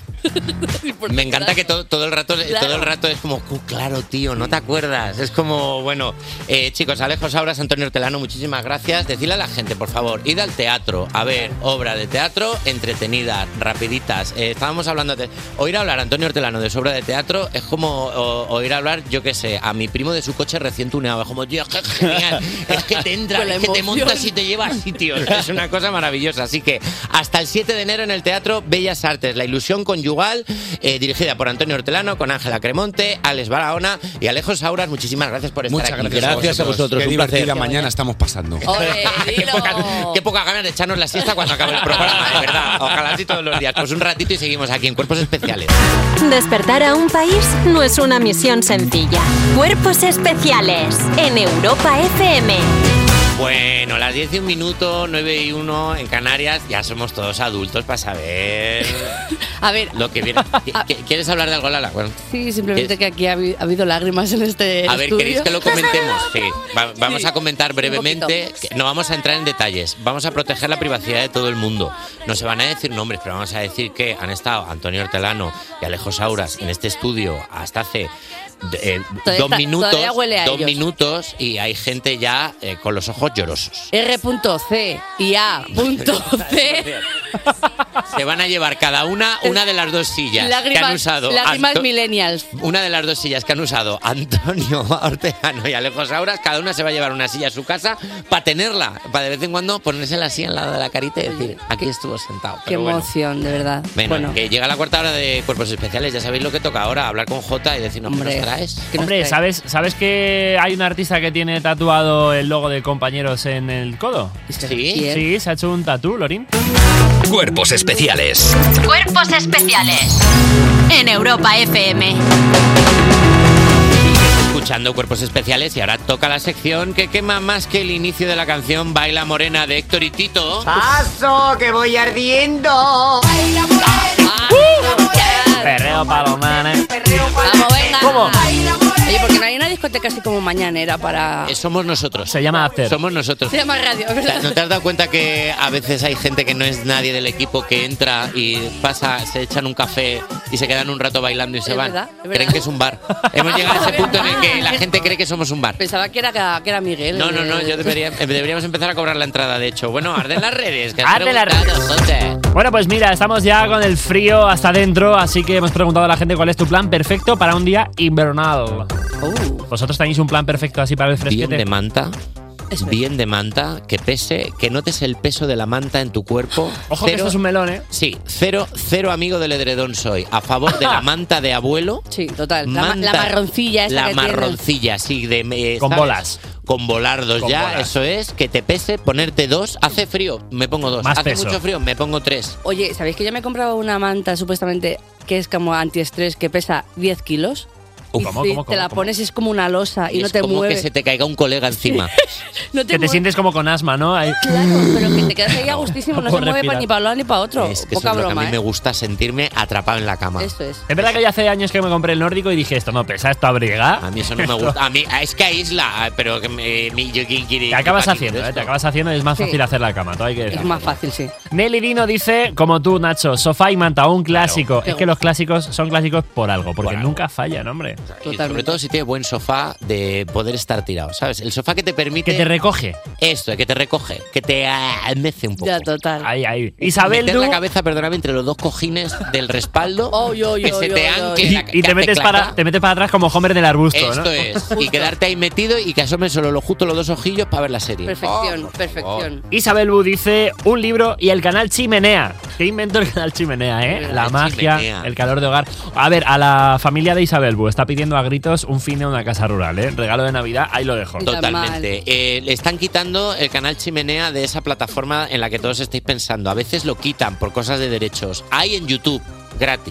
Me encanta que todo, todo el rato Claro. todo el rato es como, "Uh, claro, tío, no te acuerdas". Es como, bueno, eh, chicos, Alejo Sauras, Antonio Hortelano, muchísimas gracias. Decidle a la gente, por favor, id al teatro a ver obra de teatro entretenida, rapiditas. Eh, estábamos hablando de oír hablar a Antonio Hortelano de su obra de teatro es como o- oír hablar, yo qué sé, a mi primo de su coche recién tuneado. Es como, tío, qué genial. Es que te entra, Con la es que te emoción. montas y te lleva a sitios. Es una cosa maravillosa. Así que hasta el siete de enero en el Teatro Bellas Artes, La ilusión conyugal, eh, dirigida por Antonio Hortelano, con Ángela Cremonte, Alex Barahona y Alejo Sauras. Muchísimas gracias por estar Muchas aquí. gracias, Gracias a vosotros, Qué un placer. divertida mañana estamos pasando. qué, poca, qué poca ganas de echarnos la siesta cuando acabe el programa, de verdad. Ojalá así todos los días. Pues un ratito y seguimos aquí en Cuerpos Especiales. Despertar a un país no es una misión sencilla. Cuerpos especiales en Europa F M. Bueno, las diez y un minuto, nueve y uno en Canarias, ya somos todos adultos para saber A ver, lo que viene. ¿Qu- qu- ¿Quieres hablar de algo, Lala? Bueno, sí, simplemente que aquí ha, habi- ha habido lágrimas en este a ver, estudio. ¿queréis que lo comentemos? Sí, Va- vamos Sí, a comentar brevemente, que no vamos a entrar en detalles, vamos a proteger la privacidad de todo el mundo. No se van a decir nombres, pero vamos a decir que han estado Antonio Hortelano y Alejo Sauras en este estudio hasta hace eh, Todavía dos está- minutos, todavía huele a dos ellos. minutos y hay gente ya eh, con los ojos llorosos. R C y A C. Se van a llevar cada una una de las dos sillas que han Lágrimas, usado. lágrimas Anto- millennials. Una de las dos sillas que han usado Antonio Hortelano y Alejo Sauras, cada una se va a llevar una silla a su casa para tenerla, para de vez en cuando ponérsela así al lado de la carita y decir, aquí estuvo sentado. Qué Pero bueno. emoción, de verdad. Bueno, Bueno, que llega la cuarta hora de Cuerpos Especiales, ya sabéis lo que toca ahora, hablar con Jota y decirnos qué nos traes. Hombre, ¿sabes, ¿sabes que hay un artista que tiene tatuado el logo de compañeros en el codo? ¿Sí? Sí, se ha hecho un tatú, Lorín. Cuerpos especiales. Cuerpos especiales en Europa F M. Escuchando Cuerpos Especiales y ahora toca la sección que quema más que el inicio de la canción Baila Morena de Héctor y Tito. ¡Paso, que voy ardiendo! Perreo palomanes. Vamos, venga. ¿Cómo? Oye, porque no hay una discoteca así como mañanera para... Eh, Somos nosotros. Se llama After. Somos nosotros. Se llama radio, es verdad. ¿No te has dado cuenta que a veces hay gente que no es nadie del equipo que entra y pasa, se echan un café y se quedan un rato bailando y se Es van? verdad, es verdad. Creen que es un bar. Hemos llegado a ese punto en el que la gente cree que somos un bar. Pensaba que era, que era Miguel. No, no, no, eh. yo debería, deberíamos empezar a cobrar la entrada, de hecho. Bueno, arden las redes. Que has Arde las preguntado, joder. Bueno, pues mira, estamos ya con el frío hasta dentro, así que hemos preguntado a la gente cuál es tu plan perfecto para un día invernal. ¿Vosotros tenéis un plan perfecto así para el fresquete? Bien de manta. Bien de manta, que pese, que notes el peso de la manta en tu cuerpo. Ojo que esto es un melón, ¿eh? Sí, cero, cero amigo del edredón soy. A favor de la manta de abuelo. Sí, total. La, ma- Manta- la marroncilla esa La que tiene. marroncilla, sí, de eh, Con ¿sabes? bolas. Con volardos Con ya, bolas. eso es, que te pese, ponerte dos. Hace frío, me pongo dos. Más Hace peso. mucho frío, me pongo tres. Oye, ¿sabéis que yo me he comprado una manta supuestamente que es como antiestrés que pesa diez kilos? Uh, Y ¿cómo, si cómo, te cómo, la cómo? pones es como una losa y, Y no es te como mueve. que se te caiga un colega encima. No te Que te mueve. sientes como con asma, ¿no? Ahí- Claro, pero que te quedas ahí a gustísimo, no, No se puedo mueve respirar. pa- ni para un lado ni para otro. Es que eso Poca es lo que a broma, mí me ¿eh? gusta, sentirme atrapado en la cama. Esto es. Es verdad que ya hace años que me compré el nórdico y dije, esto no pesa, esto abriga. A mí eso no me gusta. A mí es que aísla, pero que me, mi- yo quién quiere. Te acabas ¿para qué haciendo, quiero ¿eh? Te esto? acabas haciendo y es más Sí. fácil hacer la cama, todo hay que Es decirlo. más fácil, sí. Nelly Dino dice, como tú, Nacho, sofá y manta, un clásico. Claro. Es que los clásicos son clásicos por algo, porque nunca fallan, hombre. Y sobre todo si tiene buen sofá de poder estar tirado, ¿sabes? El sofá que te permite. Que te recoge. Esto, que te recoge, que te mece un poco. Ya, total. Ahí, ahí. Isabel, Meter tú. la cabeza, perdóname, entre los dos cojines del respaldo. Oy, oy, que oy, se te oy, anque. oy. la- Y, que y te hace metes claca. para, te metes para atrás como Homer del arbusto, Esto ¿no? es. Y quedarte ahí metido y que asomen solo lo justo los dos ojillos para ver la serie. Perfección, Oh, por perfección. Isabel Bu dice, un libro y el canal Chimenea. ¿Qué inventó el canal Chimenea, eh? La El magia, Chimenea. el calor de hogar. A ver, a la familia de Isabel Bu está pidiendo a gritos un fin de una casa rural, ¿eh? Regalo de Navidad, ahí lo dejo. Totalmente. Eh, le están quitando el canal Chimenea de esa plataforma en la que todos estáis pensando. A veces lo quitan por cosas de derechos. Hay en YouTube, gratis.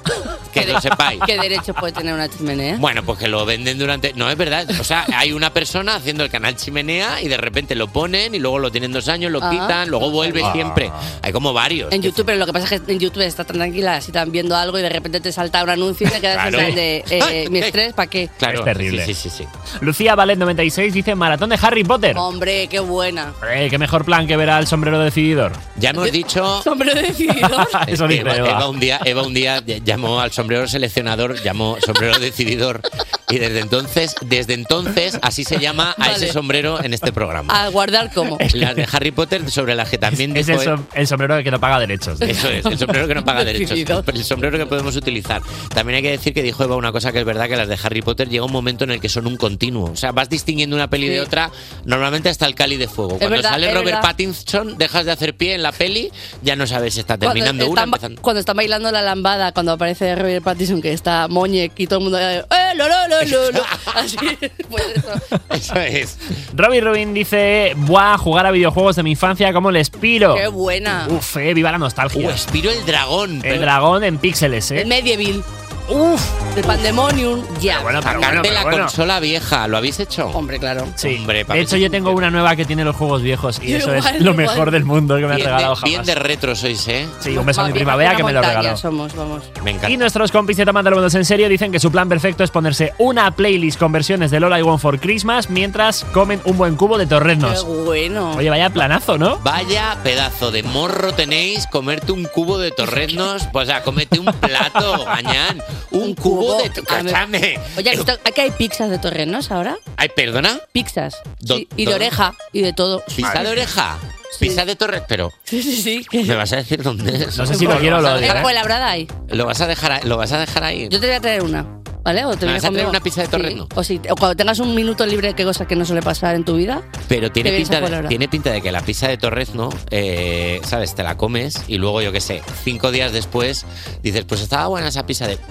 Que lo sepáis. ¿Qué derecho puede tener una chimenea? Bueno, pues que lo venden durante... No, es verdad. O sea, hay una persona haciendo el canal Chimenea y de repente lo ponen y luego lo tienen dos años, lo Ah. quitan, luego vuelve Ah. siempre. Hay como varios. En YouTube, pero lo que pasa es que en YouTube estás tan tranquila, si están viendo algo y de repente te salta un anuncio y te quedas Claro. en plan de eh, mi estrés, ¿para qué? Claro, Es terrible. Sí, sí, sí, sí. Lucía Valet noventa y seis dice maratón de Harry Potter. Hombre, qué buena. Eh, qué mejor plan que ver al sombrero decididor. Ya hemos dicho... Sombrero decididor. Eso dice Eva, Eva. Eva un día, Eva un día llamó al sombrero seleccionador, llamó sombrero decididor y desde entonces, desde entonces así se llama a Vale. ese sombrero en este programa. A guardar como. Las de Harry Potter sobre las que también Es dijo el, som- el sombrero que no paga derechos. Eso es, el sombrero que no paga derechos. Decididor. El sombrero que podemos utilizar. También hay que decir que dijo Eva una cosa que es verdad, que las de Harry Potter llega un momento en el que son un continuo. O sea, vas distinguiendo una peli Sí. de otra, normalmente hasta el cáliz de fuego. Cuando verdad, sale es Robert verdad. Pattinson, dejas de hacer pie en la peli, ya no sabes si está terminando cuando una, están, ba- empezando. cuando están bailando la lambada, cuando aparece Robert Pattinson, que está Moñek y todo el mundo. ¡Eh, lo, lo, lo, lo, lo! Así, pues eso. Eso es. Robbie Rubin dice, buah, jugar a videojuegos de mi infancia como el Spiro. ¡Qué buena! Uf, eh, viva la nostalgia. Uh, Spiro el dragón. El dragón en píxeles, El eh. Medieval. Uf. El Pandemonium. Ya. Bueno, pero Sacarte bueno, la pero bueno. consola vieja, ¿lo habéis hecho? Hombre, claro. Sí. Hombre, para de que hecho, se yo tengo una nueva que tiene los juegos viejos y Yo eso es igual, lo igual. mejor del mundo que me han Bien regalado de, jamás. bien de retro sois, ¿eh? Sí, un beso a mi Más prima vieja Bea que me lo una montaña regaló. Somos, vamos. Me encanta. Y nuestros compis de Tomando los en serio dicen que su plan perfecto es ponerse una playlist con versiones de All I Want for Christmas mientras comen un buen cubo de Qué torreznos. bueno. Oye, vaya planazo, ¿no? Vaya pedazo de morro tenéis, comerte un cubo de torreznos, pues o sea, comete un plato, gañán, un, cubo, de torreznos. Oye, ¿has visto que hay pizzas de torrenos ahora? Ay, ¿perdona? Pizzas. Do- Sí, y de do- oreja y de todo. ¿Pizza de oreja? ¿Pizza de torres? Pero, Sí, sí, sí. ¿me vas a decir dónde es? No sé si lo quiero o lo odio, En ¿eh? Fuenlabrada hay. ¿Lo vas a dejar, ahí- lo vas a dejar ahí? Yo te voy a traer una, ¿vale? O te ¿Me vienes vas a traer conmigo. una pizza de torrezno? Sí. O, si, o cuando tengas un minuto libre, qué cosa que no suele pasar en tu vida. Pero tiene Te vienes a pinta, de, Fuenlabrada. tiene pinta de que la pizza de torrezno, eh, ¿sabes? Te la comes y luego, yo qué sé, cinco días después dices, pues estaba buena esa pizza de...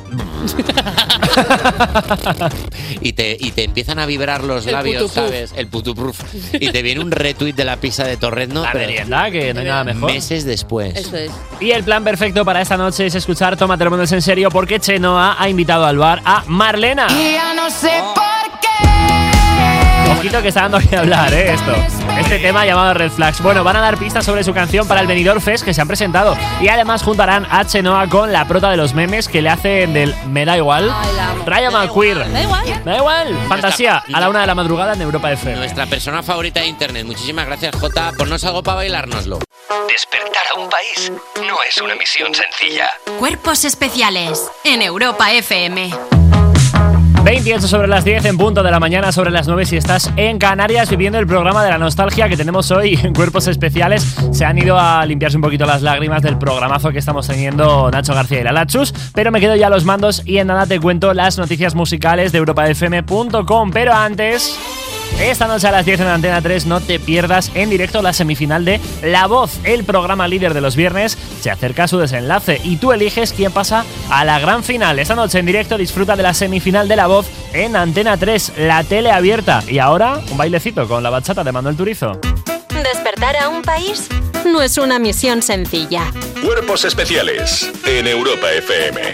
y, te, y te empiezan a vibrar los El labios, putupruf. ¿sabes? El putupruf. Y te viene un retweet de la pizza de torrezno. La pero merienda, que no hay nada mejor. meses después. Eso es. Y el plan perfecto para esta noche es escuchar Tómate lo en serio porque Chenoa ha invitado al bar a Marlena. Ya no sé por Ojito que está dando que hablar, ¿eh? Esto. Este tema llamado Red Flags. Bueno, van a dar pistas sobre su canción para el Benidorm Fest que se han presentado. Y además juntarán a Chenoa con la prota de los memes que le hacen del Me da igual. Raya McQueer. Da igual. Da igual. Fantasía. A la una de la madrugada en Europa F M. Nuestra persona favorita de internet. Muchísimas gracias, Jota. Ponnos algo para bailárnoslo. Despertar a un país no es una misión sencilla. Cuerpos especiales en Europa F M. veintiocho sobre las diez en punto de la mañana, sobre las nueve si estás en Canarias viviendo el programa de la nostalgia que tenemos hoy en Cuerpos Especiales. Se han ido a limpiarse un poquito las lágrimas del programazo que estamos teniendo Nacho García y la Lachus, pero me quedo ya a los mandos y en nada te cuento las noticias musicales de europa f m punto com. Pero antes, esta noche a las diez en Antena tres no te pierdas en directo la semifinal de La Voz, el programa líder de los viernes. Se acerca a su desenlace y tú eliges quién pasa a la gran final. Esta noche en directo disfruta de la semifinal de La Voz en Antena tres, la tele abierta. Y ahora, un bailecito con la bachata de Manuel Turizo. Despertar a un país no es una misión sencilla. Cuerpos especiales en Europa F M.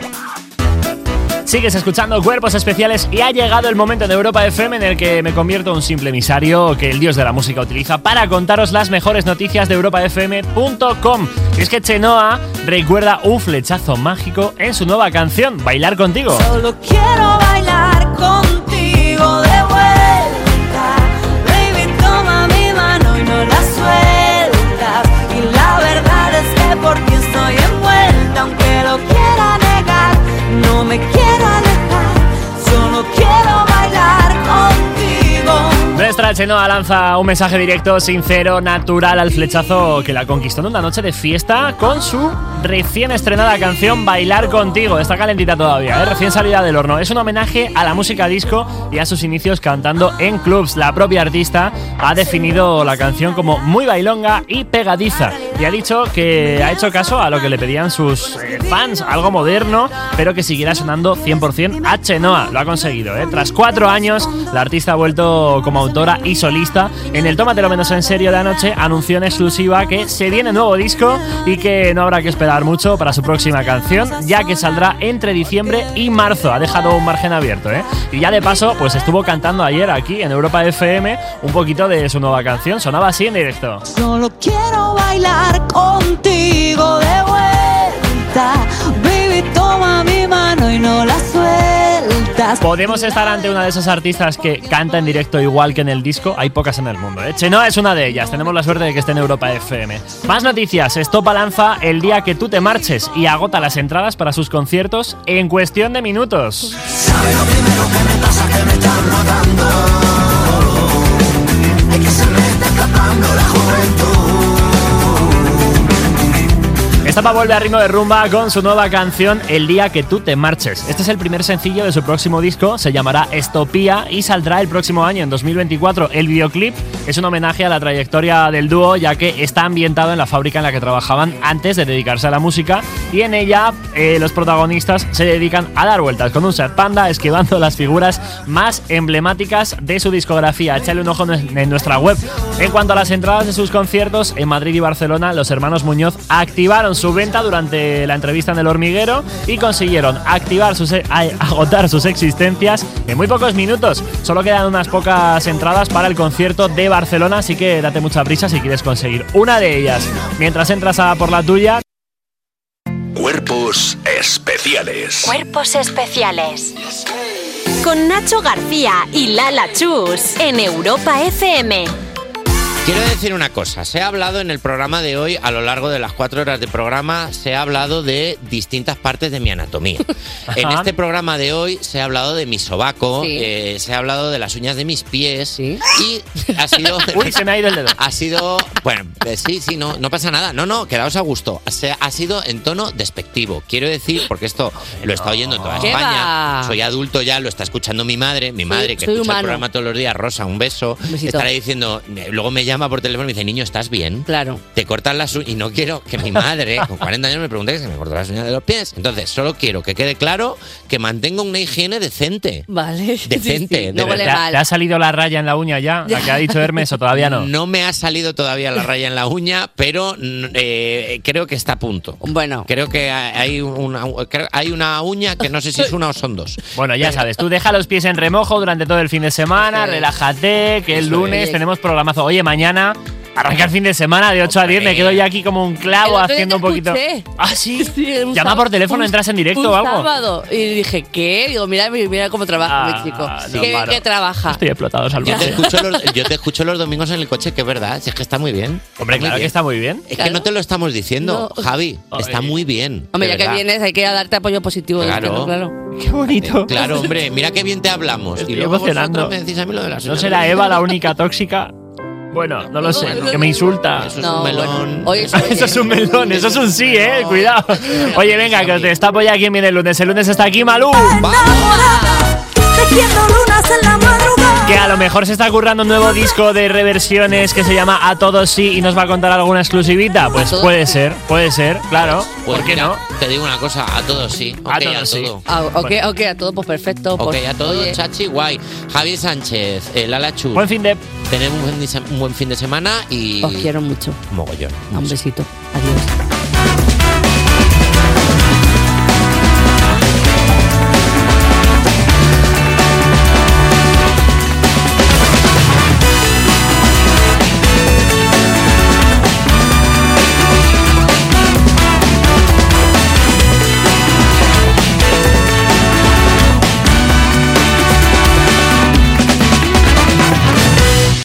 Sigues escuchando Cuerpos Especiales y ha llegado el momento en Europa F M en el que me convierto en un simple emisario que el dios de la música utiliza para contaros las mejores noticias de europa f m punto com. Y es que Chenoa recuerda un flechazo mágico en su nueva canción, Bailar Contigo. Solo quiero bailar contigo de vuelta. Baby, toma mi mano y no la sueltas. Y la verdad es que por ti estoy envuelta. Aunque lo quiera negar, no me quiero alejar. Solo quiero bailar contigo. Nuestra Chenoa lanza un mensaje directo, sincero, natural al flechazo que la conquistó en una noche de fiesta con su recién estrenada canción Bailar Contigo. Está calentita todavía, ¿eh? Recién salida del horno. Es un homenaje a la música disco y a sus inicios cantando en clubs. La propia artista ha definido la canción como muy bailonga y pegadiza. y ha dicho que ha hecho caso a lo que le pedían sus eh, fans, algo moderno, pero que siguiera sonando cien por ciento a Chenoa. Lo ha conseguido, ¿eh? Tras cuatro años, la artista ha vuelto como autora y solista. En el Tómatelo menos en serio de anoche anunció en exclusiva que se viene nuevo disco y que no habrá que esperar mucho para su próxima canción, ya que saldrá entre diciembre y marzo. Ha dejado un margen abierto, ¿eh? Y ya de paso, pues estuvo cantando ayer aquí en Europa F M un poquito de su nueva canción. Sonaba así en directo. Solo quiero bailar contigo de vuelta. Baby, toma mi mano y no la sueltas. Podemos estar ante una de esas artistas que canta en directo igual que en el disco. Hay pocas en el mundo, ¿eh? Chenoa es una de ellas. Tenemos la suerte de que esté en Europa F M. Más noticias. Estopa lanza El día que tú te marches y agota las entradas para sus conciertos en cuestión de minutos. ¿Sabes lo primero que me pasa? Que me están matando. Es que se me está escapando la juventud. Estopa vuelve a ritmo de rumba con su nueva canción El día que tú te marches. Este es el primer sencillo de su próximo disco, se llamará Estopía y saldrá el próximo año, en dos mil veinticuatro. El videoclip es un homenaje a la trayectoria del dúo, ya que está ambientado en la fábrica en la que trabajaban antes de dedicarse a la música, y en ella eh, los protagonistas se dedican a dar vueltas con un Seat Panda, esquivando las figuras más emblemáticas de su discografía. Échale un ojo en nuestra web. En cuanto a las entradas de sus conciertos en Madrid y Barcelona, los hermanos Muñoz activaron su venta durante la entrevista en El Hormiguero y consiguieron activar sus, agotar sus existencias en muy pocos minutos. Solo quedan unas pocas entradas para el concierto de Barcelona, así que date mucha prisa si quieres conseguir una de ellas. Mientras entras a por la tuya. Cuerpos especiales. Cuerpos especiales. Con Nacho García y Lala Chus en Europa F M. Quiero decir una cosa, se ha hablado en el programa de hoy, a lo largo de las cuatro horas de programa, se ha hablado de distintas partes de mi anatomía. En este programa de hoy se ha hablado de mi sobaco, sí. eh, se ha hablado de las uñas de mis pies, ¿sí? Y ha sido... Uy, se me ha ido el dedo. Ha sido... Bueno, eh, sí, sí, no, no pasa nada. No, no, quedaos a gusto. Se, ha sido en tono despectivo. Quiero decir, porque esto lo está oyendo toda España. Va? Soy adulto ya, lo está escuchando mi madre. Mi madre, sí, que escucha humano. El programa todos los días. Rosa, un beso. Un estará diciendo... Luego me llama por teléfono y me dice, niño, ¿estás bien? Claro. Te cortan las uñas. Y no quiero que mi madre, con cuarenta años, me pregunte que se me cortó las uñas de los pies. Entonces, solo quiero que quede claro que mantenga una higiene decente. Vale. Decente. Sí, sí. No de huele verdad. mal. ¿Te ha salido la raya en la uña ya? ¿La que ha dicho Hermes o todavía no? No me ha salido todavía la raya en la uña, pero eh, creo que está a punto. Bueno. Creo que hay una, hay una uña que no sé si es una o son dos. Bueno, ya sabes, tú deja los pies en remojo durante todo el fin de semana, relájate, que el lunes tenemos programazo. Oye, mañana... Arranca el fin de semana de ocho a diez, me quedo ya aquí como un clavo haciendo un poquito. Ah, sí. sí Llama sábado, por teléfono, un, entras en directo o algo. Sábado. Y dije, ¿qué? Digo, mira, mira cómo trabaja ah, mi chico. No, ¿Qué, ¿Qué trabaja? Estoy explotado, Salvador. Yo te, escucho los, yo te escucho los domingos en el coche, que es verdad, si es que está muy bien. Hombre, claro que está muy bien. Es claro. que no te lo estamos diciendo, no. Javi. Oye. Está muy bien. Hombre, ya que vienes, hay que darte apoyo positivo. Claro. Diciendo, claro. Qué bonito. Claro, hombre, mira qué bien te hablamos. Estoy y luego emocionando. Me decís a mí lo de las ¿No será Eva la única tóxica? Bueno, no lo sé, que me insulta. Eso es no, un melón. Bueno. Oye, eso, eso es un melón, eso es un sí, eh. No. Cuidado. Oye, venga, que os destapo ya quién viene el lunes. El lunes está aquí Malú. Que a lo mejor se está currando un nuevo disco de reversiones que se llama A Todos Sí y nos va a contar alguna exclusivita. Pues puede ser, puede ser, claro. Pues ¿por qué mira, no? Te digo una cosa, a todos sí. A okay, todos a sí. todo. Ah, ok, ok, a todo, pues perfecto. Ok, pues, a todo, oye. chachi, guay. Javi Sánchez, el Lala Chus. Buen fin de... Tenemos un buen, un buen fin de semana y... Os quiero mucho. Mogollón. Un besito. Adiós.